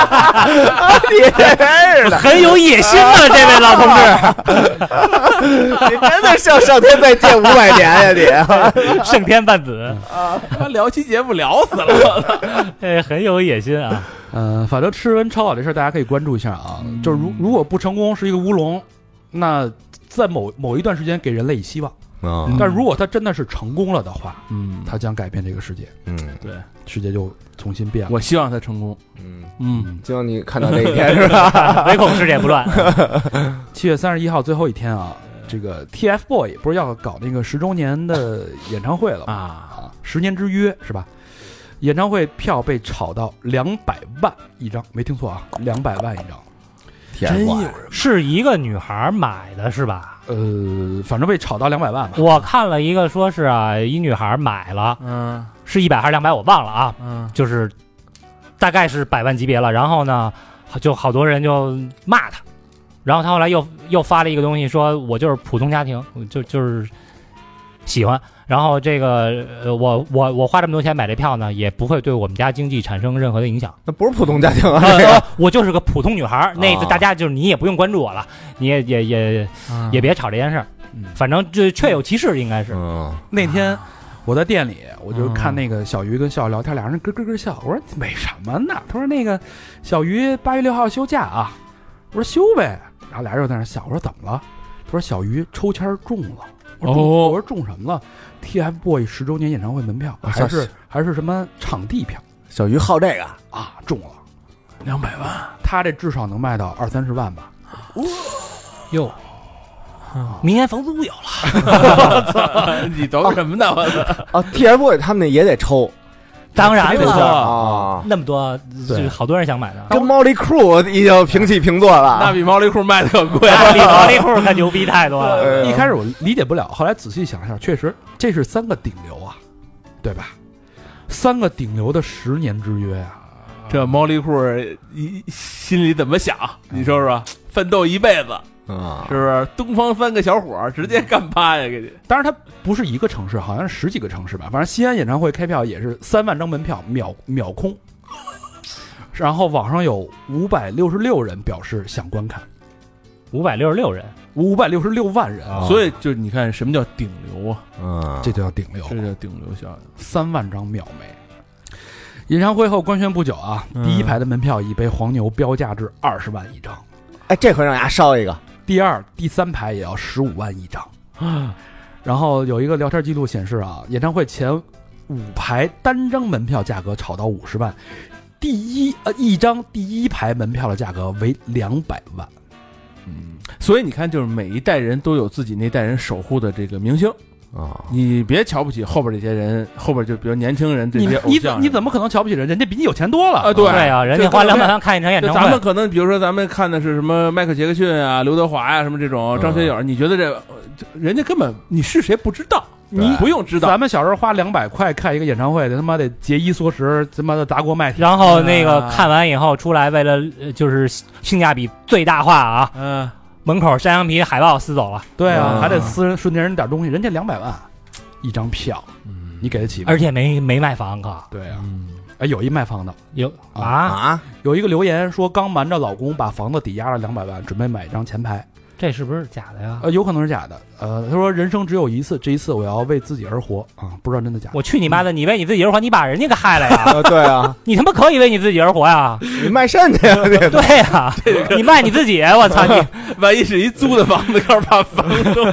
是的， 很有野心啊，这位老同志， 你真的上上天再借五百年呀你！ 圣天半子， 他聊期节目聊死了。 哎，很有野心啊。 呃，反正吃温超老这事儿大家可以关注一下啊。就是如如果不成功是一个乌龙，那在某某一段时间给人类以希望。 啊但如果他真的是成功了的话， 嗯， 他将改变这个世界， 嗯对， 世界就重新变了。 我希望他成功。 嗯， 嗯， 希望你看到那一天是吧？ 唯恐世界不乱。 七月三十一号最后一天啊，这个 TFBOYS 不是要搞那个十周年的演唱会了吗？ 啊， 啊，十年之约是吧？演唱会票被炒到两百万一张，没听错啊，两百万一张。 真有人是一个女孩买的是吧？ 呃，反正被炒到两百万吧。 我看了一个说是啊，一女孩买了， 嗯是一百还是两百我忘了啊， 嗯就是大概是百万级别了。然后呢，就好多人就骂他，然后他后来又又发了一个东西，说我就是普通家庭，就就是喜欢。然后这个呃，我我我花这么多钱买这票呢，也不会对我们家经济产生任何的影响。 那不是普通家庭啊， 呃这个我就是个普通女孩儿，那啊大家就是你也不用关注我了，你也也也也别吵这件事儿， 嗯反正这确有其事，应该是。 嗯那天我在店里，我就看那个小鱼跟笑聊天，俩人咯咯咯笑。我说为什么呢？他说那个小鱼八月六号休假啊。我说休呗。然后俩人又在那笑。我说怎么了？他说小鱼抽签中了。我说中哦我说中什么了 ？TFBOYS 十周年演唱会门票， 啊还是还是什么场地票小鱼好这个， 啊？中了。 两百万， 他这至少能卖到二三十万吧？ 哟，明年房租有了， 你懂什么呢？我操！ 啊 ，TFBOYS 他们那也得抽当然没错了， 啊， 那么多， 对就好多人想买的。 跟猫力裤已经平起平坐了啊。 那比毛利裤卖的可贵。 比毛利裤可牛逼太多了。 呃一开始我理解不了，后来仔细想一下，确实这是三个顶流啊，对吧？三个顶流的十年之约啊， 这毛利裤一心里怎么想？你说说，奋斗一辈子， 啊是不是？东方三个小伙儿直接干趴呀，给你！ 当然它不是一个城市，好像是十几个城市吧。反正西安演唱会开票也是三万张门票秒秒空，然后网上有五百六十六人表示想观看， 五百六十六人， 五百六十六万人， 啊所以就你看，什么叫顶流啊？ 嗯， 这就叫顶流， 这叫顶流效应。 三万张秒没。演唱会后官宣不久啊， 嗯第一排的门票已被黄牛标价至二十万一张， 哎，这回让大家烧一个， 第二、第三排也要十五万一张。然后有一个聊天记录显示啊，演唱会前五排单张门票价格炒到五十万，第一呃一张第一排门票的价格为两百万。 嗯，所以你看，就是每一代人都有自己那代人守护的这个明星。 啊， 你别瞧不起后边这些人，后边就比如年轻人这你些偶像你怎你怎么可能瞧不起人？人家比你有钱多了啊？对对啊，人家花两百万看一场演唱会， 咱们可能比如说咱们看的是什么迈克杰克逊啊、刘德华呀、什么这种张学友，你觉得这人家根本你是谁不知道，你不用知道。 咱们小时候花两百块看一个演唱会得他妈得节衣缩食，他妈的砸锅卖铁。 然后那个看完以后出来，为了呃就是性价比最大化啊， 嗯， 门口山羊皮海报撕走了， 对啊， 嗯还得私人顺点人点东西，人家两百万一张票，你给得起吗？ 而且没没卖房可对啊， 嗯哎，有一卖房的， 有啊啊， 啊， 有一个留言说刚瞒着老公把房子抵押了两百万，准备买一张前排。 这是不是假的呀？ 呃，有可能是假的。呃，他说人生只有一次，这一次我要为自己而活啊，不知道真的假的。 我去你妈的！你为你自己而活，你把人家给害了呀？ 啊对啊， 你他妈可以为你自己而活呀？ 你卖肾去呀，这个对呀，你卖你自己，我操你！ 万一是一租的房子，告诉把房东，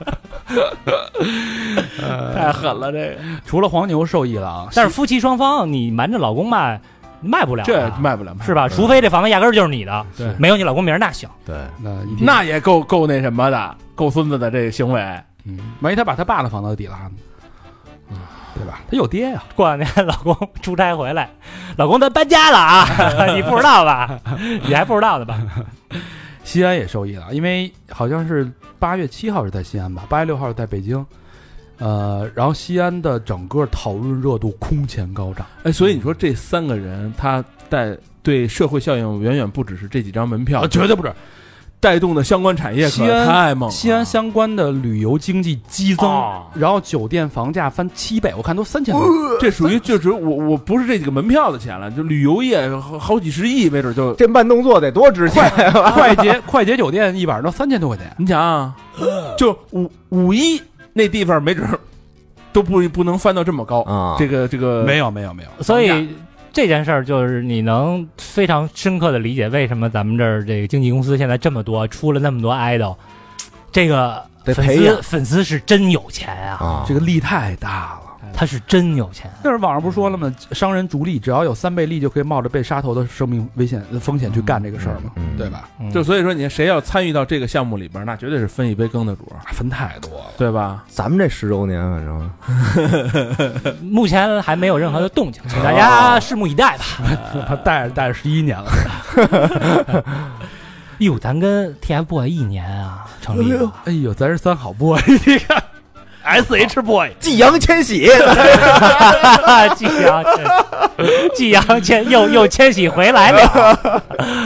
太狠了这个， 除了黄牛受益了啊， 但是夫妻双方，你瞒着老公卖，卖不了啊， 这卖不了， 是吧？除非这房子压根儿就是你的， 对没有你老公名儿那行。 对， 那一定那也够够那什么的，够孙子的这个行为。 嗯，万一他把他爸的房子抵了呢？ 对吧？他有爹呀、 过两天老公出差回来，老公咱搬家了啊，你不知道吧？你还不知道的吧？ 西安也受益了，因为好像是八月七号是在西安吧，八月六号是在北京。呃，然后西安的整个讨论热度空前高涨。 哎，所以你说这三个人他带对社会效应远远不只是这几张门票， 啊，绝对不是。 带动的相关产业可西安太猛了。 西安相关的旅游经济激增， 哦然后酒店房价翻七倍，我看都三千多。 这属于就是我我不是这几个门票的钱了，就旅游业好好几十亿，没准就这慢动作得多值钱啊！ 快捷快捷酒店一晚上都三千多块钱。 你想啊，就五五一那地方没准都不不能翻到这么高啊这个这个没有没有没有， 所以这件事儿就是你能非常深刻的理解为什么咱们这儿这个经纪公司现在这么多，出了那么多 idol， 这个粉得培养丝粉丝是真有钱啊， 啊， 这个力太大了。 他是真有钱。 那是网上不是说了吗？商人逐利，只要有三倍利，就可以冒着被杀头的生命危险风险去干这个事儿嘛， 嗯嗯对吧？ 嗯就所以说，你看谁要参与到这个项目里边，那绝对是分一杯羹的主， 分太多了。 对吧？ 咱们这十周年，反正目前还没有任何的动静，请大家拭目以待吧。 他带着带着十一年了。 哟，咱跟 TFBOYS 一年啊成立了， 哎呦，咱是三好 boy，你看 S H boy， 易烊千玺， 季阳千，季阳千又又千玺回来了。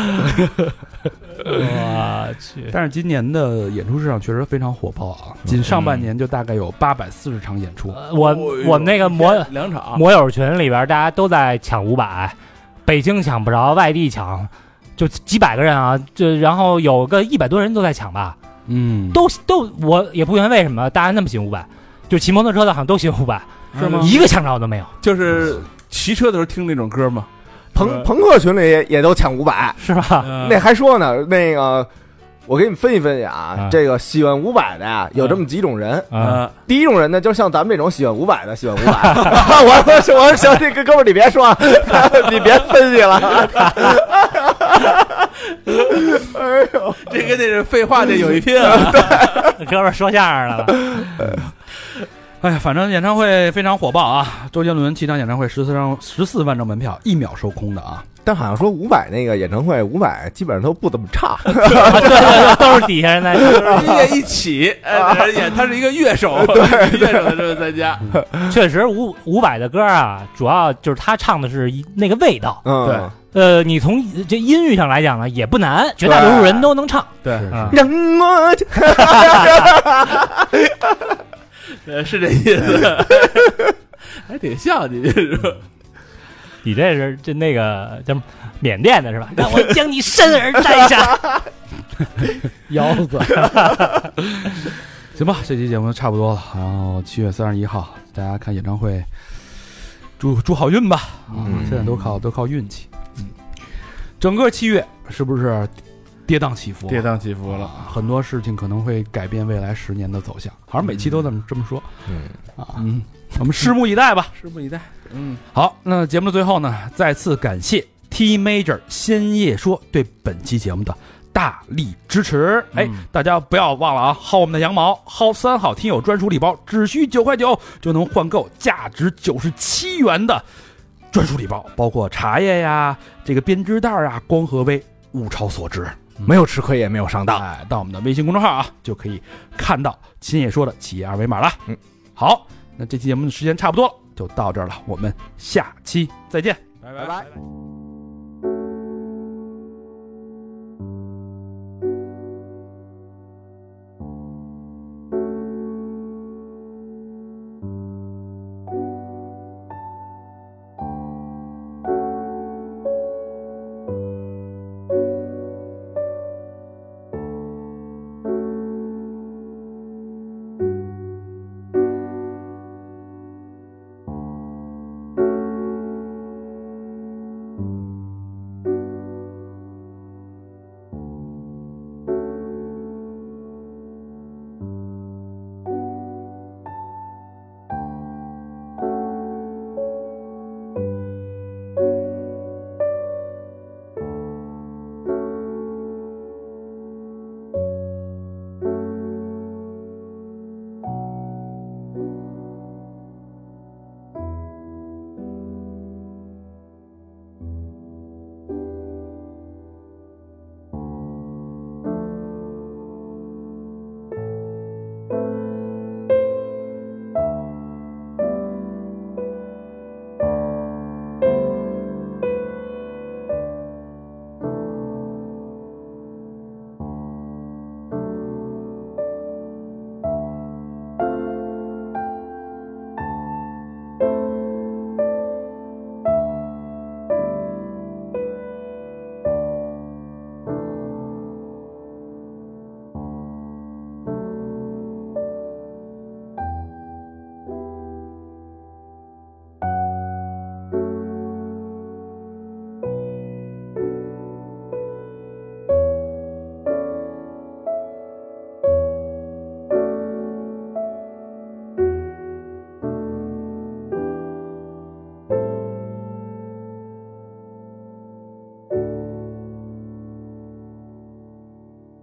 我去， 但是今年的演出市场确实非常火爆啊，仅上半年就大概有八百四十场演出。 呃我我们那个摩两场摩友群里边，大家都在抢五百，北京抢不着，外地抢，就几百个人啊，就然后有个一百多人都在抢吧， 嗯， 都都我也不明白为什么大家那么喜欢五百，就骑摩托车的好像都喜欢五百， 是吗一个抢着都没有， 就是骑车的时候听那种歌嘛。 朋朋克群里也也都抢五百， 是吧？ 那还说呢，那个我给你们分析分析啊， 啊这个喜欢五百的呀，有这么几种人。 啊， 第一种人呢，就像咱们这种喜欢五百的，喜欢五百。我我说我说行，这个哥们儿你别说，你别分析了。哎呦， 这跟那是废话这有一拼啊！ 哥们儿说相声了， 哎呀，反正演唱会非常火爆啊！周杰伦七场演唱会十四张十四万张门票一秒售空的啊！ 但好像说五百那个演唱会，五百基本上都不怎么唱。 对对对，都是底下人在唱。 音乐一起，哎，在这演，他是一个乐手，乐手的时候参加。 确实，五五百的歌啊，主要就是他唱的是一那个味道。 嗯， 呃，你从这音域上来讲呢，也不难，绝大多数人都能唱。 对， 啊让我呃，是这意思，还挺像你这是。 你这是这那个叫缅甸的是吧？让我将你身而摘下。 腰子，行吧，这期节目差不多了。然后七月三十一号，大家看演唱会，祝祝好运吧！啊， 嗯现在都靠都靠运气。嗯，整个七月是不是跌宕起伏？ 跌宕起伏了， 啊，很多事情可能会改变未来十年的走向。好像每期都这么这么说。 嗯啊，嗯，我们拭目以待吧。 拭目以待。嗯， 好，那节目的最后呢，再次感谢 T Major 先夜说对本期节目的大力支持。哎， 嗯大家不要忘了啊，薅我们的羊毛，薅三好听友专属礼包，只需九块九就能换购价值九十七元的专属礼包，包括茶叶呀、这个编织袋啊、光合微，物超所值。 没有吃亏也没有上当。 哎，到我们的微信公众号啊，就可以看到秦野说的企业二维码了。 嗯， 好，那这期节目的时间差不多了，就到这儿了，我们下期再见。 拜拜拜。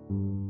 嗯。